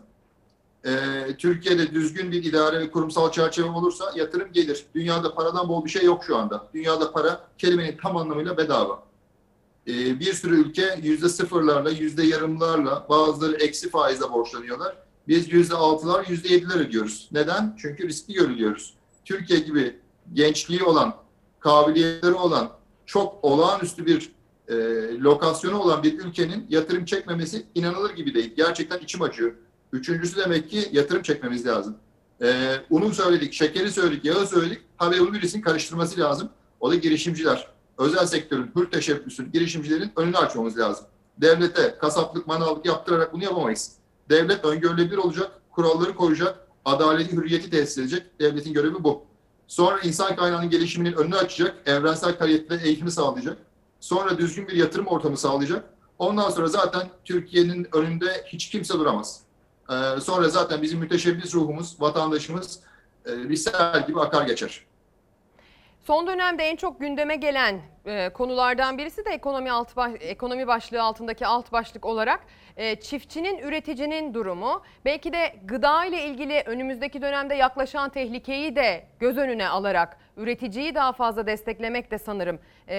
Türkiye'de düzgün bir idare ve kurumsal çerçeve olursa yatırım gelir. Dünyada paradan bol bir şey yok şu anda. Dünyada para kelimenin tam anlamıyla bedava. Bir sürü ülke %0'larla, %yarımlarla, bazıları eksi faizle borçlanıyorlar. Biz %6'lar, %7'ler ödüyoruz. Neden? Çünkü riskli görülüyoruz. Türkiye gibi gençliği olan, kabiliyetleri olan, çok olağanüstü bir lokasyonu olan bir ülkenin yatırım çekmemesi inanılır gibi değil. Gerçekten içim acıyor. Üçüncüsü demek ki yatırım çekmemiz lazım. Unu söyledik, şekeri söyledik, yağı söyledik. Tabii bunu birisinin karıştırması lazım. O da girişimciler. Özel sektörün, hür teşebbüsün, girişimcilerin önünü açmamız lazım. Devlete kasaplık, manavlık yaptırarak bunu yapamayız. Devlet öngörülebilir olacak, kuralları koyacak, adaleti, hürriyeti tesis edecek. Devletin görevi bu. Sonra insan kaynağının gelişiminin önünü açacak, evrensel kaliteli eğitimi sağlayacak. Sonra düzgün bir yatırım ortamı sağlayacak. Ondan sonra zaten Türkiye'nin önünde hiç kimse duramaz. Sonra zaten bizim müteşebbis ruhumuz, vatandaşımız bir sel gibi akar geçer. Son dönemde en çok gündeme gelen konulardan birisi de ekonomi başlığı altındaki alt başlık olarak çiftçinin, üreticinin durumu. Belki de gıda ile ilgili önümüzdeki dönemde yaklaşan tehlikeyi de göz önüne alarak üreticiyi daha fazla desteklemek de sanırım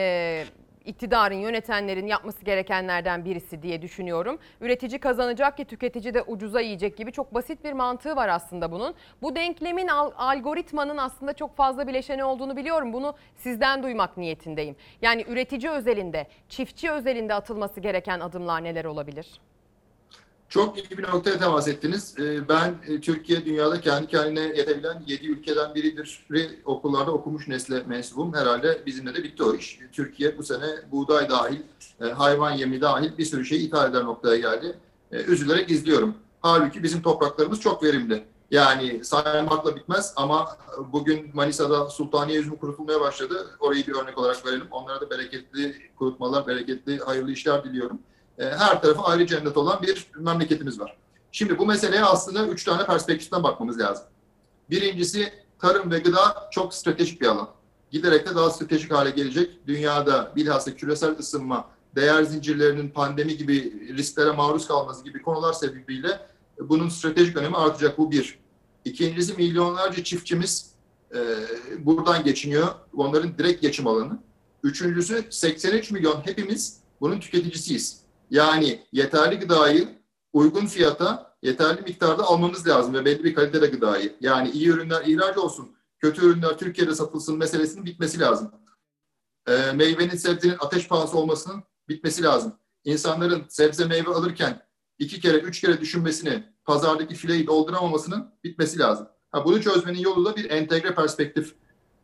iktidarın, yönetenlerin yapması gerekenlerden birisi diye düşünüyorum. Üretici kazanacak ki tüketici de ucuza yiyecek gibi çok basit bir mantığı var aslında bunun. Bu denklemin algoritmanın aslında çok fazla bileşeni olduğunu biliyorum. Bunu sizden duymak niyetindeyim. Yani üretici özelinde, çiftçi özelinde atılması gereken adımlar neler olabilir? Çok iyi bir noktaya temas ettiniz. Ben Türkiye dünyada kendi kendine yetebilen 7 ülkeden biridir. Okullarda okumuş nesle mensubum. Herhalde bizimle de bitti o iş. Türkiye bu sene buğday dahil, hayvan yemi dahil bir sürü şeyi ithal eder noktaya geldi. Üzülerek izliyorum. Halbuki bizim topraklarımız çok verimli. Yani saymakla bitmez ama bugün Manisa'da Sultaniye üzümü kurutulmaya başladı. Orayı bir örnek olarak verelim. Onlara da bereketli kurutmalar, bereketli, hayırlı işler diliyorum. Her tarafı ayrı cennet olan bir memleketimiz var. Şimdi bu meseleye aslında 3 tane perspektiften bakmamız lazım. Birincisi, tarım ve gıda çok stratejik bir alan. Giderek de daha stratejik hale gelecek. Dünyada bilhassa küresel ısınma, değer zincirlerinin pandemi gibi risklere maruz kalması gibi konular sebebiyle bunun stratejik önemi artacak. Bu bir. İkincisi, milyonlarca çiftçimiz buradan geçiniyor. Onların direkt geçim alanı. Üçüncüsü, 83 milyon hepimiz bunun tüketicisiyiz. Yani yeterli gıdayı uygun fiyata, yeterli miktarda almamız lazım ve belli bir kalitede gıdayı. Yani iyi ürünler ihraç olsun, kötü ürünler Türkiye'de satılsın meselesinin bitmesi lazım. Meyvenin, sebzenin ateş pahası olmasının bitmesi lazım. İnsanların sebze meyve alırken 2 kere, 3 kere düşünmesini, pazardaki fileyi dolduramamasının bitmesi lazım. Bunu çözmenin yolu da bir entegre perspektif.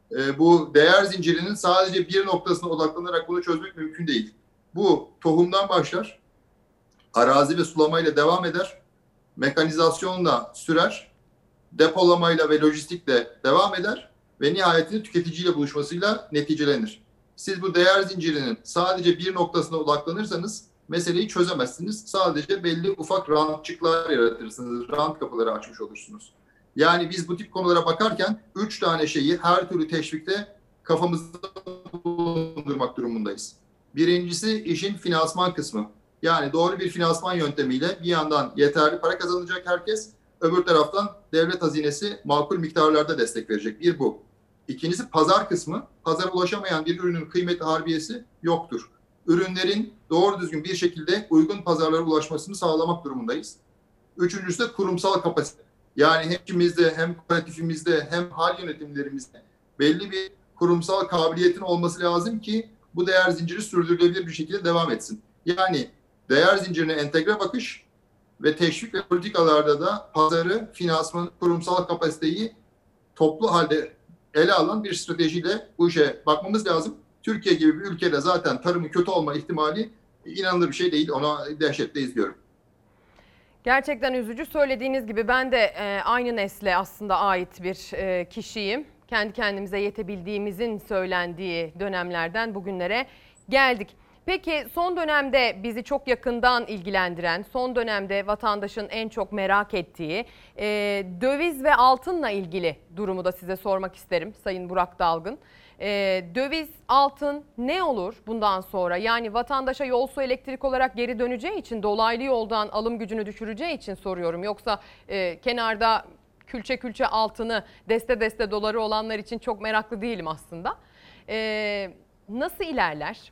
Bu değer zincirinin sadece bir noktasına odaklanarak bunu çözmek mümkün değil. Bu tohumdan başlar, arazi ve sulamayla devam eder, mekanizasyonla sürer, depolamayla ve lojistikle devam eder ve nihayetinde tüketiciyle buluşmasıyla neticelenir. Siz bu değer zincirinin sadece bir noktasına odaklanırsanız meseleyi çözemezsiniz. Sadece belli ufak rantçıklar yaratırsınız, rant kapıları açmış olursunuz. Yani biz bu tip konulara bakarken 3 tane şeyi her türlü teşvikte kafamızda bulundurmak durumundayız. Birincisi işin finansman kısmı. Yani doğru bir finansman yöntemiyle bir yandan yeterli para kazanacak herkes, öbür taraftan devlet hazinesi makul miktarlarda destek verecek. Bir bu. İkincisi pazar kısmı. Pazara ulaşamayan bir ürünün kıymeti harbiyesi yoktur. Ürünlerin doğru düzgün bir şekilde uygun pazarlara ulaşmasını sağlamak durumundayız. Üçüncüsü de kurumsal kapasite. Yani hem içimizde hem kooperatifimizde hem hal yönetimlerimizde belli bir kurumsal kabiliyetin olması lazım ki bu değer zinciri sürdürülebilir bir şekilde devam etsin. Yani değer zincirine entegre bakış ve teşvik ve politikalarda da pazarı, finansman, kurumsal kapasiteyi toplu halde ele alan bir stratejiyle bu işe bakmamız lazım. Türkiye gibi bir ülkede zaten tarımın kötü olma ihtimali inanılır bir şey değil. Ona dehşetle izliyorum. Gerçekten üzücü. Söylediğiniz gibi ben de aynı nesle aslında ait bir kişiyim. kendi kendimize yetebildiğimizin söylendiği dönemlerden bugünlere geldik. Peki son dönemde bizi çok yakından ilgilendiren, son dönemde vatandaşın en çok merak ettiği döviz ve altınla ilgili durumu da size sormak isterim Sayın Burak Dalgın. Döviz, altın ne olur bundan sonra? Yani vatandaşa yol su elektrik olarak geri döneceği için, dolaylı yoldan alım gücünü düşüreceği için soruyorum. Yoksa kenarda külçe külçe altını, deste deste doları olanlar için çok meraklı değilim aslında. Nasıl ilerler?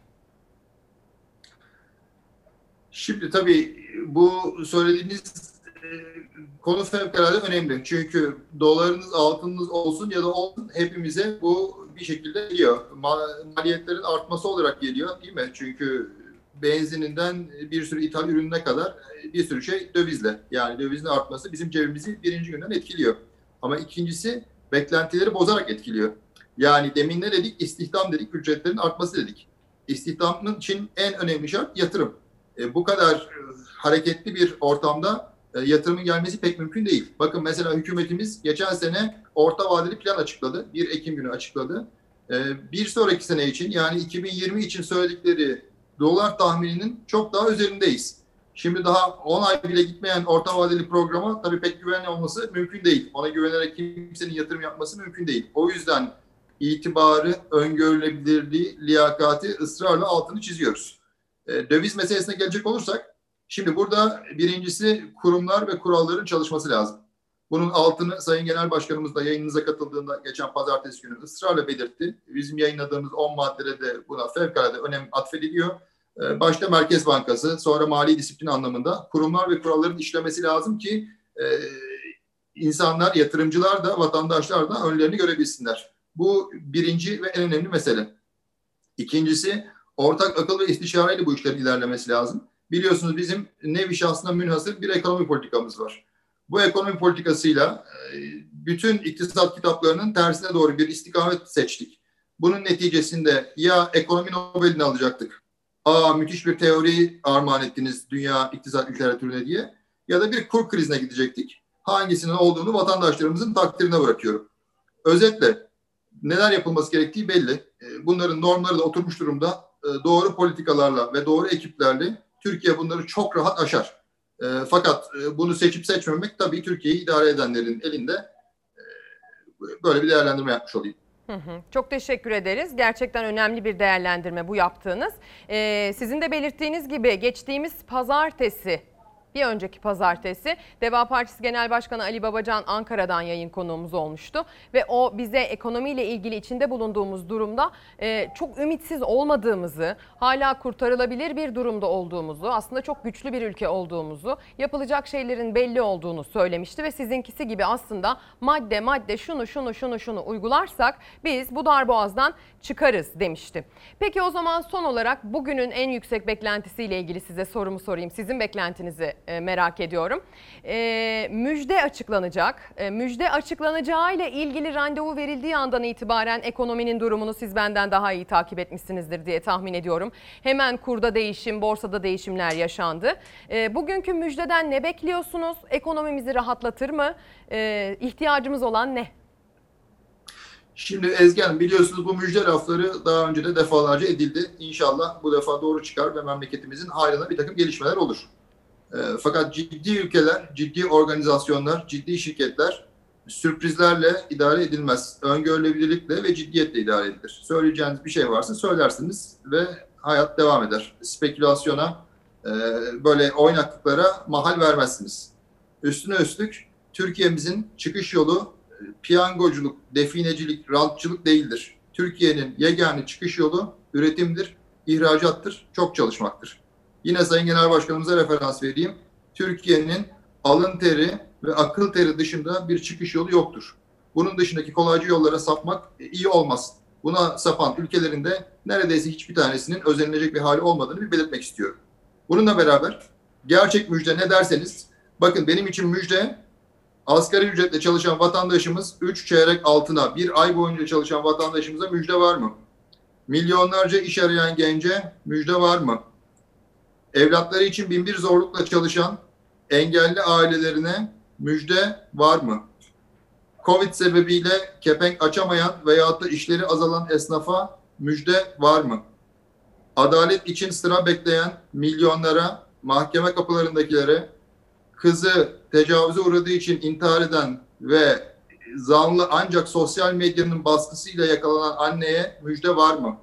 Şimdi tabii bu söylediğiniz konu fevkalade önemli. Çünkü dolarınız, altınınız olsun ya da olsun hepimize bu bir şekilde geliyor. Maliyetlerin artması olarak geliyor değil mi? Çünkü benzininden bir sürü ithal ürününe kadar bir sürü şey dövizle. Yani dövizin artması bizim cebimizi birinci günden etkiliyor. Ama ikincisi beklentileri bozarak etkiliyor. Yani demin ne dedik? İstihdam dedik, ücretlerin artması dedik. İstihdamın için en önemli şart yatırım. Bu kadar hareketli bir ortamda yatırımın gelmesi pek mümkün değil. Bakın mesela hükümetimiz geçen sene orta vadeli plan açıkladı. 1 Ekim günü açıkladı. Bir sonraki sene için yani 2020 için söyledikleri dolar tahmininin çok daha üzerindeyiz. Şimdi daha 10 ay bile gitmeyen orta vadeli programa tabii pek güvenli olması mümkün değil. Ona güvenerek kimsenin yatırım yapması mümkün değil. O yüzden itibarı, öngörülebilirliği, liyakati ısrarla altını çiziyoruz. Döviz meselesine gelecek olursak, şimdi burada birincisi kurumlar ve kuralların çalışması lazım. Bunun altını Sayın Genel Başkanımız da yayınınıza katıldığında geçen pazartesi günü ısrarla belirtti. Bizim yayınladığımız 10 maddede de buna fevkalade önem atfediliyor. Başta Merkez Bankası, sonra mali disiplin anlamında kurumlar ve kuralların işlemesi lazım ki insanlar, yatırımcılar da, vatandaşlar da önlerini görebilsinler. Bu birinci ve en önemli mesele. İkincisi, ortak akıl ve istişareyle bu işlerin ilerlemesi lazım. Biliyorsunuz bizim nevi şahsına münhasır bir ekonomi politikamız var. Bu ekonomi politikasıyla bütün iktisat kitaplarının tersine doğru bir istikamet seçtik. Bunun neticesinde ya ekonomi Nobel'ini alacaktık. Müthiş bir teori armağan ettiniz dünya iktisat literatürüne diye. Ya da bir kur krizine gidecektik. Hangisinin olduğunu vatandaşlarımızın takdirine bırakıyorum. Özetle neler yapılması gerektiği belli. Bunların normları da oturmuş durumda. Doğru politikalarla ve doğru ekiplerle Türkiye bunları çok rahat aşar. Fakat bunu seçip seçmemek tabii Türkiye'yi idare edenlerin elinde. Böyle bir değerlendirme yapmış olayım. Çok teşekkür ederiz. Gerçekten önemli bir değerlendirme bu yaptığınız. Sizin de belirttiğiniz gibi geçtiğimiz pazartesi, bir önceki pazartesi Deva Partisi Genel Başkanı Ali Babacan Ankara'dan yayın konuğumuz olmuştu. Ve o bize ekonomiyle ilgili içinde bulunduğumuz durumda çok ümitsiz olmadığımızı, hala kurtarılabilir bir durumda olduğumuzu, aslında çok güçlü bir ülke olduğumuzu, yapılacak şeylerin belli olduğunu söylemişti. Ve sizinkisi gibi aslında madde madde şunu uygularsak biz bu darboğazdan çıkarız demişti. Peki o zaman son olarak bugünün en yüksek beklentisiyle ilgili size sorumu sorayım. Sizin beklentinizi merak ediyorum. Müjde açıklanacak. Müjde açıklanacağıyla ilgili randevu verildiği andan itibaren ekonominin durumunu siz benden daha iyi takip etmişsinizdir diye tahmin ediyorum. Hemen kurda değişim, borsada değişimler yaşandı. Bugünkü müjdeden ne bekliyorsunuz? Ekonomimizi rahatlatır mı? İhtiyacımız olan ne? Şimdi Ezgi Hanım, biliyorsunuz bu müjde lafları daha önce de defalarca edildi. İnşallah bu defa doğru çıkar ve memleketimizin hayrına bir takım gelişmeler olur. Fakat ciddi ülkeler, ciddi organizasyonlar, ciddi şirketler sürprizlerle idare edilmez. Öngörülebilirlikle ve ciddiyetle idare edilir. Söyleyeceğiniz bir şey varsa söylersiniz ve hayat devam eder. Spekülasyona, böyle oynaklıklara mahal vermezsiniz. Üstüne üstlük Türkiye'mizin çıkış yolu piyangoculuk, definecilik, rantçılık değildir. Türkiye'nin yegane çıkış yolu üretimdir, ihracattır, çok çalışmaktır. Yine Sayın Genel Başkanımıza referans vereyim. Türkiye'nin alın teri ve akıl teri dışında bir çıkış yolu yoktur. Bunun dışındaki kolaycı yollara sapmak iyi olmaz. Buna sapan ülkelerin de neredeyse hiçbir tanesinin özenilecek bir hali olmadığını bir belirtmek istiyorum. Bununla beraber gerçek müjde ne derseniz, bakın benim için müjde asgari ücretle çalışan vatandaşımız 3 çeyrek altına bir ay boyunca çalışan vatandaşımıza müjde var mı? Milyonlarca iş arayan gence müjde var mı? Evlatları için binbir zorlukla çalışan engelli ailelerine müjde var mı? Covid sebebiyle kepenk açamayan veyahut da işleri azalan esnafa müjde var mı? Adalet için sıra bekleyen milyonlara, mahkeme kapılarındakilere, kızı tecavüze uğradığı için intihar eden ve zanlı ancak sosyal medyanın baskısıyla yakalanan anneye müjde var mı?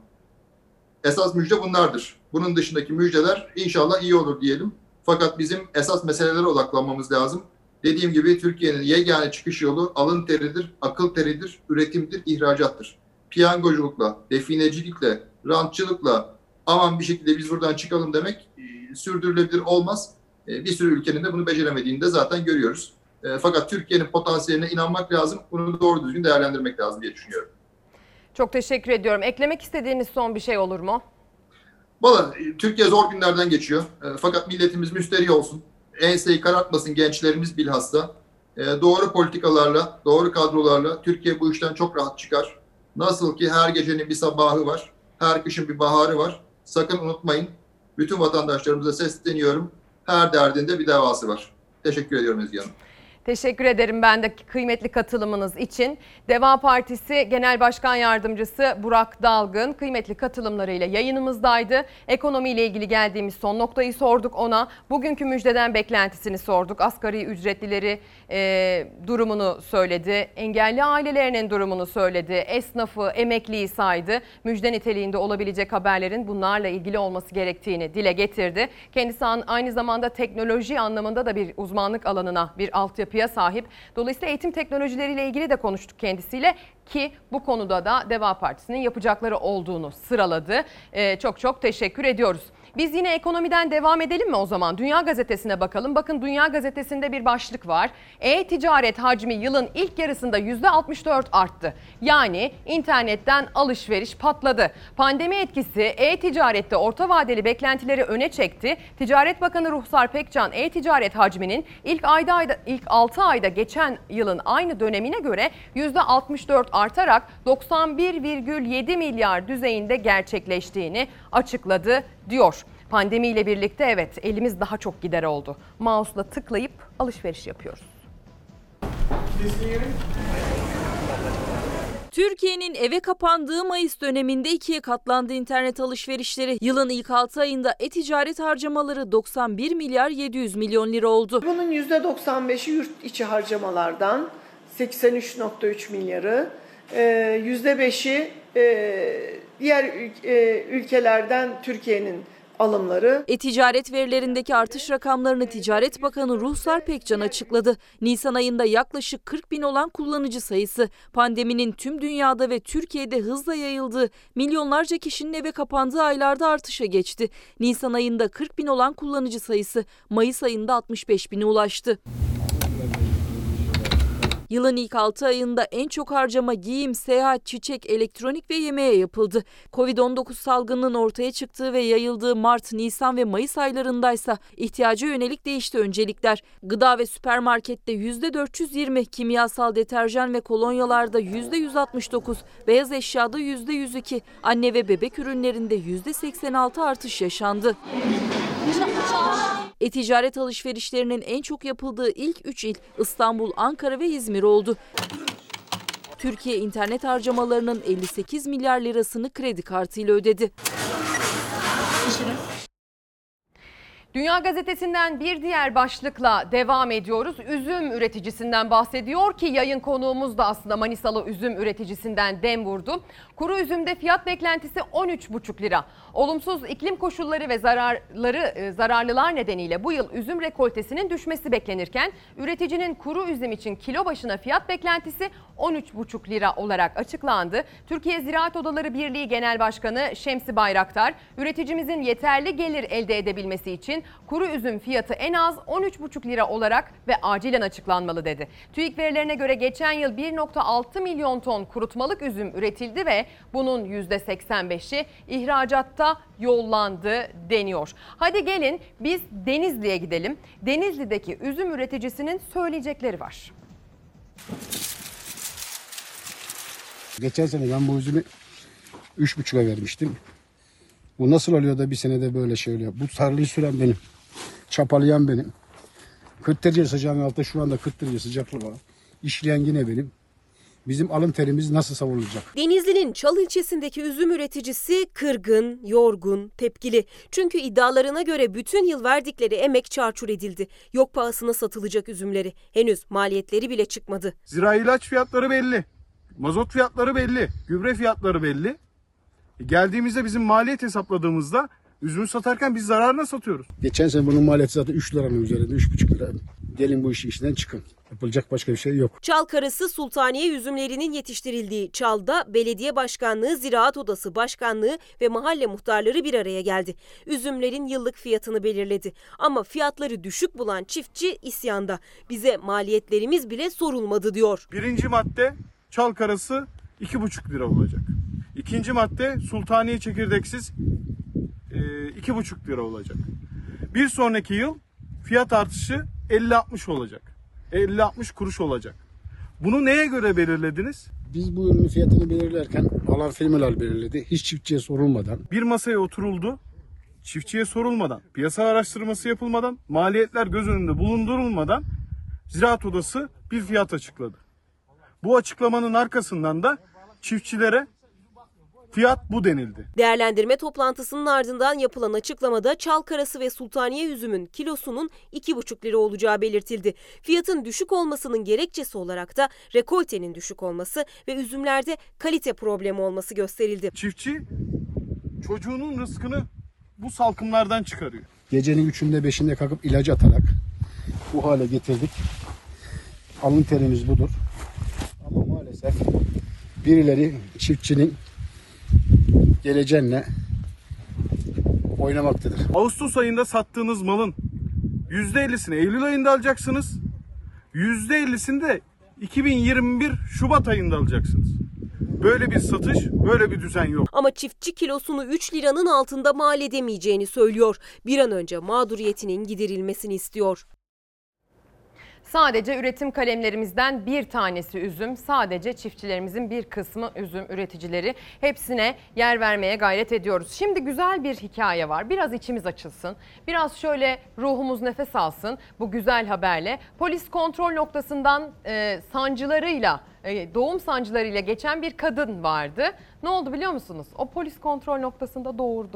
Esas müjde bunlardır. Bunun dışındaki müjdeler inşallah iyi olur diyelim. Fakat bizim esas meselelere odaklanmamız lazım. Dediğim gibi Türkiye'nin yegane çıkış yolu alın teridir, akıl teridir, üretimdir, ihracattır. Piyangoculukla, definecilikle, rantçılıkla aman bir şekilde biz buradan çıkalım demek sürdürülebilir olmaz. Bir sürü ülkenin de bunu beceremediğini de zaten görüyoruz. Fakat Türkiye'nin potansiyeline inanmak lazım, bunu doğru düzgün değerlendirmek lazım diye düşünüyorum. Çok teşekkür ediyorum. Eklemek istediğiniz son bir şey olur mu? Valla Türkiye zor günlerden geçiyor. Fakat milletimiz müsterih olsun. Enseyi karartmasın gençlerimiz bilhassa. Doğru politikalarla, doğru kadrolarla Türkiye bu işten çok rahat çıkar. Nasıl ki her gecenin bir sabahı var, her kışın bir baharı var. Sakın unutmayın. Bütün vatandaşlarımıza sesleniyorum. Her derdinde bir davası var. Teşekkür ediyorum Ezgi Hanım. Teşekkür ederim ben de kıymetli katılımınız için. Deva Partisi Genel Başkan Yardımcısı Burak Dalgın kıymetli katılımlarıyla yayınımızdaydı. Ekonomiyle ilgili geldiğimiz son noktayı sorduk ona. Bugünkü müjdeden beklentisini sorduk. Asgari ücretlileri durumunu söyledi. Engelli ailelerinin durumunu söyledi. Esnafı, emekliyi saydı. Müjde niteliğinde olabilecek haberlerin bunlarla ilgili olması gerektiğini dile getirdi. Kendisi aynı zamanda teknoloji anlamında da bir uzmanlık alanına, bir altyapıya sahip. Dolayısıyla eğitim teknolojileriyle ilgili de konuştuk kendisiyle ki bu konuda da Deva Partisi'nin yapacakları olduğunu sıraladı. Çok teşekkür ediyoruz. Biz yine ekonomiden devam edelim mi o zaman? Dünya Gazetesi'ne bakalım. Bakın Dünya Gazetesi'nde bir başlık var. E-ticaret hacmi yılın ilk yarısında %64 arttı. Yani internetten alışveriş patladı. Pandemi etkisi e-ticarette orta vadeli beklentileri öne çekti. Ticaret Bakanı Ruhsar Pekcan e-ticaret hacminin ilk 6 ayda geçen yılın aynı dönemine göre %64 artarak 91,7 milyar düzeyinde gerçekleştiğini açıkladı diyor. Pandemiyle birlikte evet elimiz daha çok gider oldu. Mouse'la tıklayıp alışveriş yapıyoruz. Türkiye'nin eve kapandığı Mayıs döneminde ikiye katlandı internet alışverişleri. Yılın ilk 6 ayında e-ticaret harcamaları 91 milyar 700 milyon lira oldu. Bunun %95'i yurt içi harcamalardan 83,3 milyarı, %5'i diğer ülkelerden Türkiye'nin alımları. E-ticaret verilerindeki artış rakamlarını Ticaret Bakanı Ruhsar Pekcan açıkladı. Nisan ayında yaklaşık 40 bin olan kullanıcı sayısı, pandeminin tüm dünyada ve Türkiye'de hızla yayıldığı, milyonlarca kişinin eve kapandığı aylarda artışa geçti. Nisan ayında 40 bin olan kullanıcı sayısı Mayıs ayında 65 bine ulaştı. Yılın ilk 6 ayında en çok harcama giyim, seyahat, çiçek, elektronik ve yemeğe yapıldı. Covid-19 salgınının ortaya çıktığı ve yayıldığı Mart, Nisan ve Mayıs aylarındaysa ihtiyaca yönelik değişti öncelikler. Gıda ve süpermarkette %420, kimyasal deterjan ve kolonyalarda %169, beyaz eşyada %102, anne ve bebek ürünlerinde %86 artış yaşandı. E-ticaret alışverişlerinin en çok yapıldığı ilk 3 il İstanbul, Ankara ve İzmir oldu. Türkiye internet harcamalarının 58 milyar lirasını kredi kartıyla ödedi. Dünya Gazetesi'nden bir diğer başlıkla devam ediyoruz. Üzüm üreticisinden bahsediyor ki yayın konuğumuz da aslında Manisalı üzüm üreticisinden dem vurdu. Kuru üzümde fiyat beklentisi 13,5 lira. Olumsuz iklim koşulları ve zararlılar nedeniyle bu yıl üzüm rekoltesinin düşmesi beklenirken üreticinin kuru üzüm için kilo başına fiyat beklentisi 13,5 lira olarak açıklandı. Türkiye Ziraat Odaları Birliği Genel Başkanı Şemsi Bayraktar, üreticimizin yeterli gelir elde edebilmesi için kuru üzüm fiyatı en az 13,5 lira olarak ve acilen açıklanmalı dedi. TÜİK verilerine göre geçen yıl 1,6 milyon ton kurutmalık üzüm üretildi ve bunun %85'i ihracatta yollandı deniyor. Hadi gelin biz Denizli'ye gidelim. Denizli'deki üzüm üreticisinin söyleyecekleri var. Geçen sene ben bu üzümü 3,5'a vermiştim. Bu nasıl oluyor da bir senede böyle şey oluyor? Bu tarlayı süren benim. Çapalayan benim. 40 derece sıcağın altında şu anda 40 derece sıcaklığı var. İşleyen yine benim. Bizim alın terimiz nasıl savunulacak? Denizli'nin Çal ilçesindeki üzüm üreticisi kırgın, yorgun, tepkili. Çünkü iddialarına göre bütün yıl verdikleri emek çarçur edildi. Yok pahasına satılacak üzümleri. Henüz maliyetleri bile çıkmadı. Zira ilaç fiyatları belli. Mazot fiyatları belli. Gübre fiyatları belli. Geldiğimizde bizim maliyet hesapladığımızda üzümü satarken biz zararına satıyoruz. Geçen sene bunun maliyeti zaten 3 liranın üzerinde, 3,5 lira. Gelin bu işin içinden çıkın. Yapılacak başka bir şey yok. Çal Karası Sultaniye üzümlerinin yetiştirildiği Çal'da belediye başkanlığı, ziraat odası başkanlığı ve mahalle muhtarları bir araya geldi. Üzümlerin yıllık fiyatını belirledi. Ama fiyatları düşük bulan çiftçi isyanda. Bize maliyetlerimiz bile sorulmadı diyor. Birinci madde Çal Karası 2,5 lira olacak. İkinci madde Sultaniye çekirdeksiz 2,5 lira olacak. Bir sonraki yıl fiyat artışı 50-60 olacak. 50-60 kuruş olacak. Bunu neye göre belirlediniz? Biz bu ürünün fiyatını belirlerken alan firmalar belirledi. Hiç çiftçiye sorulmadan. Bir masaya oturuldu. Çiftçiye sorulmadan, piyasa araştırması yapılmadan, maliyetler göz önünde bulundurulmadan Ziraat Odası bir fiyat açıkladı. Bu açıklamanın arkasından da çiftçilere fiyat bu denildi. Değerlendirme toplantısının ardından yapılan açıklamada Çal Karası ve Sultaniye üzümün kilosunun 2,5 lira olacağı belirtildi. Fiyatın düşük olmasının gerekçesi olarak da rekoltenin düşük olması ve üzümlerde kalite problemi olması gösterildi. Çiftçi çocuğunun rızkını bu salkımlardan çıkarıyor. Gecenin 3'ünde 5'inde kalkıp ilacı atarak bu hale getirdik. Alın terimiz budur. Ama maalesef birileri çiftçinin geleceğinle oynamaktadır. Ağustos ayında sattığınız malın %50'sini Eylül ayında alacaksınız. %50'sini de 2021 Şubat ayında alacaksınız. Böyle bir satış, böyle bir düzen yok. Ama çiftçi kilosunu 3 liranın altında mal edemeyeceğini söylüyor. Bir an önce mağduriyetinin giderilmesini istiyor. Sadece üretim kalemlerimizden bir tanesi üzüm, sadece çiftçilerimizin bir kısmı üzüm üreticileri. Hepsine yer vermeye gayret ediyoruz. Şimdi güzel bir hikaye var. Biraz içimiz açılsın, biraz şöyle ruhumuz nefes alsın bu güzel haberle. Polis kontrol noktasından doğum sancılarıyla geçen bir kadın vardı. Ne oldu biliyor musunuz? O polis kontrol noktasında doğurdu.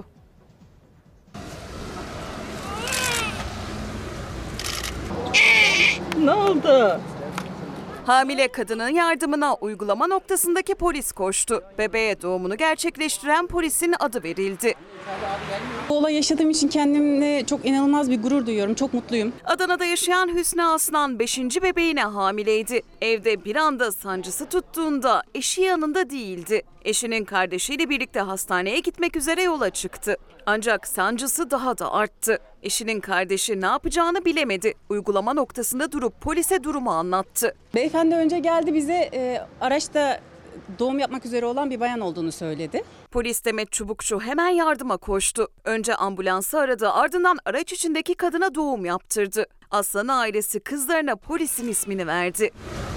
Ne oldu? Hamile kadının yardımına uygulama noktasındaki polis koştu. Bebeğe doğumunu gerçekleştiren polisin adı verildi. Bu olay yaşadığım için kendimle çok inanılmaz bir gurur duyuyorum. Çok mutluyum. Adana'da yaşayan Hüsnü Aslan 5. bebeğine hamileydi. Evde bir anda sancısı tuttuğunda eşi yanında değildi. Eşinin kardeşiyle birlikte hastaneye gitmek üzere yola çıktı. Ancak sancısı daha da arttı. Eşinin kardeşi ne yapacağını bilemedi. Uygulama noktasında durup polise durumu anlattı. Beyefendi önce geldi bize araçta doğum yapmak üzere olan bir bayan olduğunu söyledi. Polis Demet Çubukçu hemen yardıma koştu. Önce ambulansı aradı, ardından araç içindeki kadına doğum yaptırdı. Aslan ailesi kızlarına polisin ismini verdi.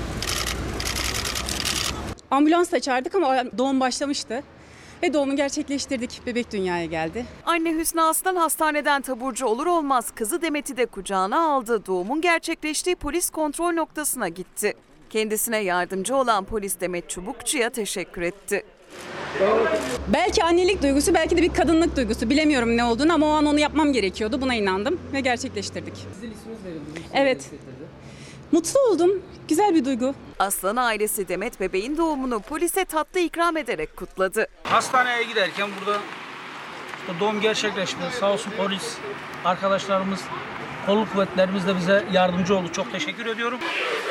Ambulansla çağırdık ama doğum başlamıştı. Ve doğumu gerçekleştirdik. Bebek dünyaya geldi. Anne Hüsnü Aslan hastaneden taburcu olur olmaz kızı Demet'i de kucağına aldı. Doğumun gerçekleştiği polis kontrol noktasına gitti. Kendisine yardımcı olan polis Demet Çubukçu'ya teşekkür etti. Belki annelik duygusu, belki de bir kadınlık duygusu. Bilemiyorum ne olduğunu ama o an onu yapmam gerekiyordu. Buna inandım ve gerçekleştirdik. Sizin isminiz verildi. Evet. Mutlu oldum. Güzel bir duygu. Aslan ailesi Demet bebeğin doğumunu polise tatlı ikram ederek kutladı. Hastaneye giderken burada doğum gerçekleşti. Sağ olsun polis arkadaşlarımız, kolluk kuvvetlerimiz de bize yardımcı oldu. Çok teşekkür ediyorum.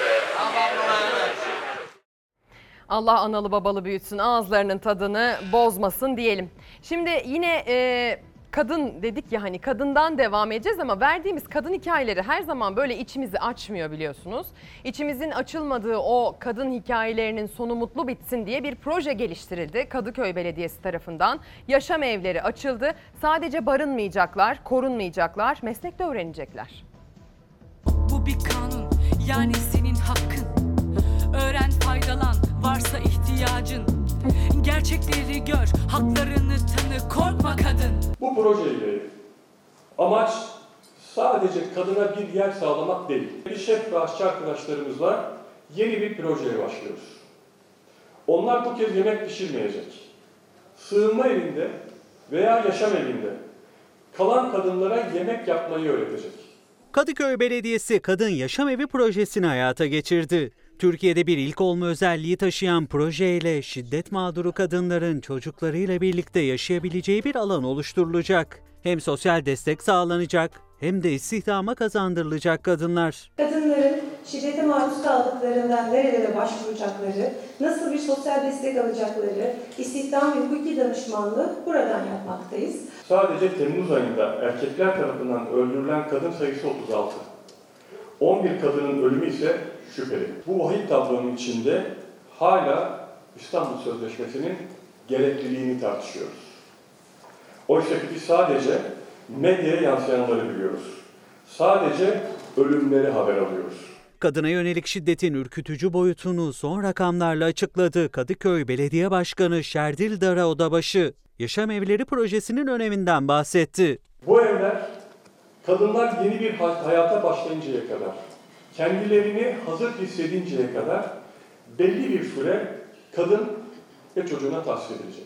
Allah analı babalı büyütsün, ağızlarının tadını bozmasın diyelim. Şimdi yine kadın dedik ya, hani kadından devam edeceğiz ama verdiğimiz kadın hikayeleri her zaman böyle içimizi açmıyor biliyorsunuz. İçimizin açılmadığı o kadın hikayelerinin sonu mutlu bitsin diye bir proje geliştirildi. Kadıköy Belediyesi tarafından yaşam evleri açıldı. Sadece barınmayacaklar, korunmayacaklar, meslek de öğrenecekler. Bu bir kanun, yani senin hakkın. Öğren, faydalan, varsa ihtiyacın. Gerçekleri gör, haklarını tanı, korkma kadın. Bu projeyle amaç sadece kadına bir yer sağlamak değil. Bir şef ve aşçı arkadaşlarımızla yeni bir projeye başlıyoruz. Onlar bu kez yemek pişirmeyecek. Sığınma evinde veya yaşam evinde kalan kadınlara yemek yapmayı öğretecek. Kadıköy Belediyesi Kadın Yaşam Evi projesini hayata geçirdi. Türkiye'de bir ilk olma özelliği taşıyan projeyle şiddet mağduru kadınların çocuklarıyla birlikte yaşayabileceği bir alan oluşturulacak. Hem sosyal destek sağlanacak hem de istihdama kazandırılacak kadınlar. Kadınların şiddete maruz kaldıklarından nerelere başvuracakları, nasıl bir sosyal destek alacakları, istihdam ve hukuki danışmanlığı buradan yapmaktayız. Sadece Temmuz ayında erkekler tarafından öldürülen kadın sayısı 36. 11 kadının ölümü ise şüpheli. Bu vahim tablonun içinde hala İstanbul Sözleşmesi'nin gerekliliğini tartışıyoruz. Oysa ki biz sadece medyaya yansıyanları biliyoruz. Sadece ölümleri haber alıyoruz. Kadına yönelik şiddetin ürkütücü boyutunu son rakamlarla açıkladı Kadıköy Belediye Başkanı Şerdil Dara Odabaşı. Yaşam Evleri projesinin öneminden bahsetti. Bu evler kadınlar yeni bir hayata başlayıncaya kadar, kendilerini hazır hissedinceye kadar belli bir süre kadın ve çocuğuna tahsis edilecek.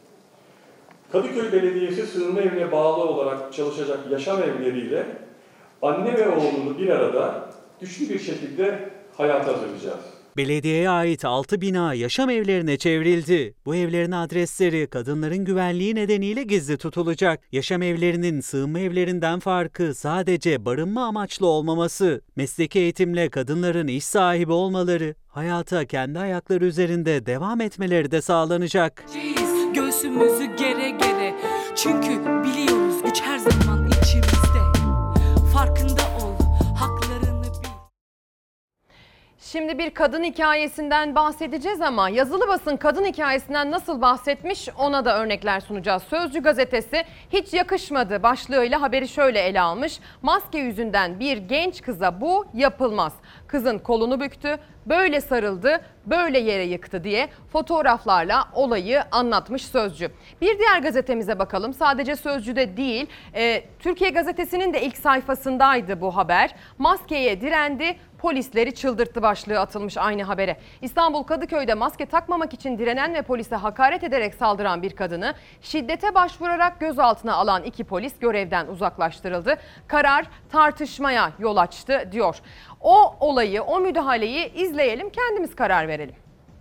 Kadıköy Belediyesi sığınma evine bağlı olarak çalışacak yaşam evleriyle anne ve oğlunu bir arada güçlü bir şekilde hayata hazırlayacağız. Belediyeye ait 6 bina yaşam evlerine çevrildi. Bu evlerin adresleri kadınların güvenliği nedeniyle gizli tutulacak. Yaşam evlerinin sığınma evlerinden farkı sadece barınma amaçlı olmaması. Mesleki eğitimle kadınların iş sahibi olmaları, hayata kendi ayakları üzerinde devam etmeleri de sağlanacak. Göğsümüzü gere gere, çünkü biliyoruz güç her zaman içimizde. Farkında ol, haklarını bil. Şimdi bir kadın hikayesinden bahsedeceğiz ama yazılı basın kadın hikayesinden nasıl bahsetmiş ona da örnekler sunacağız. Sözcü gazetesi hiç yakışmadı başlığıyla haberi şöyle ele almış. Maske yüzünden bir genç kıza bu yapılmaz. Kızın kolunu büktü, böyle sarıldı, böyle yere yıktı diye fotoğraflarla olayı anlatmış Sözcü. Bir diğer gazetemize bakalım. Sadece Sözcü'de değil, Türkiye Gazetesi'nin de ilk sayfasındaydı bu haber. Maskeye direndi, polisleri çıldırttı başlığı atılmış aynı habere. İstanbul Kadıköy'de maske takmamak için direnen ve polise hakaret ederek saldıran bir kadını şiddete başvurarak gözaltına alan 2 polis görevden uzaklaştırıldı. Karar tartışmaya yol açtı diyor. O olayı, o müdahaleyi izleyelim, kendimiz karar verelim.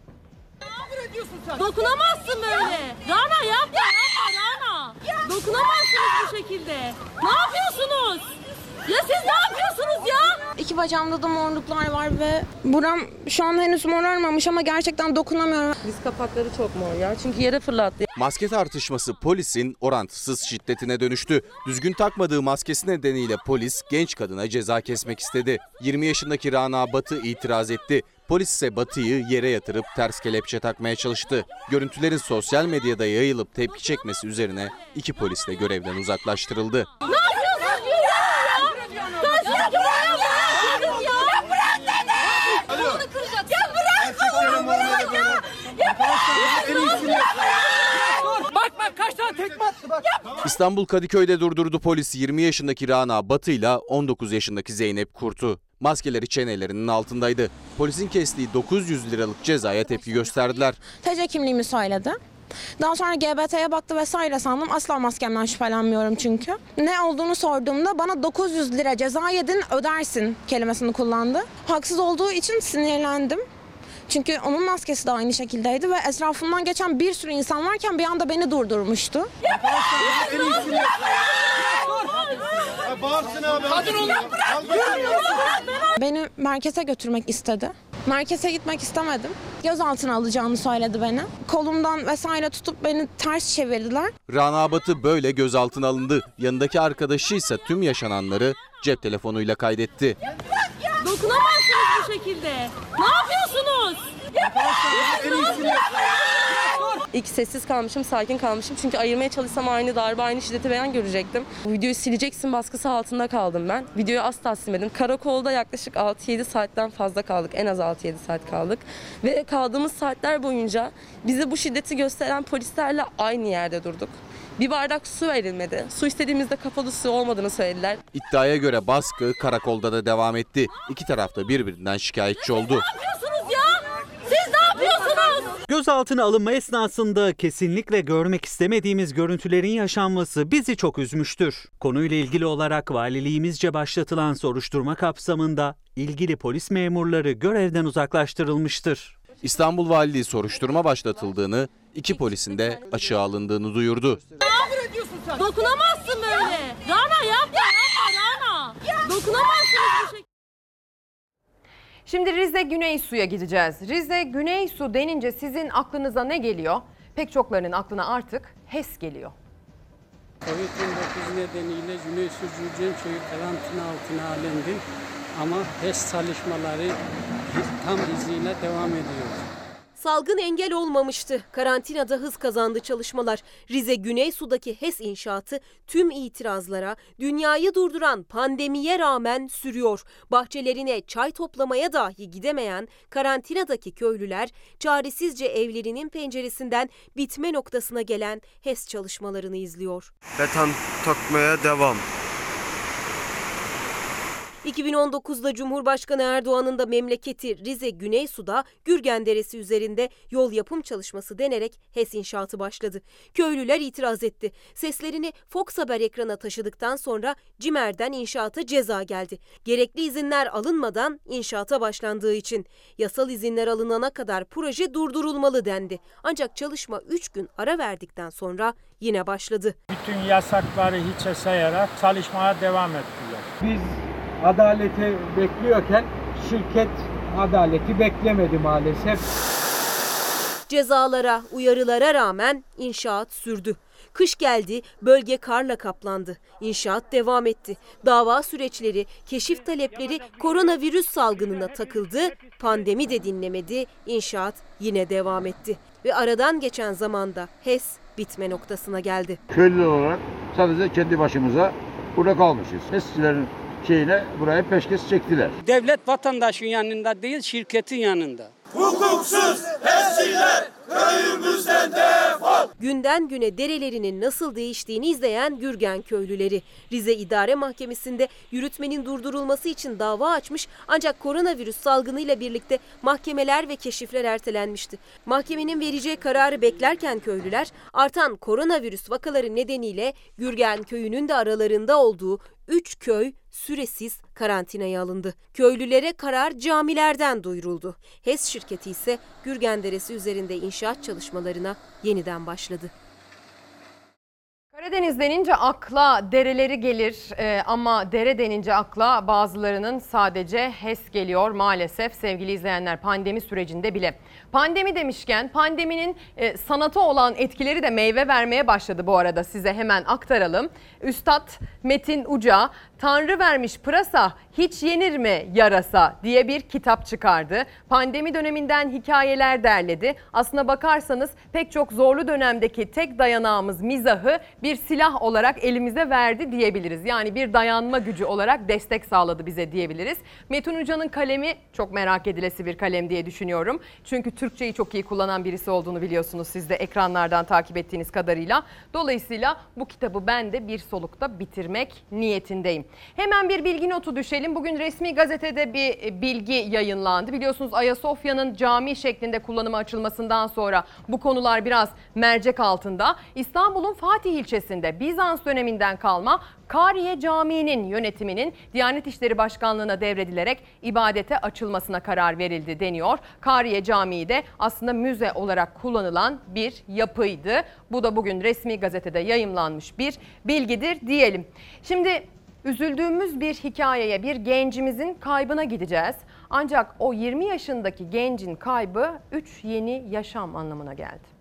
Dokunamazsın böyle. Rana yapma. Rana. Dokunamazsınız bu şekilde. Ne yapıyorsunuz? Ya siz ne yapıyorsunuz ya? 2 bacağımda da morluklar var ve buram şu an henüz morarmamış ama gerçekten dokunamıyorum. Diz kapakları çok mor ya, çünkü yere fırlattı. Maske tartışması polisin orantısız şiddetine dönüştü. Düzgün takmadığı maskesi nedeniyle polis genç kadına ceza kesmek istedi. 20 yaşındaki Rana Batı itiraz etti. Polis ise Batı'yı yere yatırıp ters kelepçe takmaya çalıştı. Görüntülerin sosyal medyada yayılıp tepki çekmesi üzerine 2 polis de görevden uzaklaştırıldı. Bak kaç tane tekme attı bak. İstanbul Kadıköy'de durdurdu polis 20 yaşındaki Rana Batı ile 19 yaşındaki Zeynep Kurt'u. Maskeleri çenelerinin altındaydı. Polisin kestiği 900 liralık cezaya tepki gösterdiler. TC kimliğimi söyledi. Daha sonra GBT'ye baktı vesaire sandım. Asla maskemden şüphelenmiyorum çünkü. Ne olduğunu sorduğumda bana 900 lira ceza yedin ödersin kelimesini kullandı. Haksız olduğu için sinirlendim. Çünkü onun maskesi de aynı şekildeydi ve etrafımdan geçen bir sürü insan varken bir anda beni durdurmuştu. Beni merkeze götürmek istedi. Merkeze gitmek istemedim. Gözaltına alacağını söyledi beni. Kolumdan vesaire tutup beni ters çevirdiler. Rana Batı böyle gözaltına alındı. Yanındaki arkadaşı ise tüm yaşananları cep telefonuyla kaydetti. Dokunamazsınız bu şekilde. Ne yapıyorsunuz? İlk sessiz kalmışım, sakin kalmışım. Çünkü ayırmaya çalışsam aynı darbe, aynı şiddeti ben görecektim. Bu videoyu sileceksin baskısı altında kaldım ben. Videoyu asla silmedim. Karakolda yaklaşık 6-7 saatten fazla kaldık. En az 6-7 saat kaldık. Ve kaldığımız saatler boyunca bize bu şiddeti gösteren polislerle aynı yerde durduk. Bir bardak su verilmedi. Su istediğimizde kapalı su olmadığını söylediler. İddiaya göre baskı karakolda da devam etti. İki taraf da birbirinden şikayetçi oldu. Ne yapıyorsunuz ya? Siz ne yapıyorsunuz? Gözaltına alınma esnasında kesinlikle görmek istemediğimiz görüntülerin yaşanması bizi çok üzmüştür. Konuyla ilgili olarak valiliğimizce başlatılan soruşturma kapsamında ilgili polis memurları görevden uzaklaştırılmıştır. İstanbul Valiliği soruşturma başlatıldığını, 2 polisin de açığa alındığını duyurdu. Ne ediyorsun sen? Dokunamazsın böyle. Rana yapma Rana. Dokunamazsın bu şekilde. Şimdi Rize Güneysu'ya gideceğiz. Rize Güneysu denince sizin aklınıza ne geliyor? Pek çoklarının aklına artık HES geliyor. Covid-19 nedeniyle Güneysu Cücenköy'ü karantina altına alındı ama HES çalışmaları tam hızıyla devam ediyor. Salgın engel olmamıştı. Karantinada hız kazandı çalışmalar. Rize Güneysu'daki HES inşaatı tüm itirazlara, dünyayı durduran pandemiye rağmen sürüyor. Bahçelerine çay toplamaya dahi gidemeyen karantinadaki köylüler çaresizce evlerinin penceresinden bitme noktasına gelen HES çalışmalarını izliyor. Beton takmaya devam. 2019'da Cumhurbaşkanı Erdoğan'ın da memleketi Rize Güneysu'da Gürgen Deresi üzerinde yol yapım çalışması denerek HES inşaatı başladı. Köylüler itiraz etti. Seslerini Fox Haber ekrana taşıdıktan sonra CİMER'den inşaata ceza geldi. Gerekli izinler alınmadan inşaata başlandığı için yasal izinler alınana kadar proje durdurulmalı dendi. Ancak çalışma 3 gün ara verdikten sonra yine başladı. Bütün yasakları hiçe sayarak çalışmaya devam ettiler. Biz adaleti bekliyorken şirket adaleti beklemedi maalesef. Cezalara, uyarılara rağmen inşaat sürdü. Kış geldi, bölge karla kaplandı. İnşaat devam etti. Dava süreçleri, keşif talepleri koronavirüs salgınına takıldı. Pandemi de dinlemedi, inşaat yine devam etti. Ve aradan geçen zamanda HES bitme noktasına geldi. Köylü olarak sadece kendi başımıza burada kalmışız. HES'çilerin buraya peşkeş çektiler. Devlet vatandaşın yanında değil, şirketin yanında. Hukuksuz HES'çiler köyümüzden defol. Günden güne derelerinin nasıl değiştiğini izleyen Gürgen köylüleri Rize İdare Mahkemesi'nde yürütmenin durdurulması için dava açmış, ancak koronavirüs salgınıyla birlikte mahkemeler ve keşifler ertelenmişti. Mahkemenin vereceği kararı beklerken köylüler artan koronavirüs vakaları nedeniyle Gürgen köyünün de aralarında olduğu 3 köy süresiz karantinaya alındı. Köylülere karar camilerden duyuruldu. HES şirketi ise Gürgen Deresi üzerinde inşaat çalışmalarına yeniden başladı. Karadeniz denince akla dereleri gelir ama dere denince akla bazılarının sadece HES geliyor maalesef sevgili izleyenler, pandemi sürecinde bile. Pandemi demişken pandeminin sanata olan etkileri de meyve vermeye başladı bu arada, size hemen aktaralım. Üstad Metin Uca, "Tanrı vermiş pırasa, hiç yenir mi yarasa?" diye bir kitap çıkardı. Pandemi döneminden hikayeler derledi. Aslına bakarsanız pek çok zorlu dönemdeki tek dayanağımız mizahı bir silah olarak elimize verdi diyebiliriz. Yani bir dayanma gücü olarak destek sağladı bize diyebiliriz. Metin Uca'nın kalemi çok merak edilesi bir kalem diye düşünüyorum. Çünkü Türkçeyi çok iyi kullanan birisi olduğunu biliyorsunuz siz de ekranlardan takip ettiğiniz kadarıyla. Dolayısıyla bu kitabı ben de bir solukta bitirmek niyetindeyim. Hemen bir bilgi notu düşelim. Bugün resmi gazetede bir bilgi yayınlandı. Biliyorsunuz Ayasofya'nın cami şeklinde kullanıma açılmasından sonra bu konular biraz mercek altında. İstanbul'un Fatih ilçesinde Bizans döneminden kalma Kariye Camii'nin yönetiminin Diyanet İşleri Başkanlığı'na devredilerek ibadete açılmasına karar verildi deniyor. Kariye Camii de aslında müze olarak kullanılan bir yapıydı. Bu da bugün resmi gazetede yayımlanmış bir bilgidir diyelim. Şimdi üzüldüğümüz bir hikayeye, bir gencimizin kaybına gideceğiz. Ancak o 20 yaşındaki gencin kaybı 3 yeni yaşam anlamına geldi.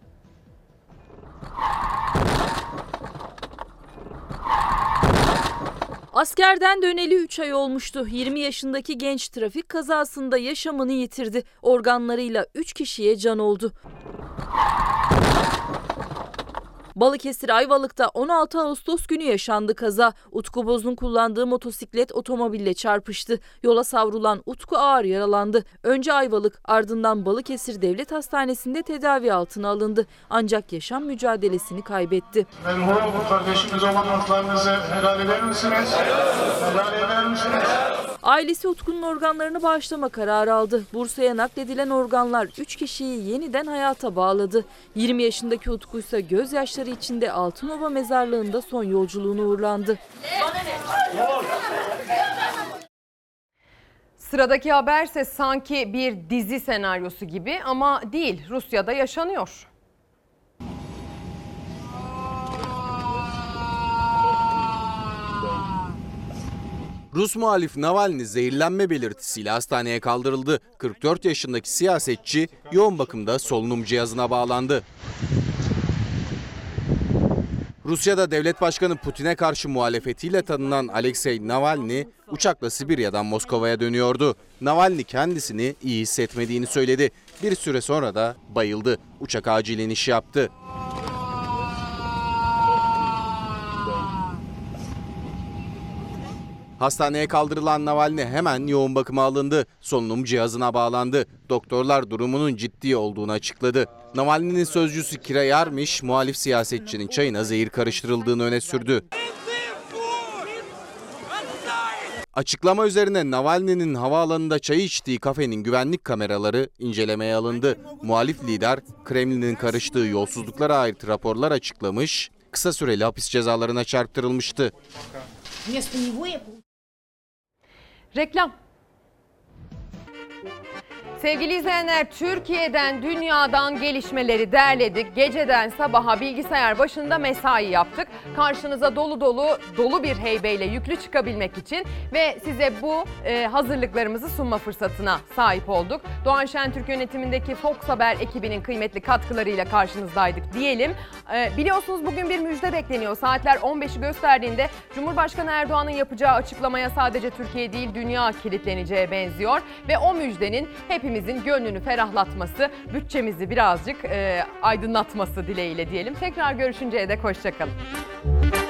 Askerden döneli 3 ay olmuştu. 20 yaşındaki genç trafik kazasında yaşamını yitirdi. Organlarıyla 3 kişiye can oldu. Balıkesir Ayvalık'ta 16 Ağustos günü yaşandı kaza. Utku Boz'un kullandığı motosiklet otomobille çarpıştı. Yola savrulan Utku ağır yaralandı. Önce Ayvalık, ardından Balıkesir Devlet Hastanesi'nde tedavi altına alındı. Ancak yaşam mücadelesini kaybetti. Merhaba, bu kardeşimiz olan haklarınızı helal eder misiniz? Helal eder misiniz? Ailesi Utku'nun organlarını bağışlama kararı aldı. Bursa'ya nakledilen organlar 3 kişiyi yeniden hayata bağladı. 20 yaşındaki Utku ise gözyaşları içinde Altınova mezarlığında son yolculuğuna uğurlandı. Sıradaki haberse sanki bir dizi senaryosu gibi ama değil, Rusya'da yaşanıyor. Rus muhalif Navalny zehirlenme belirtisiyle hastaneye kaldırıldı. 44 yaşındaki siyasetçi yoğun bakımda solunum cihazına bağlandı. Rusya'da devlet başkanı Putin'e karşı muhalefetiyle tanınan Alexei Navalny uçakla Sibirya'dan Moskova'ya dönüyordu. Navalny kendisini iyi hissetmediğini söyledi. Bir süre sonra da bayıldı. Uçak acil iniş yaptı. Hastaneye kaldırılan Navalny hemen yoğun bakıma alındı. Solunum cihazına bağlandı. Doktorlar durumunun ciddi olduğunu açıkladı. Navalny'nin sözcüsü Kira Yarmış, muhalif siyasetçinin çayına zehir karıştırıldığını öne sürdü. Açıklama üzerine Navalny'nin havaalanında çay içtiği kafenin güvenlik kameraları incelemeye alındı. Muhalif lider, Kremlin'in karıştığı yolsuzluklara ait raporlar açıklamış, kısa süreli hapis cezalarına çarptırılmıştı. Reklam. Sevgili izleyenler, Türkiye'den, dünyadan gelişmeleri derledik. Geceden sabaha bilgisayar başında mesai yaptık. Karşınıza dolu bir heybeyle yüklü çıkabilmek için ve size bu hazırlıklarımızı sunma fırsatına sahip olduk. Doğan Şentürk yönetimindeki Fox Haber ekibinin kıymetli katkılarıyla karşınızdaydık diyelim. Biliyorsunuz bugün bir müjde bekleniyor. Saatler 15'i gösterdiğinde Cumhurbaşkanı Erdoğan'ın yapacağı açıklamaya sadece Türkiye değil dünya kilitleneceğe benziyor. Ve o müjdenin hepimizin gönlünü ferahlatması, bütçemizi birazcık aydınlatması dileğiyle diyelim. Tekrar görüşünceye dek hoşça kalın.